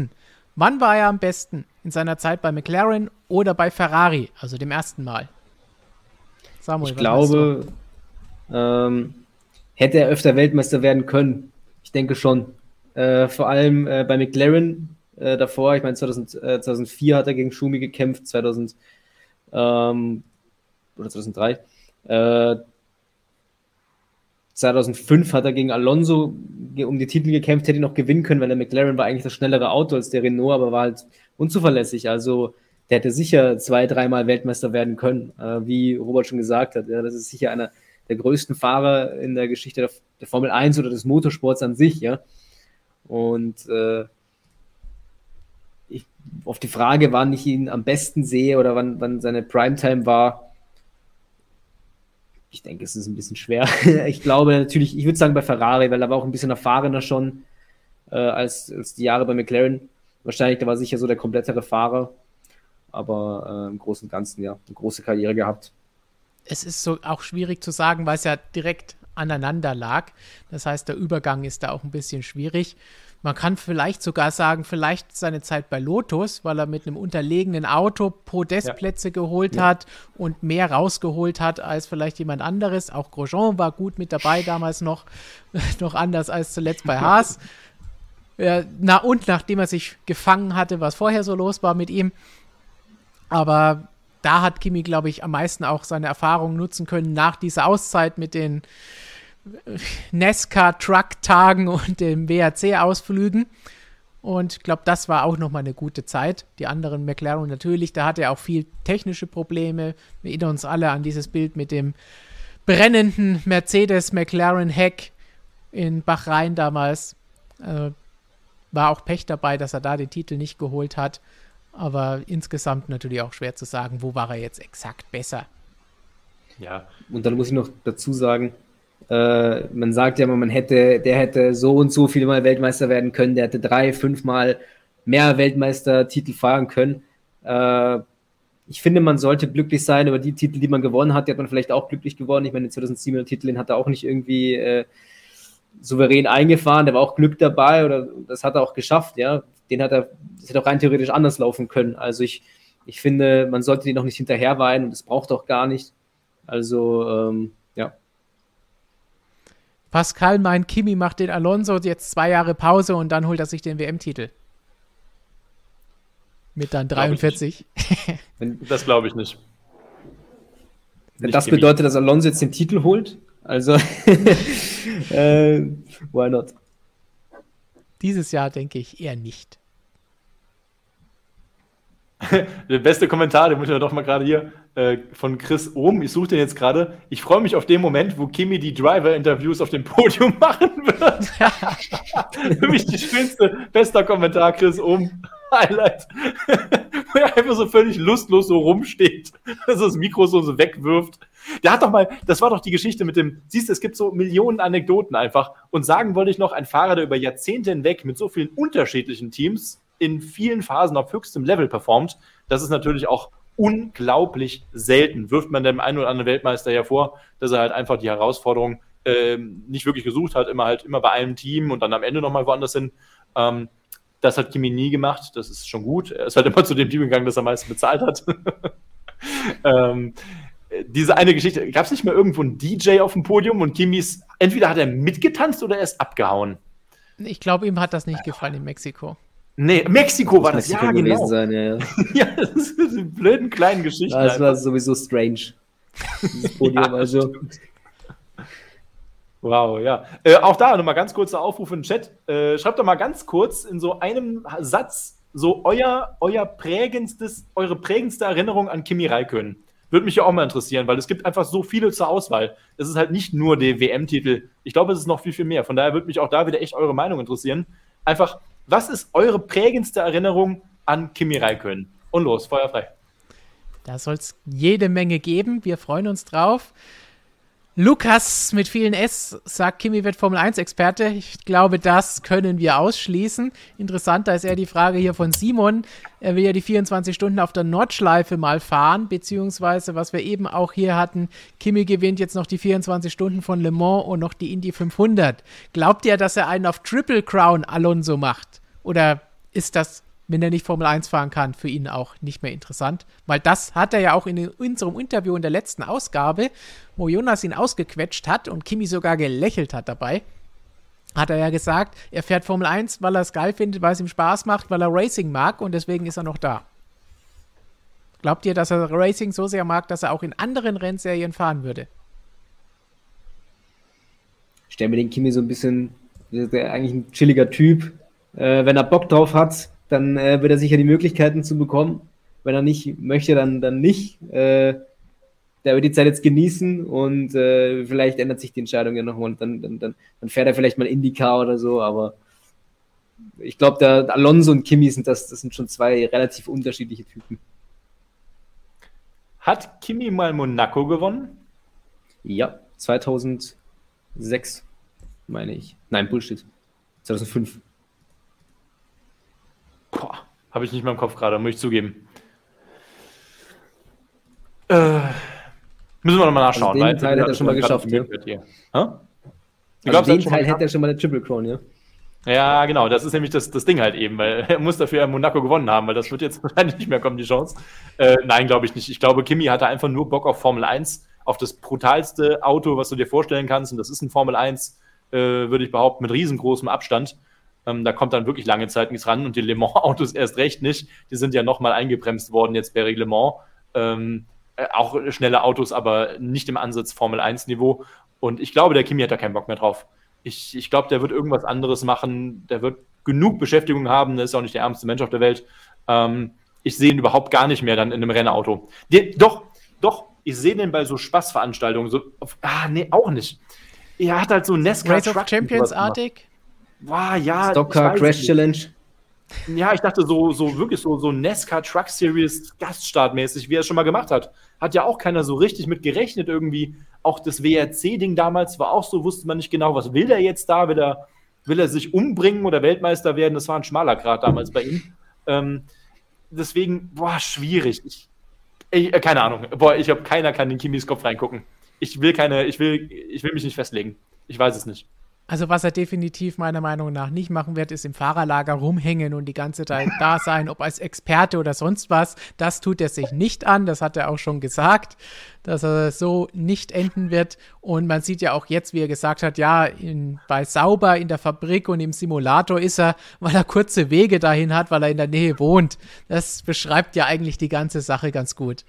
Wann war er am besten? In seiner Zeit bei McLaren oder bei Ferrari, also dem ersten Mal? Samuel, ich glaube, hätte er öfter Weltmeister werden können. Ich denke schon. Vor allem bei McLaren davor, ich meine 2004 hat er gegen Schumi gekämpft, 2000 oder 2003. 2005 hat er gegen Alonso um die Titel gekämpft, hätte ihn noch gewinnen können, weil der McLaren war eigentlich das schnellere Auto als der Renault, aber war halt unzuverlässig. Also der hätte sicher 2-3 Mal Weltmeister werden können, wie Robert schon gesagt hat. Ja, das ist sicher einer der größten Fahrer in der Geschichte der Formel 1 oder des Motorsports an sich. Ja. Und auf die Frage, wann ich ihn am besten sehe oder wann seine Primetime war, ich denke, es ist ein bisschen schwer. Ich glaube natürlich, ich würde sagen bei Ferrari, weil er war auch ein bisschen erfahrener schon als die Jahre bei McLaren. Wahrscheinlich, da war sicher so der komplettere Fahrer, aber im Großen und Ganzen, ja, eine große Karriere gehabt. Es ist so auch schwierig zu sagen, weil es ja direkt aneinander lag. Das heißt, der Übergang ist da auch ein bisschen schwierig. Man kann vielleicht sogar sagen, vielleicht seine Zeit bei Lotus, weil er mit einem unterlegenen Auto Podestplätze geholt hat und mehr rausgeholt hat als vielleicht jemand anderes. Auch Grosjean war gut mit dabei damals noch anders als zuletzt bei Haas. Und nachdem er sich gefangen hatte, was vorher so los war mit ihm. Aber da hat Kimi, glaube ich, am meisten auch seine Erfahrungen nutzen können nach dieser Auszeit mit den NASCAR-Truck-Tagen und den WRC-Ausflügen. Und ich glaube, das war auch nochmal eine gute Zeit. Die anderen McLaren natürlich, da hatte er auch viel technische Probleme. Wir erinnern uns alle an dieses Bild mit dem brennenden Mercedes-McLaren-Heck in Bahrain damals. War auch Pech dabei, dass er da den Titel nicht geholt hat. Aber insgesamt natürlich auch schwer zu sagen, wo war er jetzt exakt besser. Ja, und dann muss ich noch dazu sagen, man sagt ja immer, der hätte so und so viele Mal Weltmeister werden können, der hätte 3-5 Mal mehr Weltmeistertitel fahren können. Ich finde, man sollte glücklich sein über die Titel, die man gewonnen hat, die hat man vielleicht auch glücklich gewonnen. Ich meine, den 2007er Titel, den hat er auch nicht irgendwie souverän eingefahren, der war auch Glück dabei oder das hat er auch geschafft, ja. Das hätte auch rein theoretisch anders laufen können. Also ich finde, man sollte den noch nicht hinterherweinen und das braucht auch gar nicht. Also, ja. Pascal meint, Kimi macht den Alonso jetzt 2 Jahre Pause und dann holt er sich den WM-Titel. Mit dann 43. Das glaube ich nicht. Wenn das bedeutet, dass Alonso jetzt den Titel holt, also why not? Dieses Jahr denke ich eher nicht. Der beste Kommentar, den muss ich doch mal gerade hier von Chris Ohm. Ich suche den jetzt gerade. Ich freue mich auf den Moment, wo Kimi die Driver-Interviews auf dem Podium machen wird. Für mich die schönste, bester Kommentar, Chris Ohm. Highlight. Wo er einfach so völlig lustlos so rumsteht, dass er das Mikro so wegwirft. Der hat doch mal, das war doch die Geschichte mit dem, siehst du, es gibt so Millionen Anekdoten einfach. Und sagen wollte ich noch, ein Fahrer, der über Jahrzehnte hinweg mit so vielen unterschiedlichen Teams in vielen Phasen auf höchstem Level performt, das ist natürlich auch unglaublich selten. Wirft man dem einen oder anderen Weltmeister ja vor, dass er halt einfach die Herausforderung nicht wirklich gesucht hat, immer bei einem Team und dann am Ende nochmal woanders hin. Das hat Kimi nie gemacht, das ist schon gut. Er ist halt immer zu dem Team gegangen, das er am meisten bezahlt hat. Diese eine Geschichte, gab es nicht mal irgendwo einen DJ auf dem Podium und Kimis, entweder hat er mitgetanzt oder er ist abgehauen? Ich glaube, ihm hat das nicht gefallen in Mexiko. Nee, Mexiko war das, Mexiko ja, genau. Sein, ja. Ja, das ist diese blöden kleinen Geschichten. Das war sowieso strange. Dieses Podium, ja, also. Stimmt. Wow, ja. Auch da nochmal ganz kurzer Aufruf in den Chat. Schreibt doch mal ganz kurz in so einem Satz so eure prägendste Erinnerung an Kimi Räikkönen. Würde mich ja auch mal interessieren, weil es gibt einfach so viele zur Auswahl. Es ist halt nicht nur der WM-Titel. Ich glaube, es ist noch viel, viel mehr. Von daher würde mich auch da wieder echt eure Meinung interessieren. Einfach, was ist eure prägendste Erinnerung an Kimi Räikkönen? Und los, Feuer frei. Da soll es jede Menge geben. Wir freuen uns drauf. Lukas mit vielen S sagt, Kimi wird Formel-1-Experte. Ich glaube, das können wir ausschließen. Interessanter ist eher die Frage hier von Simon. Er will ja die 24 Stunden auf der Nordschleife mal fahren, beziehungsweise, was wir eben auch hier hatten, Kimi gewinnt jetzt noch die 24 Stunden von Le Mans und noch die Indy 500. Glaubt ihr, dass er einen auf Triple Crown Alonso macht? Oder ist das wenn er nicht Formel 1 fahren kann, für ihn auch nicht mehr interessant. Weil das hat er ja auch in unserem Interview in der letzten Ausgabe, wo Jonas ihn ausgequetscht hat und Kimi sogar gelächelt hat dabei, hat er ja gesagt, er fährt Formel 1, weil er es geil findet, weil es ihm Spaß macht, weil er Racing mag und deswegen ist er noch da. Glaubt ihr, dass er Racing so sehr mag, dass er auch in anderen Rennserien fahren würde? Ich stelle mir den Kimi so ein bisschen, der eigentlich ein chilliger Typ. Wenn er Bock drauf hat, dann wird er sicher die Möglichkeiten zu bekommen. Wenn er nicht möchte, dann nicht. Der wird die Zeit jetzt genießen und vielleicht ändert sich die Entscheidung ja nochmal und dann fährt er vielleicht mal IndyCar oder so, aber ich glaube, der Alonso und Kimi das sind schon zwei relativ unterschiedliche Typen. Hat Kimi mal Monaco gewonnen? Ja, 2006, meine ich. Nein, Bullshit. 2005. Boah, habe ich nicht mehr im Kopf gerade, muss ich zugeben. Müssen wir nochmal nachschauen. Also den Teil hätte er schon mal geschafft, ja. Den Teil hätte er schon mal der Triple Crown, ja. Ja, genau, das ist nämlich das Ding halt eben, weil er muss dafür Monaco gewonnen haben, weil das wird jetzt wahrscheinlich nicht mehr kommen, die Chance. Nein, glaube ich nicht. Ich glaube, Kimi hatte einfach nur Bock auf Formel 1, auf das brutalste Auto, was du dir vorstellen kannst, und das ist ein Formel 1, würde ich behaupten, mit riesengroßem Abstand. Da kommt dann wirklich lange Zeit nichts ran und die Le Mans-Autos erst recht nicht. Die sind ja nochmal eingebremst worden jetzt bei Le Mans. Auch schnelle Autos, aber nicht im Ansatz Formel 1-Niveau. Und ich glaube, der Kimi hat da keinen Bock mehr drauf. Ich glaube, der wird irgendwas anderes machen. Der wird genug Beschäftigung haben. Der ist auch nicht der ärmste Mensch auf der Welt. Ich sehe ihn überhaupt gar nicht mehr dann in einem Rennauto. Doch, ich sehe den bei so Spaßveranstaltungen. Nee, auch nicht. Er hat halt so NASCAR Race of Champions-artig? Boah, ja. Stocker Crash Challenge. Ja, ich dachte so wirklich so NASCAR Truck Series Gaststartmäßig, wie er es schon mal gemacht hat. Hat ja auch keiner so richtig mit gerechnet irgendwie. Auch das WRC-Ding damals war auch so, wusste man nicht genau, was will er jetzt da? Will er sich umbringen oder Weltmeister werden? Das war ein schmaler Grat damals bei ihm. Deswegen, schwierig. Keine Ahnung. Keiner kann in Kimis Kopf reingucken. Ich will mich nicht festlegen. Ich weiß es nicht. Also was er definitiv meiner Meinung nach nicht machen wird, ist im Fahrerlager rumhängen und die ganze Zeit da sein, ob als Experte oder sonst was. Das tut er sich nicht an, das hat er auch schon gesagt, dass er so nicht enden wird. Und man sieht ja auch jetzt, wie er gesagt hat, ja, bei Sauber in der Fabrik und im Simulator ist er, weil er kurze Wege dahin hat, weil er in der Nähe wohnt. Das beschreibt ja eigentlich die ganze Sache ganz gut.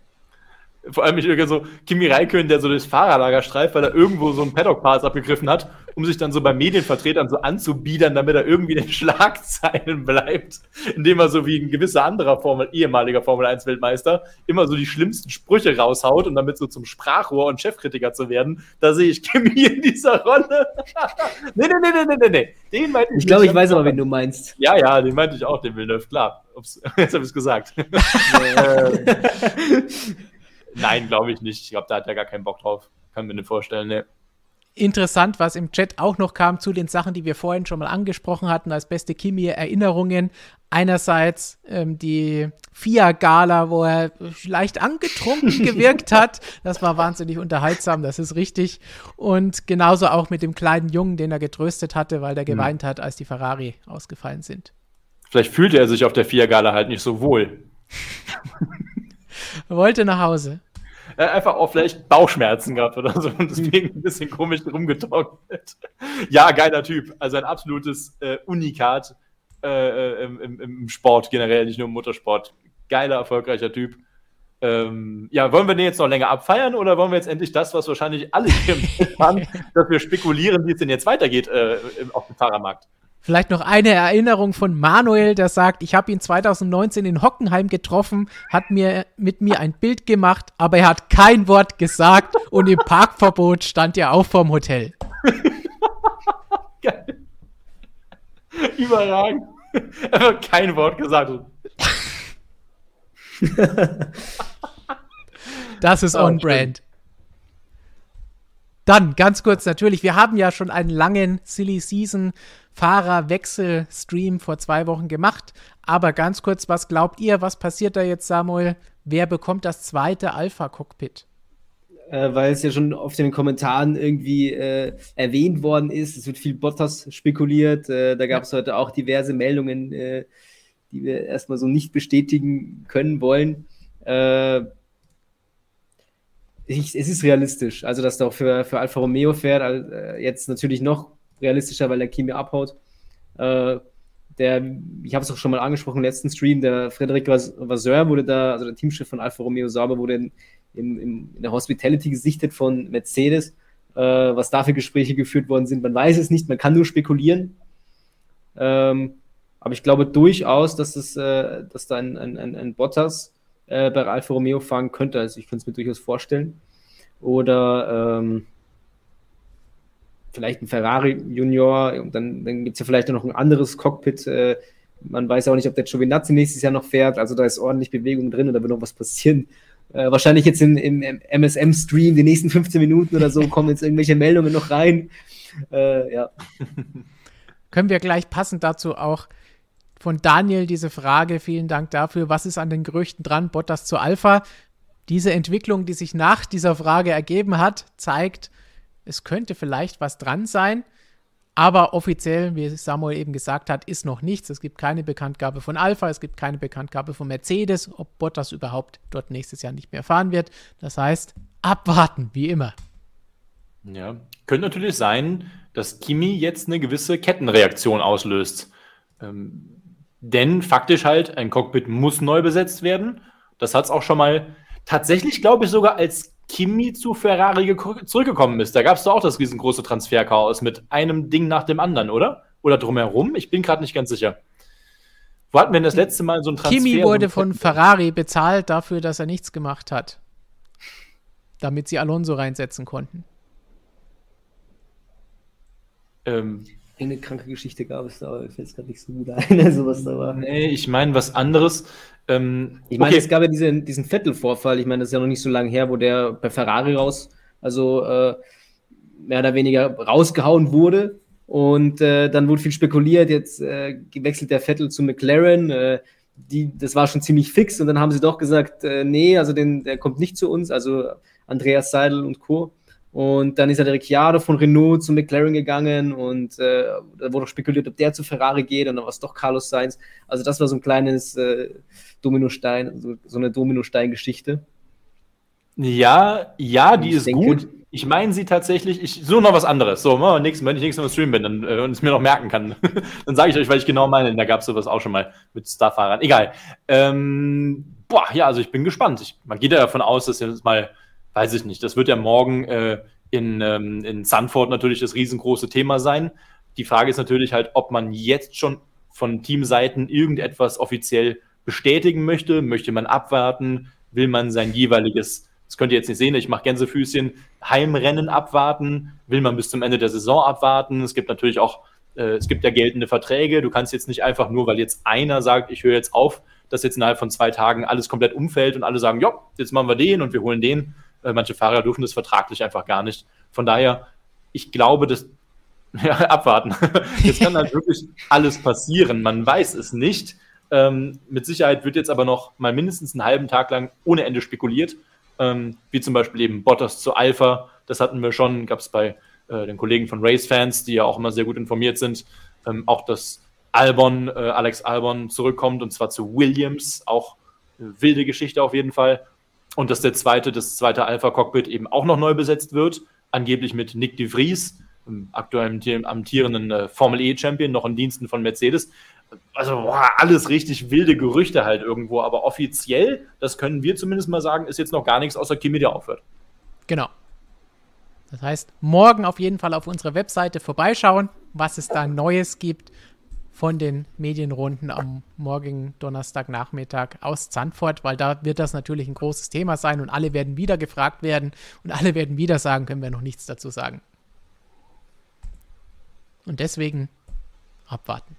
Vor allem so Kimi Räikkönen, der so durchs Fahrerlager streift, weil er irgendwo so einen Paddock-Pass abgegriffen hat, um sich dann so bei Medienvertretern so anzubiedern, damit er irgendwie in den Schlagzeilen bleibt, indem er so wie ein gewisser anderer ehemaliger Formel-1-Weltmeister immer so die schlimmsten Sprüche raushaut und damit so zum Sprachrohr und Chefkritiker zu werden. Da sehe ich Kimi in dieser Rolle. Nee. Den meinte ich glaube, ich weiß aber, wen du meinst. Ja, den meinte ich auch, den Villeneuve, klar. Jetzt habe ich es gesagt. Nein, glaube ich nicht. Ich glaube, da hat er gar keinen Bock drauf. Kann mir nicht vorstellen, ne. Interessant, was im Chat auch noch kam zu den Sachen, die wir vorhin schon mal angesprochen hatten, als beste Kimi-Erinnerungen. Einerseits die FIA-Gala, wo er leicht angetrunken gewirkt hat. Das war wahnsinnig unterhaltsam, das ist richtig. Und genauso auch mit dem kleinen Jungen, den er getröstet hatte, weil der geweint hat, als die Ferrari ausgefallen sind. Vielleicht fühlte er sich auf der FIA-Gala halt nicht so wohl. Er wollte nach Hause. Er hat einfach auch vielleicht Bauchschmerzen gehabt oder so und deswegen ein bisschen komisch rumgetrocknet. Ja, geiler Typ. Also ein absolutes Unikat im Sport generell, nicht nur im Motorsport. Geiler, erfolgreicher Typ. Wollen wir den jetzt noch länger abfeiern oder wollen wir jetzt endlich das, was wahrscheinlich alle hier haben, dass wir spekulieren, wie es denn jetzt weitergeht auf dem Fahrermarkt? Vielleicht noch eine Erinnerung von Manuel, der sagt, ich habe ihn 2019 in Hockenheim getroffen, hat mit mir ein Bild gemacht, aber er hat kein Wort gesagt und im Parkverbot stand er auch vorm Hotel. Geil. Überragend. Einfach kein Wort gesagt. Das ist on-brand. Dann, ganz kurz natürlich, wir haben ja schon einen langen Silly Season Fahrerwechsel-Stream vor 2 Wochen gemacht, aber ganz kurz, was glaubt ihr, was passiert da jetzt, Samuel? Wer bekommt das zweite Alpha-Cockpit? Weil es ja schon oft in den Kommentaren irgendwie erwähnt worden ist, es wird viel Bottas spekuliert, da gab es heute auch diverse Meldungen, die wir erstmal so nicht bestätigen können wollen. Es ist realistisch, also dass der auch für Alfa Romeo fährt, jetzt natürlich noch realistischer, weil der Kimi abhaut. Ich habe es auch schon mal angesprochen im letzten Stream, der Frédéric Vasseur wurde da, also der Teamchef von Alfa Romeo Sauber, wurde in der Hospitality gesichtet von Mercedes. Was da für Gespräche geführt worden sind, man weiß es nicht, man kann nur spekulieren. Aber ich glaube durchaus, dass da ein Bottas bei Alfa Romeo fahren könnte. Also ich könnte es mir durchaus vorstellen. Oder vielleicht ein Ferrari Junior. Und dann gibt es ja vielleicht noch ein anderes Cockpit. Man weiß auch nicht, ob der Giovinazzi nächstes Jahr noch fährt. Also da ist ordentlich Bewegung drin und da wird noch was passieren. Wahrscheinlich jetzt im MSM-Stream, die nächsten 15 Minuten oder so, kommen jetzt irgendwelche Meldungen noch rein. Ja. Können wir gleich passend dazu auch von Daniel diese Frage, vielen Dank dafür, was ist an den Gerüchten dran, Bottas zu Alpha? Diese Entwicklung, die sich nach dieser Frage ergeben hat, zeigt, es könnte vielleicht was dran sein, aber offiziell, wie Samuel eben gesagt hat, ist noch nichts. Es gibt keine Bekanntgabe von Alpha, es gibt keine Bekanntgabe von Mercedes, ob Bottas überhaupt dort nächstes Jahr nicht mehr fahren wird. Das heißt, abwarten, wie immer. Ja, könnte natürlich sein, dass Kimi jetzt eine gewisse Kettenreaktion auslöst. Denn faktisch halt, ein Cockpit muss neu besetzt werden. Das hat es auch schon mal tatsächlich, glaube ich, sogar als Kimi zu Ferrari zurückgekommen ist. Da gab es doch auch das riesengroße Transferchaos mit einem Ding nach dem anderen, oder? Oder drumherum? Ich bin gerade nicht ganz sicher. Wo hatten wir denn das letzte Mal so ein Transfer? Kimi wurde von Ferrari bezahlt dafür, dass er nichts gemacht hat. Damit sie Alonso reinsetzen konnten. Eine kranke Geschichte gab es da, aber mir fällt es gerade nicht so gut ein, also was da war. Nee, ich meine was anderes. Ich meine, es gab ja diesen Vettel-Vorfall, ich meine, das ist ja noch nicht so lange her, wo der bei Ferrari mehr oder weniger rausgehauen wurde und dann wurde viel spekuliert, jetzt gewechselt der Vettel zu McLaren, das war schon ziemlich fix und dann haben sie doch gesagt, nee, also der kommt nicht zu uns, also Andreas Seidel und Co. Und dann ist der Ricciardo von Renault zu McLaren gegangen und da wurde auch spekuliert, ob der zu Ferrari geht und dann war es doch Carlos Sainz. Also das war so ein kleines Dominostein, so eine Dominostein-Geschichte. Ja, die ist gut. Ich meine sie tatsächlich, ich suche noch was anderes. So, wenn ich nächstes Mal im Stream bin und es mir noch merken kann, dann sage ich euch, weil ich genau meine, da gab es sowas auch schon mal mit Starfahrern. Egal. Also ich bin gespannt. Man geht ja davon aus, dass jetzt mal, weiß ich nicht, das wird ja morgen in Zandvoort natürlich das riesengroße Thema sein. Die Frage ist natürlich halt, ob man jetzt schon von Teamseiten irgendetwas offiziell bestätigen möchte. Möchte man abwarten? Will man sein jeweiliges, das könnt ihr jetzt nicht sehen, ich mache Gänsefüßchen, Heimrennen abwarten? Will man bis zum Ende der Saison abwarten? Es gibt natürlich auch, es gibt ja geltende Verträge. Du kannst jetzt nicht einfach nur, weil jetzt einer sagt, ich höre jetzt auf, dass jetzt innerhalb von 2 Tagen alles komplett umfällt und alle sagen, ja, jetzt machen wir den und wir holen den. Manche Fahrer dürfen das vertraglich einfach gar nicht. Von daher, ich glaube, abwarten. Jetzt kann halt wirklich alles passieren. Man weiß es nicht. Mit Sicherheit wird jetzt aber noch mal mindestens einen halben Tag lang ohne Ende spekuliert. Wie zum Beispiel eben Bottas zu Alpha. Das hatten wir schon, gab es bei den Kollegen von Race Fans, die ja auch immer sehr gut informiert sind. Auch, dass Alex Albon zurückkommt und zwar zu Williams. Auch eine wilde Geschichte auf jeden Fall. Und dass das zweite Alpha-Cockpit eben auch noch neu besetzt wird, angeblich mit Nick de Vries, aktuell amtierenden Formel-E-Champion, noch in Diensten von Mercedes. Also alles richtig wilde Gerüchte halt irgendwo, aber offiziell, das können wir zumindest mal sagen, ist jetzt noch gar nichts außer Kimi, der aufhört. Genau. Das heißt, morgen auf jeden Fall auf unserer Webseite vorbeischauen, was es da Neues gibt von den Medienrunden am morgigen Donnerstagnachmittag aus Zandvoort, weil da wird das natürlich ein großes Thema sein und alle werden wieder gefragt werden und alle werden wieder sagen, können wir noch nichts dazu sagen. Und deswegen abwarten.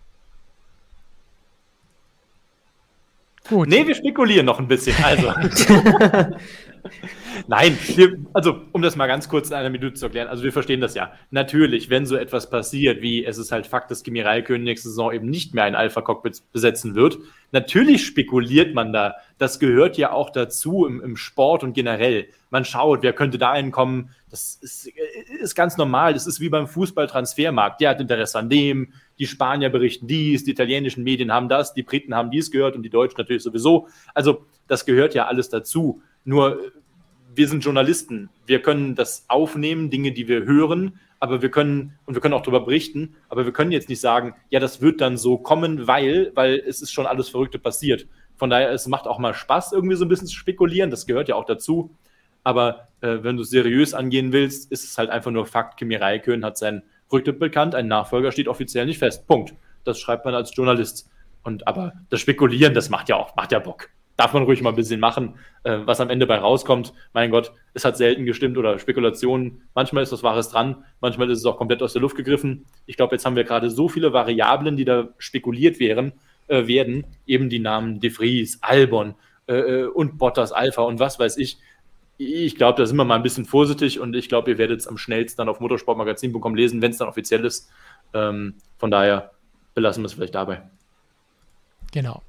Gut. Nee, wir spekulieren noch ein bisschen. Also. Nein, also um das mal ganz kurz in einer Minute zu erklären, also wir verstehen das ja. Natürlich, wenn so etwas passiert, wie es ist halt Fakt, dass Kimi Räikkönen nächste Saison eben nicht mehr ein Alpha-Cockpit besetzen wird, natürlich spekuliert man da. Das gehört ja auch dazu im Sport und generell. Man schaut, wer könnte da hinkommen. Das ist ganz normal. Das ist wie beim Fußballtransfermarkt. Der hat Interesse an dem, die Spanier berichten dies, die italienischen Medien haben das, die Briten haben dies gehört und die Deutschen natürlich sowieso. Also das gehört ja alles dazu. Nur wir sind Journalisten. Wir können das aufnehmen, Dinge, die wir hören, aber wir können auch darüber berichten, aber wir können jetzt nicht sagen, ja, das wird dann so kommen, weil es ist schon alles Verrückte passiert. Von daher, es macht auch mal Spaß, irgendwie so ein bisschen zu spekulieren, das gehört ja auch dazu. Aber wenn du es seriös angehen willst, ist es halt einfach nur Fakt, Kimi Räikkönen hat sein Rücktritt bekannt, ein Nachfolger steht offiziell nicht fest. Punkt. Das schreibt man als Journalist. Aber das Spekulieren, das macht ja Bock. Darf man ruhig mal ein bisschen machen, was am Ende bei rauskommt. Mein Gott, es hat selten gestimmt oder Spekulationen. Manchmal ist was Wahres dran, manchmal ist es auch komplett aus der Luft gegriffen. Ich glaube, jetzt haben wir gerade so viele Variablen, die da spekuliert werden, eben die Namen De Vries, Albon und Bottas, Alpha und was weiß ich. Ich glaube, da sind wir mal ein bisschen vorsichtig und ich glaube, ihr werdet es am schnellsten dann auf motorsportmagazin.com lesen, wenn es dann offiziell ist. Von daher belassen wir es vielleicht dabei. Genau.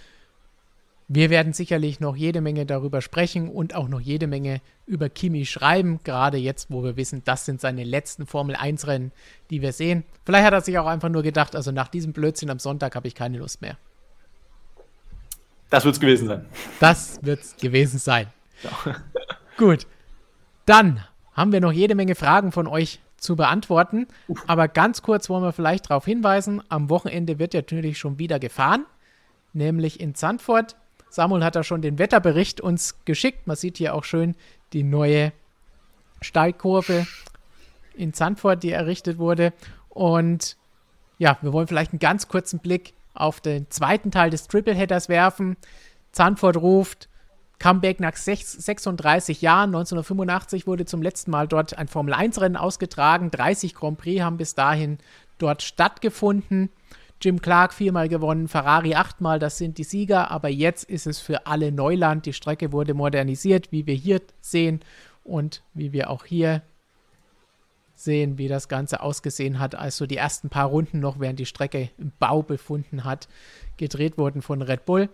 Wir werden sicherlich noch jede Menge darüber sprechen und auch noch jede Menge über Kimi schreiben, gerade jetzt, wo wir wissen, das sind seine letzten Formel-1-Rennen, die wir sehen. Vielleicht hat er sich auch einfach nur gedacht, also nach diesem Blödsinn am Sonntag habe ich keine Lust mehr. Das wird es gewesen sein. Das wird es gewesen sein. Ja. Gut, dann haben wir noch jede Menge Fragen von euch zu beantworten, aber ganz kurz wollen wir vielleicht darauf hinweisen, am Wochenende wird ja natürlich schon wieder gefahren, nämlich in Zandvoort. Samuel hat da schon den Wetterbericht uns geschickt. Man sieht hier auch schön die neue Steilkurve in Zandvoort, die errichtet wurde. Und ja, wir wollen vielleicht einen ganz kurzen Blick auf den zweiten Teil des Tripleheaders werfen. Zandvoort ruft Comeback nach 36 Jahren. 1985 wurde zum letzten Mal dort ein Formel-1-Rennen ausgetragen. 30 Grand Prix haben bis dahin dort stattgefunden. Jim Clark 4-mal gewonnen, Ferrari 8-mal, das sind die Sieger, aber jetzt ist es für alle Neuland. Die Strecke wurde modernisiert, wie wir hier sehen und wie wir auch hier sehen, wie das Ganze ausgesehen hat, als so die ersten paar Runden noch, während die Strecke im Bau befunden hat, gedreht wurden von Red Bull.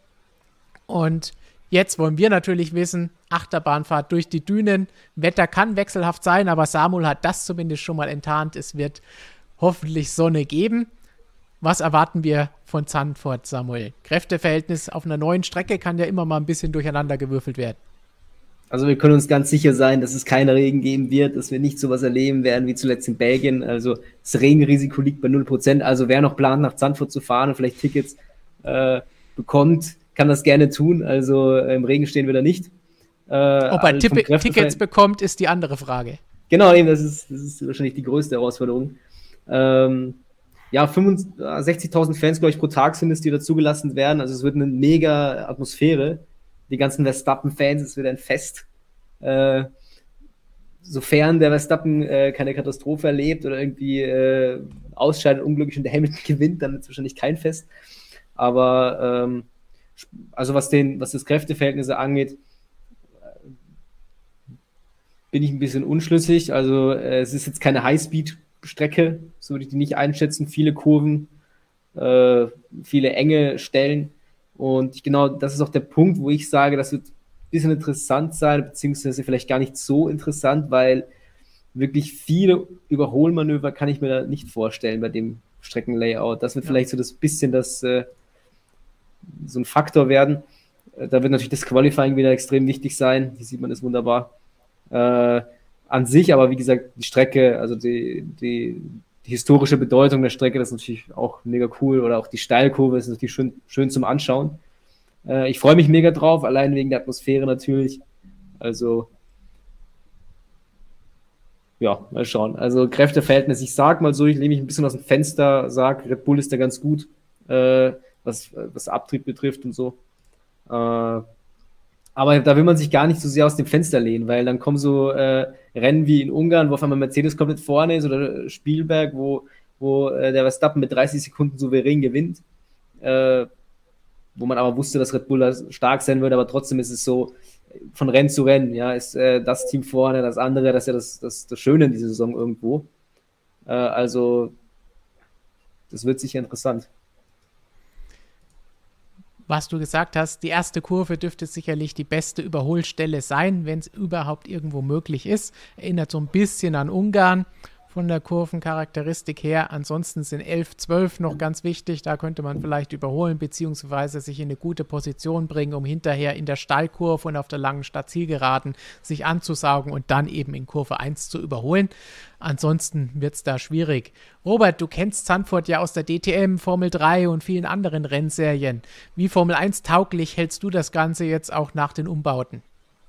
Und jetzt wollen wir natürlich wissen, Achterbahnfahrt durch die Dünen, Wetter kann wechselhaft sein, aber Samuel hat das zumindest schon mal enttarnt, es wird hoffentlich Sonne geben. Was erwarten wir von Zandvoort, Samuel? Kräfteverhältnis auf einer neuen Strecke kann ja immer mal ein bisschen durcheinander gewürfelt werden. Also wir können uns ganz sicher sein, dass es keinen Regen geben wird, dass wir nicht sowas erleben werden wie zuletzt in Belgien. Also das Regenrisiko liegt bei 0%. Also wer noch plant, nach Zandvoort zu fahren und vielleicht Tickets bekommt, kann das gerne tun. Also im Regen stehen wir da nicht. Ob er Tickets bekommt, ist die andere Frage. Genau, eben, das ist wahrscheinlich die größte Herausforderung. Ja, 60.000 Fans, glaube ich, pro Tag sind es, die da zugelassen werden. Also es wird eine mega Atmosphäre. Die ganzen Verstappen-Fans, es wird ein Fest. Sofern der Verstappen keine Katastrophe erlebt oder irgendwie ausscheidet, unglücklich und der Hamilton gewinnt, dann ist es wahrscheinlich kein Fest. Aber also was das Kräfteverhältnis angeht, bin ich ein bisschen unschlüssig. Also es ist jetzt keine Highspeed-Strecke, so würde ich die nicht einschätzen. Viele Kurven, viele enge Stellen. Und genau das ist auch der Punkt, wo ich sage, das wird ein bisschen interessant sein, beziehungsweise vielleicht gar nicht so interessant, weil wirklich viele Überholmanöver kann ich mir da nicht vorstellen bei dem Streckenlayout. Das wird vielleicht so das bisschen so ein Faktor werden. Da wird natürlich das Qualifying wieder extrem wichtig sein. Hier sieht man das wunderbar. An sich, aber wie gesagt, die Strecke, also die historische Bedeutung der Strecke, das ist natürlich auch mega cool. Oder auch die Steilkurve ist natürlich schön zum Anschauen. Ich freue mich mega drauf, allein wegen der Atmosphäre natürlich. Also, ja, mal schauen. Also Kräfteverhältnis, ich sag mal so, ich lehne mich ein bisschen aus dem Fenster, sag, Red Bull ist da ganz gut, was Abtrieb betrifft und so. Aber da will man sich gar nicht so sehr aus dem Fenster lehnen, weil dann kommen so Rennen wie in Ungarn, wo auf einmal Mercedes komplett vorne ist, oder Spielberg, wo der Verstappen mit 30 Sekunden souverän gewinnt, wo man aber wusste, dass Red Bull stark sein würde, aber trotzdem ist es so, von Rennen zu Rennen, ja, ist das Team vorne, das andere, das ist ja das Schöne in dieser Saison irgendwo. Also, das wird sicher interessant. Was du gesagt hast, die erste Kurve dürfte sicherlich die beste Überholstelle sein, wenn es überhaupt irgendwo möglich ist. Erinnert so ein bisschen an Ungarn von der Kurvencharakteristik her. Ansonsten sind 11, 12 noch ganz wichtig. Da könnte man vielleicht überholen, beziehungsweise sich in eine gute Position bringen, um hinterher in der Steilkurve und auf der langen Stadtzielgeraden sich anzusaugen und dann eben in Kurve 1 zu überholen. Ansonsten wird es da schwierig. Robert, du kennst Zandvoort ja aus der DTM, Formel 3 und vielen anderen Rennserien. Wie Formel 1 tauglich hältst du das Ganze jetzt auch nach den Umbauten?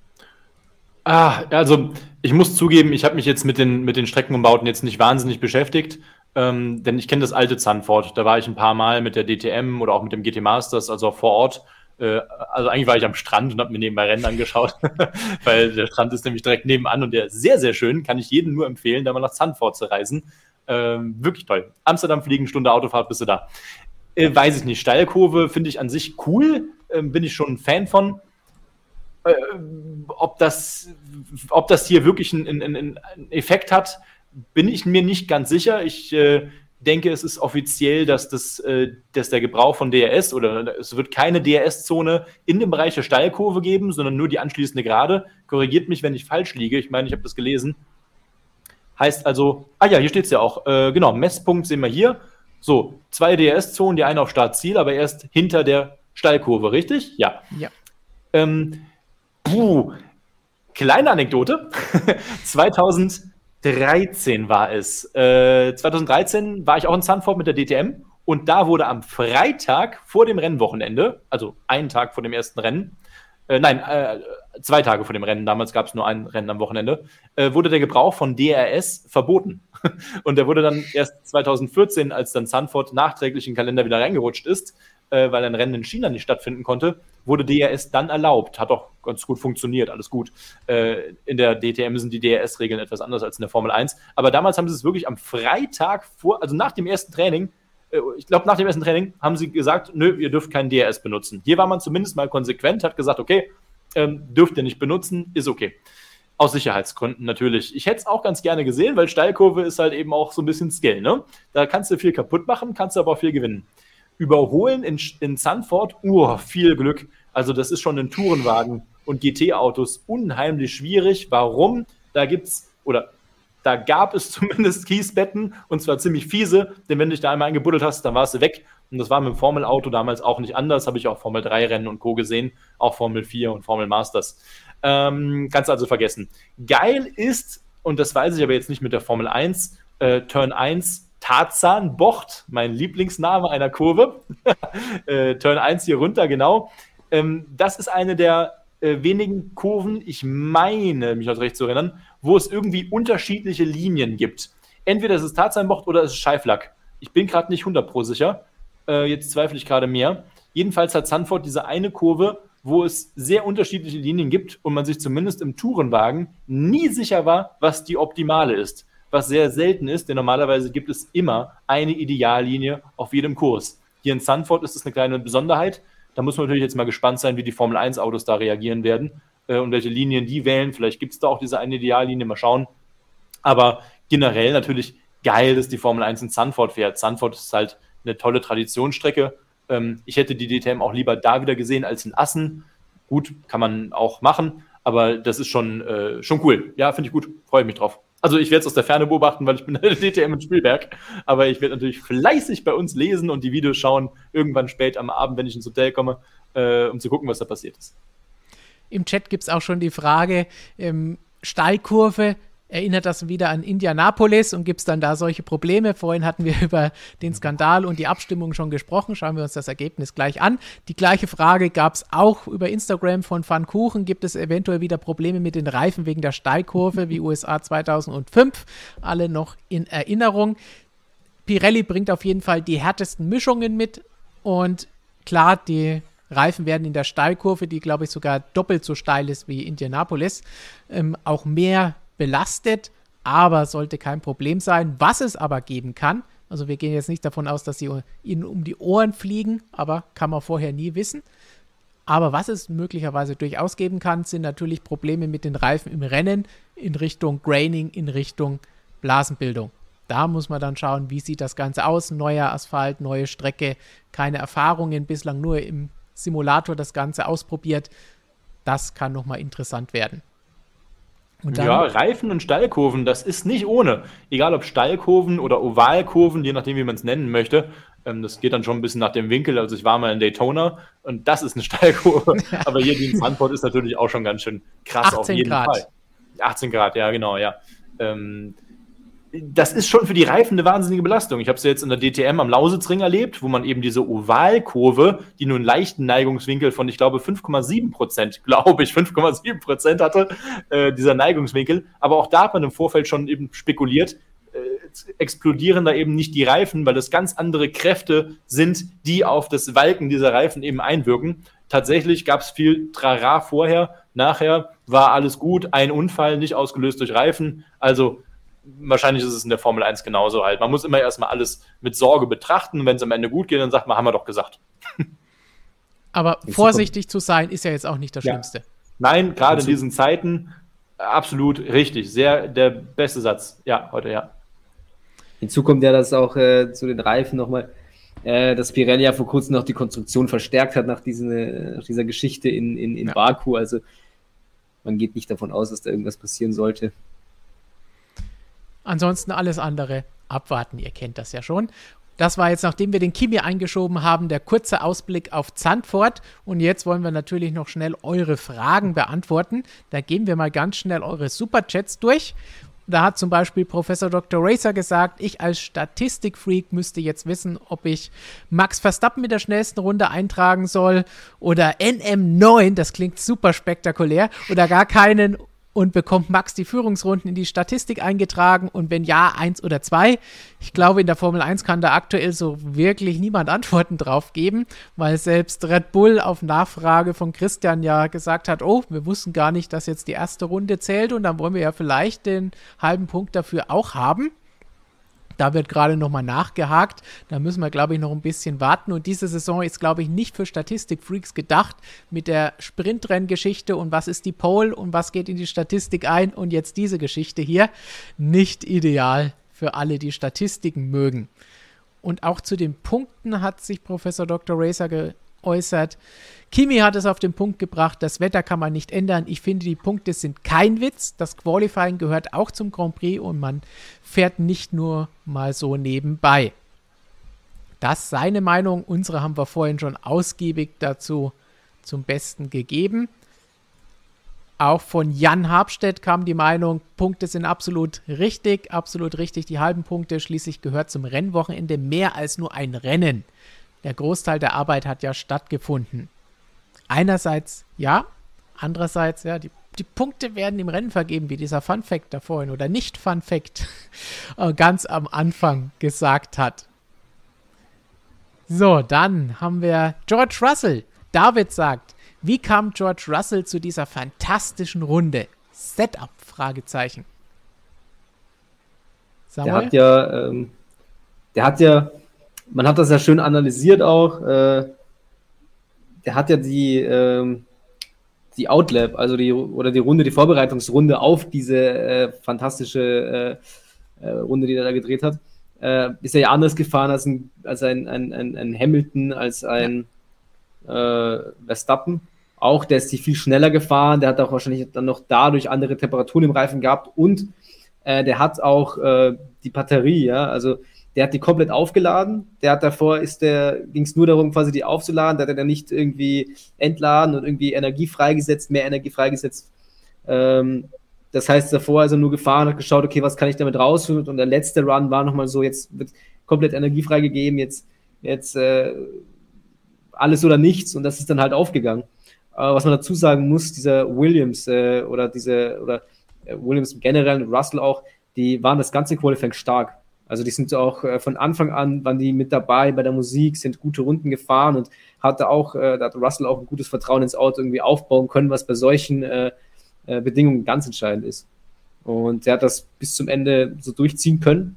Also ich muss zugeben, ich habe mich jetzt mit den Streckenumbauten jetzt nicht wahnsinnig beschäftigt, denn ich kenne das alte Zandvoort. Da war ich ein paar Mal mit der DTM oder auch mit dem GT Masters, also auch vor Ort. Also eigentlich war ich am Strand und habe mir nebenbei Rennen angeschaut, weil der Strand ist nämlich direkt nebenan und der ist sehr, sehr schön. Kann ich jedem nur empfehlen, da mal nach Zandvoort zu reisen. Wirklich toll. Amsterdam fliegen, Stunde Autofahrt, bist du da. Weiß ich nicht. Steilkurve finde ich an sich cool, bin ich schon ein Fan von. Ob das hier wirklich einen Effekt hat, bin ich mir nicht ganz sicher. Ich denke, es ist offiziell, dass der Gebrauch von DRS oder es wird keine DRS-Zone in dem Bereich der Steilkurve geben, sondern nur die anschließende Gerade. Korrigiert mich, wenn ich falsch liege. Ich meine, ich habe das gelesen. Heißt also, ja, hier steht es ja auch. Genau, Messpunkt sehen wir hier. So, 2 DRS-Zonen, die eine auf Start-Ziel, aber erst hinter der Steilkurve, richtig? Ja. Kleine Anekdote. 2013 war es. 2013 war ich auch in Zandvoort mit der DTM und da wurde am Freitag vor dem Rennwochenende, also einen Tag vor dem ersten Rennen, 2 Tage vor dem Rennen, damals gab es nur ein Rennen am Wochenende, wurde der Gebrauch von DRS verboten. Und der wurde dann erst 2014, als dann Zandvoort nachträglich in den Kalender wieder reingerutscht ist, weil ein Rennen in China nicht stattfinden konnte, wurde DRS dann erlaubt. Hat auch ganz gut funktioniert, alles gut. In der DTM sind die DRS-Regeln etwas anders als in der Formel 1. Aber damals haben sie es wirklich am Freitag also nach dem ersten Training, haben sie gesagt, nö, ihr dürft keinen DRS benutzen. Hier war man zumindest mal konsequent, hat gesagt, okay, dürft ihr nicht benutzen, ist okay. Aus Sicherheitsgründen natürlich. Ich hätte es auch ganz gerne gesehen, weil Steilkurve ist halt eben auch so ein bisschen Skill, ne? Da kannst du viel kaputt machen, kannst du aber auch viel gewinnen. Überholen in Zandvoort, viel Glück. Also das ist schon in Tourenwagen und GT-Autos unheimlich schwierig. Warum? Da gab es zumindest Kiesbetten und zwar ziemlich fiese, denn wenn du dich da einmal eingebuddelt hast, dann warst du weg. Und das war mit dem Formel-Auto damals auch nicht anders. Habe ich auch Formel 3 Rennen und Co. gesehen, auch Formel 4 und Formel Masters. Kannst du also vergessen. Geil ist, und das weiß ich aber jetzt nicht mit der Formel 1, Turn 1, Tarzan-Bocht, mein Lieblingsname einer Kurve. Turn 1 hier runter, genau. Das ist eine der wenigen Kurven, ich meine, mich noch recht zu erinnern, wo es irgendwie unterschiedliche Linien gibt. Entweder ist es Tarzan-Bocht oder es ist Scheiflack. Ich bin gerade nicht 100% sicher. Jetzt zweifle ich gerade mehr. Jedenfalls hat Zandvoort diese eine Kurve, wo es sehr unterschiedliche Linien gibt und man sich zumindest im Tourenwagen nie sicher war, was die optimale ist. Was sehr selten ist, denn normalerweise gibt es immer eine Ideallinie auf jedem Kurs. Hier in Zandvoort ist es eine kleine Besonderheit. Da muss man natürlich jetzt mal gespannt sein, wie die Formel-1-Autos da reagieren werden und welche Linien die wählen. Vielleicht gibt es da auch diese eine Ideallinie, mal schauen. Aber generell natürlich geil, dass die Formel 1 in Zandvoort fährt. Zandvoort ist halt eine tolle Traditionsstrecke. Ich hätte die DTM auch lieber da wieder gesehen als in Assen. Gut, kann man auch machen, aber das ist schon cool. Ja, finde ich gut, freue mich drauf. Also ich werde es aus der Ferne beobachten, weil ich bin in der DTM in Spielberg, aber ich werde natürlich fleißig bei uns lesen und die Videos schauen, irgendwann spät am Abend, wenn ich ins Hotel komme, um zu gucken, was da passiert ist. Im Chat gibt es auch schon die Frage, Steilkurve, erinnert das wieder an Indianapolis und gibt es dann da solche Probleme? Vorhin hatten wir über den Skandal und die Abstimmung schon gesprochen. Schauen wir uns das Ergebnis gleich an. Die gleiche Frage gab es auch über Instagram von Pfannkuchen. Gibt es eventuell wieder Probleme mit den Reifen wegen der Steilkurve wie USA 2005? Alle noch in Erinnerung. Pirelli bringt auf jeden Fall die härtesten Mischungen mit und klar, die Reifen werden in der Steilkurve, die glaube ich sogar doppelt so steil ist wie Indianapolis, auch mehr belastet, aber sollte kein Problem sein. Was es aber geben kann, also wir gehen jetzt nicht davon aus, dass sie ihnen um die Ohren fliegen, aber kann man vorher nie wissen. Aber was es möglicherweise durchaus geben kann, sind natürlich Probleme mit den Reifen im Rennen in Richtung Graining, in Richtung Blasenbildung. Da muss man dann schauen, wie sieht das Ganze aus, neuer Asphalt, neue Strecke, keine Erfahrungen, bislang nur im Simulator das Ganze ausprobiert. Das kann nochmal interessant werden. Und dann, ja, Reifen und Steilkurven, das ist nicht ohne. Egal ob Steilkurven oder Ovalkurven, je nachdem, wie man es nennen möchte. Das geht dann schon ein bisschen nach dem Winkel. Also ich war mal in Daytona und das ist eine Steilkurve. Aber hier die in Frankfurt ist natürlich auch schon ganz schön krass auf jeden Fall. 18 Grad, ja genau, ja. Das ist schon für die Reifen eine wahnsinnige Belastung. Ich habe es jetzt in der DTM am Lausitzring erlebt, wo man eben diese Ovalkurve, die nur einen leichten Neigungswinkel von, ich glaube, 5,7% hatte, dieser Neigungswinkel. Aber auch da hat man im Vorfeld schon eben spekuliert, explodieren da eben nicht die Reifen, weil das ganz andere Kräfte sind, die auf das Walken dieser Reifen eben einwirken. Tatsächlich gab es viel Trara vorher, nachher war alles gut, ein Unfall, nicht ausgelöst durch Reifen, also wahrscheinlich ist es in der Formel 1 genauso halt. Man muss immer erstmal alles mit Sorge betrachten, wenn es am Ende gut geht, dann sagt man, haben wir doch gesagt. Aber vorsichtig zu sein, ist ja jetzt auch nicht das Schlimmste. Nein, gerade in diesen Zeiten absolut richtig, der beste Satz, ja, heute, ja. Hinzu kommt ja, dass auch zu den Reifen nochmal, dass Pirelli ja vor kurzem noch die Konstruktion verstärkt hat nach dieser Geschichte in Baku. Also man geht nicht davon aus, dass da irgendwas passieren sollte. Ansonsten alles andere abwarten, ihr kennt das ja schon. Das war jetzt, nachdem wir den Kimi eingeschoben haben, der kurze Ausblick auf Zandvoort. Und jetzt wollen wir natürlich noch schnell eure Fragen beantworten. Da gehen wir mal ganz schnell eure Superchats durch. Da hat zum Beispiel Professor Dr. Racer gesagt, ich als Statistikfreak müsste jetzt wissen, ob ich Max Verstappen mit der schnellsten Runde eintragen soll oder NM9, das klingt super spektakulär, oder gar keinen, und bekommt Max die Führungsrunden in die Statistik eingetragen und wenn ja, 1 oder 2. Ich glaube, in der Formel 1 kann da aktuell so wirklich niemand Antworten drauf geben, weil selbst Red Bull auf Nachfrage von Christian ja gesagt hat, oh, wir wussten gar nicht, dass jetzt die erste Runde zählt und dann wollen wir ja vielleicht den halben Punkt dafür auch haben. Da wird gerade nochmal nachgehakt. Da müssen wir, glaube ich, noch ein bisschen warten. Und diese Saison ist, glaube ich, nicht für Statistikfreaks gedacht mit der Sprintrenngeschichte und was ist die Pole und was geht in die Statistik ein. Und jetzt diese Geschichte hier. Nicht ideal für alle, die Statistiken mögen. Und auch zu den Punkten hat sich Professor Dr. Racer geäußert. Kimi hat es auf den Punkt gebracht, das Wetter kann man nicht ändern. Ich finde, die Punkte sind kein Witz. Das Qualifying gehört auch zum Grand Prix und man fährt nicht nur mal so nebenbei. Das ist seine Meinung. Unsere haben wir vorhin schon ausgiebig dazu zum Besten gegeben. Auch von Jan Habstedt kam die Meinung, Punkte sind absolut richtig. Die halben Punkte schließlich gehört zum Rennwochenende mehr als nur ein Rennen. Der Großteil der Arbeit hat ja stattgefunden. Einerseits ja, andererseits ja, die Punkte werden im Rennen vergeben, wie dieser Fun Fact da vorhin oder nicht Fun Fact ganz am Anfang gesagt hat. So, dann haben wir George Russell. David sagt, wie kam George Russell zu dieser fantastischen Runde? Setup? Fragezeichen. Samuel? Der hat ja, man hat das ja schön analysiert auch, der hat ja die Outlap, also die Runde, die Vorbereitungsrunde auf diese fantastische Runde, die er da gedreht hat, ist er ja anders gefahren als ein Hamilton, als ein Verstappen. Auch, der ist viel schneller gefahren, der hat auch wahrscheinlich dann noch dadurch andere Temperaturen im Reifen gehabt und der hat auch die Batterie, ja, also der hat die komplett aufgeladen, der hat davor, ging es nur darum, quasi die aufzuladen, der hat dann nicht irgendwie entladen und irgendwie mehr Energie freigesetzt. Das heißt, davor ist er nur gefahren, hat geschaut, okay, was kann ich damit rausholen, und der letzte Run war nochmal so, jetzt wird komplett Energie freigegeben, jetzt alles oder nichts, und das ist dann halt aufgegangen. Was man dazu sagen muss, dieser Williams Williams generell und Russell auch, die waren das ganze Qualifying stark. Also die sind auch von Anfang an, waren die mit dabei bei der Musik, sind gute Runden gefahren und da hat Russell auch ein gutes Vertrauen ins Auto irgendwie aufbauen können, was bei solchen Bedingungen ganz entscheidend ist. Und er hat das bis zum Ende so durchziehen können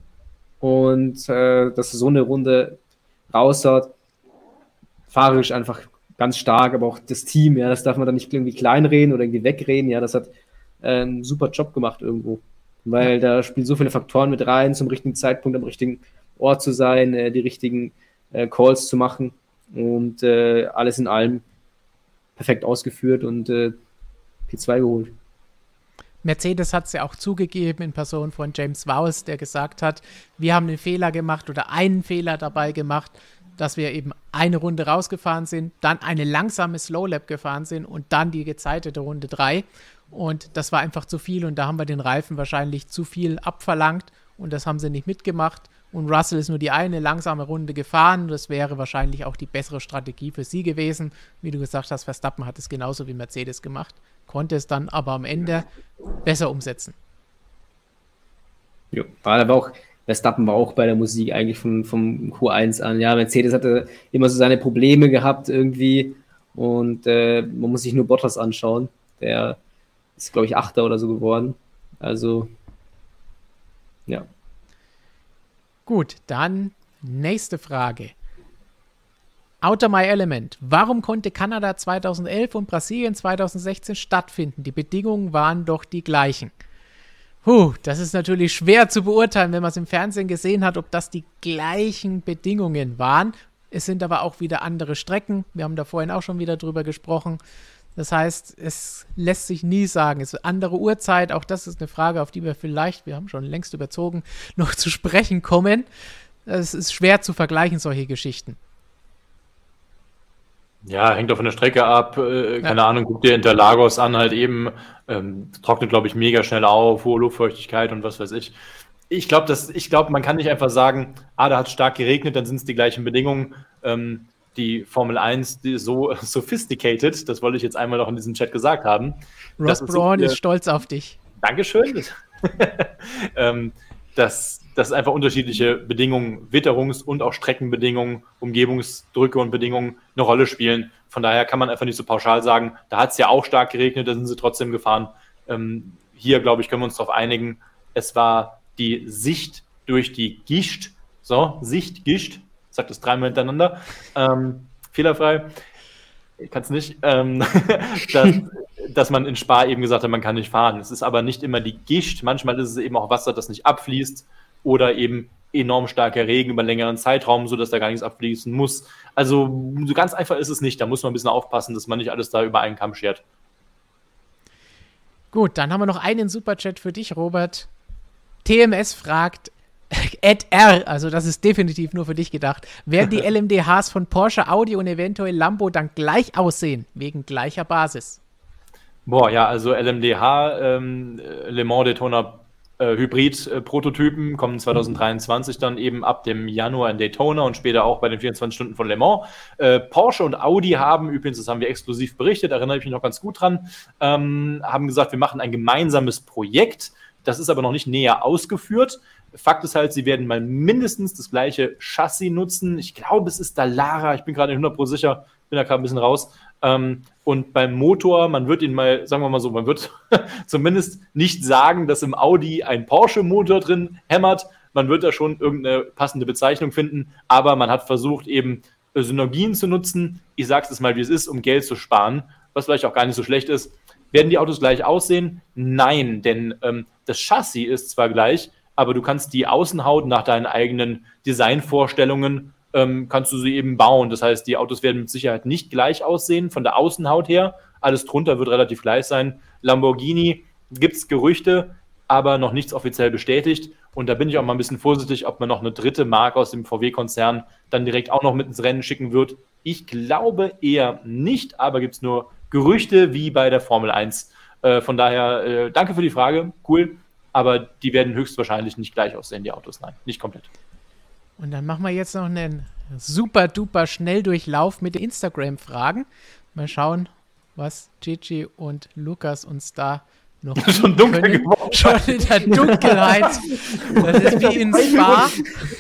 und dass er so eine Runde raus hat, fahrerisch einfach ganz stark, aber auch das Team, ja, das darf man dann nicht irgendwie kleinreden oder irgendwie wegreden, ja, das hat einen super Job gemacht irgendwo, weil da spielen so viele Faktoren mit rein, zum richtigen Zeitpunkt am richtigen Ort zu sein, die richtigen Calls zu machen und alles in allem perfekt ausgeführt und P2 geholt. Mercedes hat es ja auch zugegeben in Person von James Vowles, der gesagt hat, wir haben einen Fehler gemacht oder einen Fehler dabei gemacht, dass wir eben eine Runde rausgefahren sind, dann eine langsame Slow Lap gefahren sind und dann die gezeitete Runde 3. Und das war einfach zu viel und da haben wir den Reifen wahrscheinlich zu viel abverlangt und das haben sie nicht mitgemacht. Und Russell ist nur die eine langsame Runde gefahren. Das wäre wahrscheinlich auch die bessere Strategie für sie gewesen. Wie du gesagt hast, Verstappen hat es genauso wie Mercedes gemacht, konnte es dann aber am Ende besser umsetzen. Ja, aber auch Verstappen war auch bei der Musik eigentlich vom Q1 an. Ja, Mercedes hatte immer so seine Probleme gehabt irgendwie und man muss sich nur Bottas anschauen. Der ist, glaube ich, Achter oder so geworden. Also, ja. Gut, dann nächste Frage. Outer My Element. Warum konnte Kanada 2011 und Brasilien 2016 stattfinden? Die Bedingungen waren doch die gleichen. Das ist natürlich schwer zu beurteilen, wenn man es im Fernsehen gesehen hat, ob das die gleichen Bedingungen waren. Es sind aber auch wieder andere Strecken. Wir haben da vorhin auch schon wieder drüber gesprochen. Das heißt, es lässt sich nie sagen. Es ist eine andere Uhrzeit. Auch das ist eine Frage, auf die wir vielleicht, wir haben schon längst überzogen, noch zu sprechen kommen. Es ist schwer zu vergleichen, solche Geschichten. Ja, hängt auch von der Strecke ab. Keine Ahnung, guck dir Interlagos an, halt eben. Trocknet, glaube ich, mega schnell auf, hohe Luftfeuchtigkeit und was weiß ich. Ich glaube, man kann nicht einfach sagen, da hat es stark geregnet, dann sind es die gleichen Bedingungen. Die Formel 1, die ist so sophisticated, das wollte ich jetzt einmal noch in diesem Chat gesagt haben. Ross Brawn ist stolz auf dich. Dankeschön. Dass einfach unterschiedliche Bedingungen, Witterungs- und auch Streckenbedingungen, Umgebungsdrücke und Bedingungen eine Rolle spielen. Von daher kann man einfach nicht so pauschal sagen, da hat es ja auch stark geregnet, da sind sie trotzdem gefahren. Hier, glaube ich, können wir uns darauf einigen, es war die Sicht durch die Gischt, Sicht, Gischt, ich sage das dreimal hintereinander, fehlerfrei, ich kann es nicht, dass man in Spa eben gesagt hat, man kann nicht fahren. Es ist aber nicht immer die Gischt, manchmal ist es eben auch Wasser, das nicht abfließt oder eben enorm starker Regen über einen längeren Zeitraum, sodass da gar nichts abfließen muss. Also so ganz einfach ist es nicht, da muss man ein bisschen aufpassen, dass man nicht alles da über einen Kamm schert. Gut, dann haben wir noch einen Superchat für dich, Robert. TMS fragt, @R, also das ist definitiv nur für dich gedacht, werden die LMDHs von Porsche, Audi und eventuell Lambo dann gleich aussehen, wegen gleicher Basis? Also LMDH, Le Mans Daytona Hybrid-Prototypen kommen 2023 dann eben ab dem Januar in Daytona und später auch bei den 24 Stunden von Le Mans. Porsche und Audi haben übrigens, das haben wir exklusiv berichtet, erinnere ich mich noch ganz gut dran, haben gesagt, wir machen ein gemeinsames Projekt. Das ist aber noch nicht näher ausgeführt. Fakt ist halt, sie werden mal mindestens das gleiche Chassis nutzen. Ich glaube, es ist Dallara, ich bin gerade nicht 100% sicher, bin da gerade ein bisschen raus. Und beim Motor, man wird ihn mal, sagen wir mal so, man wird zumindest nicht sagen, dass im Audi ein Porsche-Motor drin hämmert. Man wird da schon irgendeine passende Bezeichnung finden, aber man hat versucht, eben Synergien zu nutzen. Ich sage es mal, wie es ist, um Geld zu sparen, was vielleicht auch gar nicht so schlecht ist. Werden die Autos gleich aussehen? Nein, denn das Chassis ist zwar gleich, aber du kannst die Außenhaut nach deinen eigenen Designvorstellungen kannst du sie eben bauen. Das heißt, die Autos werden mit Sicherheit nicht gleich aussehen von der Außenhaut her. Alles drunter wird relativ gleich sein. Lamborghini gibt es Gerüchte, aber noch nichts offiziell bestätigt. Und da bin ich auch mal ein bisschen vorsichtig, ob man noch eine dritte Marke aus dem VW-Konzern dann direkt auch noch mit ins Rennen schicken wird. Ich glaube eher nicht, aber gibt es nur Gerüchte wie bei der Formel 1. Von daher, danke für die Frage, cool. Aber die werden höchstwahrscheinlich nicht gleich aussehen, die Autos. Nein, nicht komplett. Und dann machen wir jetzt noch einen super-duper Schnelldurchlauf mit den Instagram-Fragen. Mal schauen, was Gigi und Lukas uns da noch schon dunkel geworden. Schon in der Dunkelheit. Das ist wie in Spa.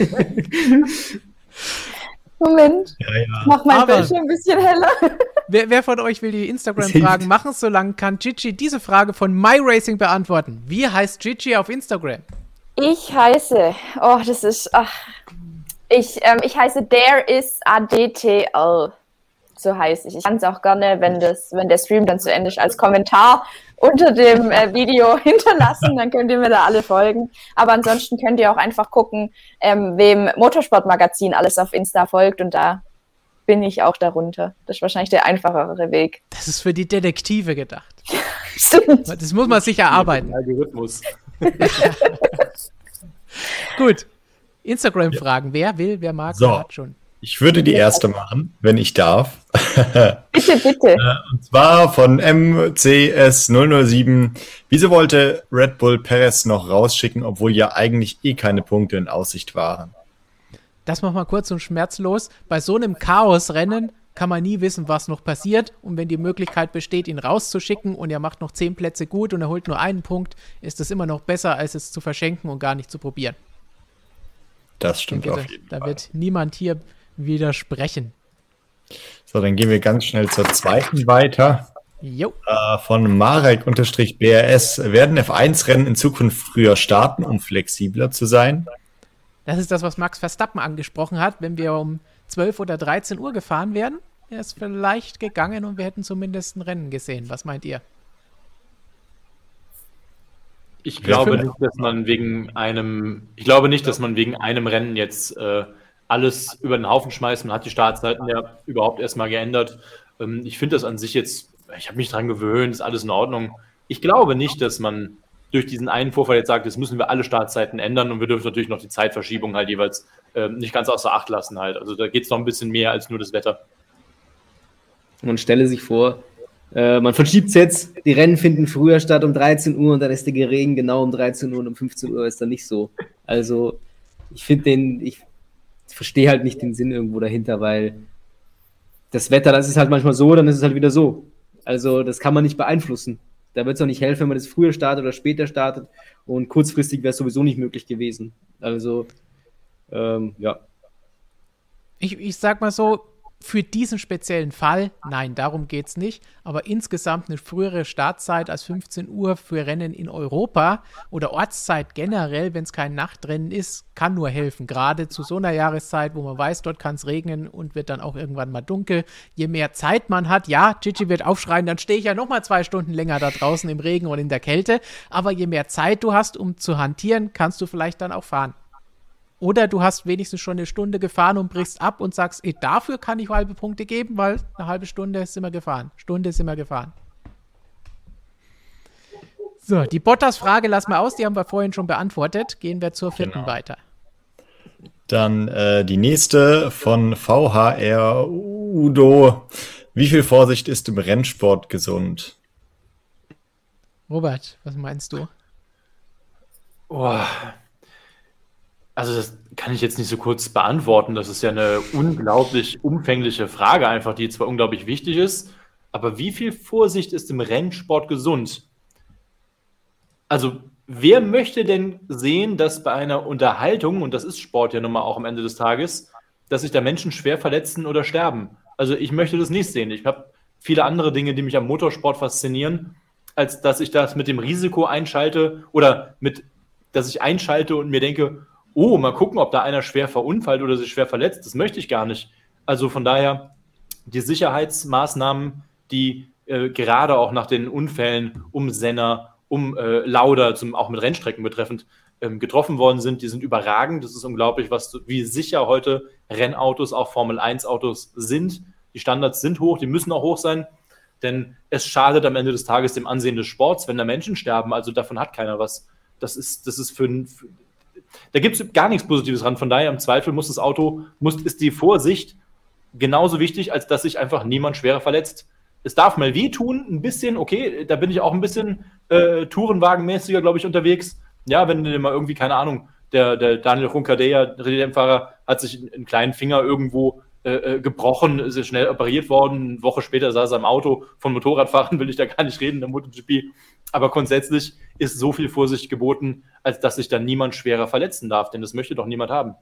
Moment, mach mein Bildschirm ein bisschen heller. Wer von euch will die Instagram-Fragen machen? Solange kann Gigi diese Frage von MyRacing beantworten. Wie heißt Gigi auf Instagram? Ich heiße, ich heiße There is ADTL. so heiß. Ich kann es auch gerne, wenn der Stream dann zu Ende ist, als Kommentar unter dem Video hinterlassen, dann könnt ihr mir da alle folgen. Aber ansonsten könnt ihr auch einfach gucken, wem Motorsportmagazin alles auf Insta folgt und da bin ich auch darunter. Das ist wahrscheinlich der einfachere Weg. Das ist für die Detektive gedacht. Stimmt. Das muss man sich erarbeiten. Algorithmus. Gut. Instagram-Fragen. Wer will, wer mag, So. wer hat schon. Ich würde die erste machen, wenn ich darf. Bitte, bitte. Und zwar von MCS007. Wieso wollte Red Bull Perez noch rausschicken, obwohl ja eigentlich keine Punkte in Aussicht waren? Das machen wir kurz und schmerzlos. Bei so einem Chaosrennen kann man nie wissen, was noch passiert. Und wenn die Möglichkeit besteht, ihn rauszuschicken und er macht noch 10 Plätze gut und er holt nur einen Punkt, ist das immer noch besser, als es zu verschenken und gar nicht zu probieren. Das stimmt auf jeden Da Fall. wird niemand hier widersprechen. So, dann gehen wir ganz schnell zur zweiten weiter. Jo. Von Marek-BRS. Werden F1-Rennen in Zukunft früher starten, um flexibler zu sein? Das ist das, was Max Verstappen angesprochen hat. Wenn wir um 12 oder 13 Uhr gefahren wären, wäre es vielleicht gegangen und wir hätten zumindest ein Rennen gesehen. Was meint ihr? Ich glaube nicht, dass man wegen einem Rennen jetzt alles über den Haufen schmeißt. Man hat die Startzeiten ja überhaupt erstmal geändert. Ich finde das an sich jetzt, ich habe mich dran gewöhnt, ist alles in Ordnung. Ich glaube nicht, dass man durch diesen einen Vorfall jetzt sagt, jetzt müssen wir alle Startzeiten ändern und wir dürfen natürlich noch die Zeitverschiebung halt jeweils nicht ganz außer Acht lassen halt. Also da geht es noch ein bisschen mehr als nur das Wetter. Man stelle sich vor, man verschiebt es jetzt, die Rennen finden früher statt um 13 Uhr und dann ist der Regen genau um 13 Uhr und um 15 Uhr ist dann nicht so. Also ich verstehe halt nicht den Sinn irgendwo dahinter, weil das Wetter, das ist halt manchmal so, dann ist es halt wieder so. Also das kann man nicht beeinflussen. Da wird es auch nicht helfen, wenn man das früher startet oder später startet und kurzfristig wäre es sowieso nicht möglich gewesen. Also, ja. Ich sag mal so, für diesen speziellen Fall, nein, darum geht es nicht, aber insgesamt eine frühere Startzeit als 15 Uhr für Rennen in Europa oder Ortszeit generell, wenn es kein Nachtrennen ist, kann nur helfen. Gerade zu so einer Jahreszeit, wo man weiß, dort kann es regnen und wird dann auch irgendwann mal dunkel. Je mehr Zeit man hat, ja, Gigi wird aufschreien, dann stehe ich ja nochmal 2 Stunden länger da draußen im Regen und in der Kälte, aber je mehr Zeit du hast, um zu hantieren, kannst du vielleicht dann auch fahren. Oder du hast wenigstens schon eine Stunde gefahren und brichst ab und sagst, dafür kann ich halbe Punkte geben, weil eine halbe Stunde sind wir gefahren. So, die Bottas-Frage lassen wir aus, die haben wir vorhin schon beantwortet. Gehen wir zur vierten weiter. Dann die nächste von VHR Udo. Wie viel Vorsicht ist im Rennsport gesund? Robert, was meinst du? Also das kann ich jetzt nicht so kurz beantworten. Das ist ja eine unglaublich umfängliche Frage einfach, die zwar unglaublich wichtig ist, aber wie viel Vorsicht ist im Rennsport gesund? Also wer möchte denn sehen, dass bei einer Unterhaltung, und das ist Sport ja nun mal auch am Ende des Tages, dass sich da Menschen schwer verletzen oder sterben? Also ich möchte das nicht sehen. Ich habe viele andere Dinge, die mich am Motorsport faszinieren, als dass ich das mit dem Risiko einschalte oder dass ich einschalte und mir denke, mal gucken, ob da einer schwer verunfallt oder sich schwer verletzt. Das möchte ich gar nicht. Also von daher, die Sicherheitsmaßnahmen, die gerade auch nach den Unfällen um Senna, um Lauda, auch mit Rennstrecken betreffend, getroffen worden sind, die sind überragend. Das ist unglaublich, wie sicher heute Rennautos, auch Formel-1-Autos sind. Die Standards sind hoch, die müssen auch hoch sein, denn es schadet am Ende des Tages dem Ansehen des Sports, wenn da Menschen sterben. Also davon hat keiner was. Da gibt es gar nichts Positives dran. Von daher im Zweifel ist die Vorsicht genauso wichtig, als dass sich einfach niemand schwerer verletzt. Es darf mal wehtun, ein bisschen, okay, da bin ich auch ein bisschen tourenwagenmäßiger, glaube ich, unterwegs. Ja, wenn du mal irgendwie, keine Ahnung, der Daniel Roncadella, Rennfahrer, hat sich einen kleinen Finger irgendwo gebrochen, ist schnell operiert worden. Eine Woche später saß er im Auto. Von Motorradfahren will ich da gar nicht reden, der MotoGP. Aber grundsätzlich ist so viel Vorsicht geboten, als dass sich dann niemand schwerer verletzen darf, denn das möchte doch niemand haben.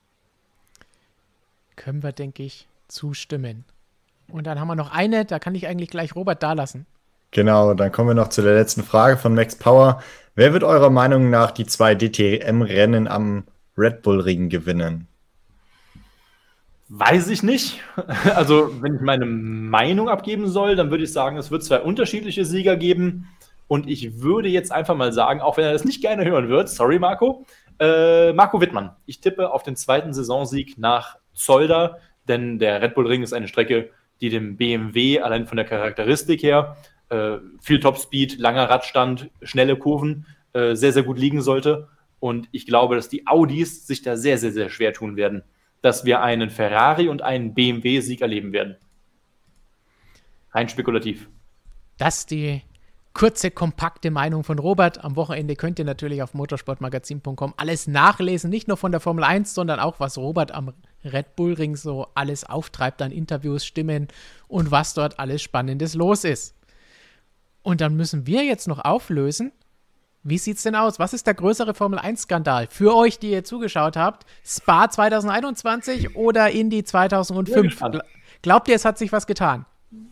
Können wir, denke ich, zustimmen. Und dann haben wir noch eine, da kann ich eigentlich gleich Robert da lassen. Genau, dann kommen wir noch zu der letzten Frage von Max Power. Wer wird eurer Meinung nach die 2 DTM-Rennen am Red Bull Ring gewinnen? Weiß ich nicht. Also, wenn ich meine Meinung abgeben soll, dann würde ich sagen, es wird 2 unterschiedliche Sieger geben. Und ich würde jetzt einfach mal sagen, auch wenn er das nicht gerne hören wird, sorry Marco, Marco Wittmann. Ich tippe auf den 2. Saisonsieg nach Zolder, denn der Red Bull Ring ist eine Strecke, die dem BMW allein von der Charakteristik her viel Topspeed, langer Radstand, schnelle Kurven sehr, sehr gut liegen sollte. Und ich glaube, dass die Audis sich da sehr, sehr, sehr schwer tun werden, dass wir einen Ferrari und einen BMW-Sieg erleben werden. Rein spekulativ. Das ist die kurze, kompakte Meinung von Robert. Am Wochenende könnt ihr natürlich auf motorsportmagazin.com alles nachlesen, nicht nur von der Formel 1, sondern auch, was Robert am Red Bull Ring so alles auftreibt an Interviews, Stimmen und was dort alles Spannendes los ist. Und dann müssen wir jetzt noch auflösen, wie sieht's denn aus? Was ist der größere Formel-1-Skandal für euch, die ihr zugeschaut habt? Spa 2021 oder Indy 2005? Glaubt ihr, es hat sich was getan?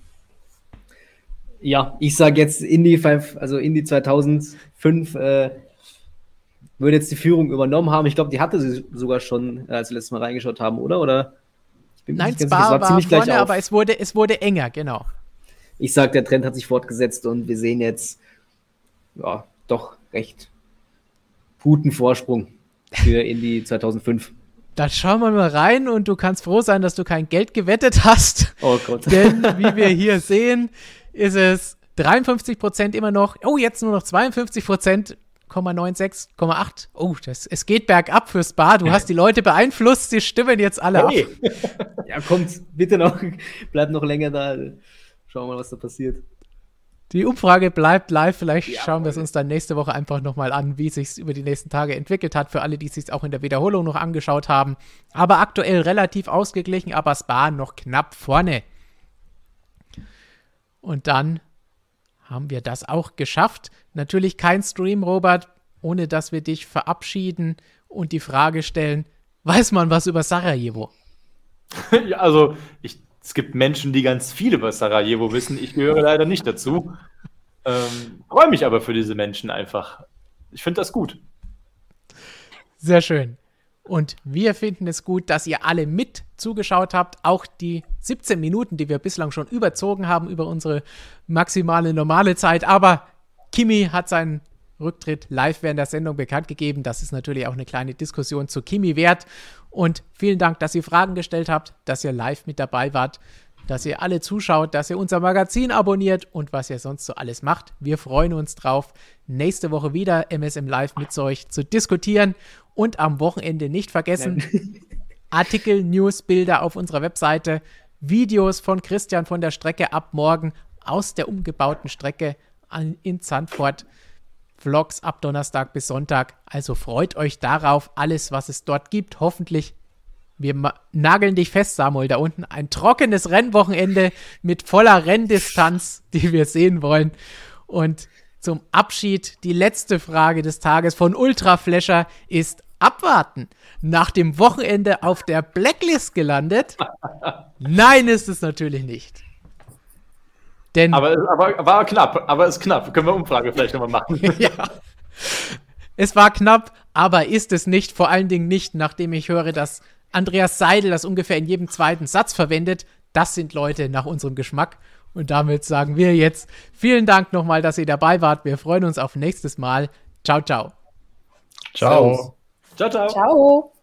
Ja, ich sage jetzt Indy 2005 würde jetzt die Führung übernommen haben. Ich glaube, die hatte sie sogar schon, als wir letztes Mal reingeschaut haben, oder? Ich bin Nein, nicht ganz Spa sicher. war Ziemlich vorne, gleich auf. aber es wurde enger, genau. Ich sage, der Trend hat sich fortgesetzt und wir sehen jetzt ja, doch recht guten Vorsprung für Indy 2005. Dann schauen wir mal rein und du kannst froh sein, dass du kein Geld gewettet hast. Oh Gott. Denn wie wir hier sehen, ist es 53% immer noch, jetzt nur noch 52%, 96,8. Es geht bergab für Spa. Du hast die Leute beeinflusst, die stimmen jetzt alle ab. Ja, kommt, bitte noch, bleib noch länger da. Schauen wir mal, was da passiert. Die Umfrage bleibt live. Vielleicht schauen wir es uns dann nächste Woche einfach nochmal an, wie es sich über die nächsten Tage entwickelt hat, für alle, die es sich auch in der Wiederholung noch angeschaut haben. Aber aktuell relativ ausgeglichen, aber Spa noch knapp vorne. Und dann haben wir das auch geschafft. Natürlich kein Stream, Robert, ohne dass wir dich verabschieden und die Frage stellen, weiß man was über Sarajevo? Ja, also es gibt Menschen, die ganz viel über Sarajevo wissen. Ich gehöre leider nicht dazu. Freue mich aber für diese Menschen einfach. Ich finde das gut. Sehr schön. Und wir finden es gut, dass ihr alle mit zugeschaut habt. Auch die 17 Minuten, die wir bislang schon überzogen haben über unsere maximale normale Zeit. Aber Kimi hat seinen Rücktritt live während der Sendung bekannt gegeben. Das ist natürlich auch eine kleine Diskussion zu Kimi wert. Und vielen Dank, dass ihr Fragen gestellt habt, dass ihr live mit dabei wart, dass ihr alle zuschaut, dass ihr unser Magazin abonniert und was ihr sonst so alles macht. Wir freuen uns drauf, nächste Woche wieder MSM Live mit euch zu diskutieren. Und am Wochenende nicht vergessen, Artikel, News, Bilder auf unserer Webseite, Videos von Christian von der Strecke ab morgen aus der umgebauten Strecke in Zandvoort. Vlogs ab Donnerstag bis Sonntag. Also freut euch darauf, alles, was es dort gibt. Hoffentlich, wir nageln dich fest, Samuel, da unten. Ein trockenes Rennwochenende mit voller Renndistanz, die wir sehen wollen. Und zum Abschied die letzte Frage des Tages von Ultraflasher ist abwarten. Nach dem Wochenende auf der Blacklist gelandet? Nein, ist es natürlich nicht. Denn aber war knapp, aber ist knapp. Können wir Umfrage vielleicht nochmal machen? Ja. Es war knapp, aber ist es nicht. Vor allen Dingen nicht, nachdem ich höre, dass Andreas Seidel das ungefähr in jedem zweiten Satz verwendet. Das sind Leute nach unserem Geschmack. Und damit sagen wir jetzt vielen Dank nochmal, dass ihr dabei wart. Wir freuen uns auf nächstes Mal. Ciao, ciao. Ciao. Ciao, ciao. Ciao.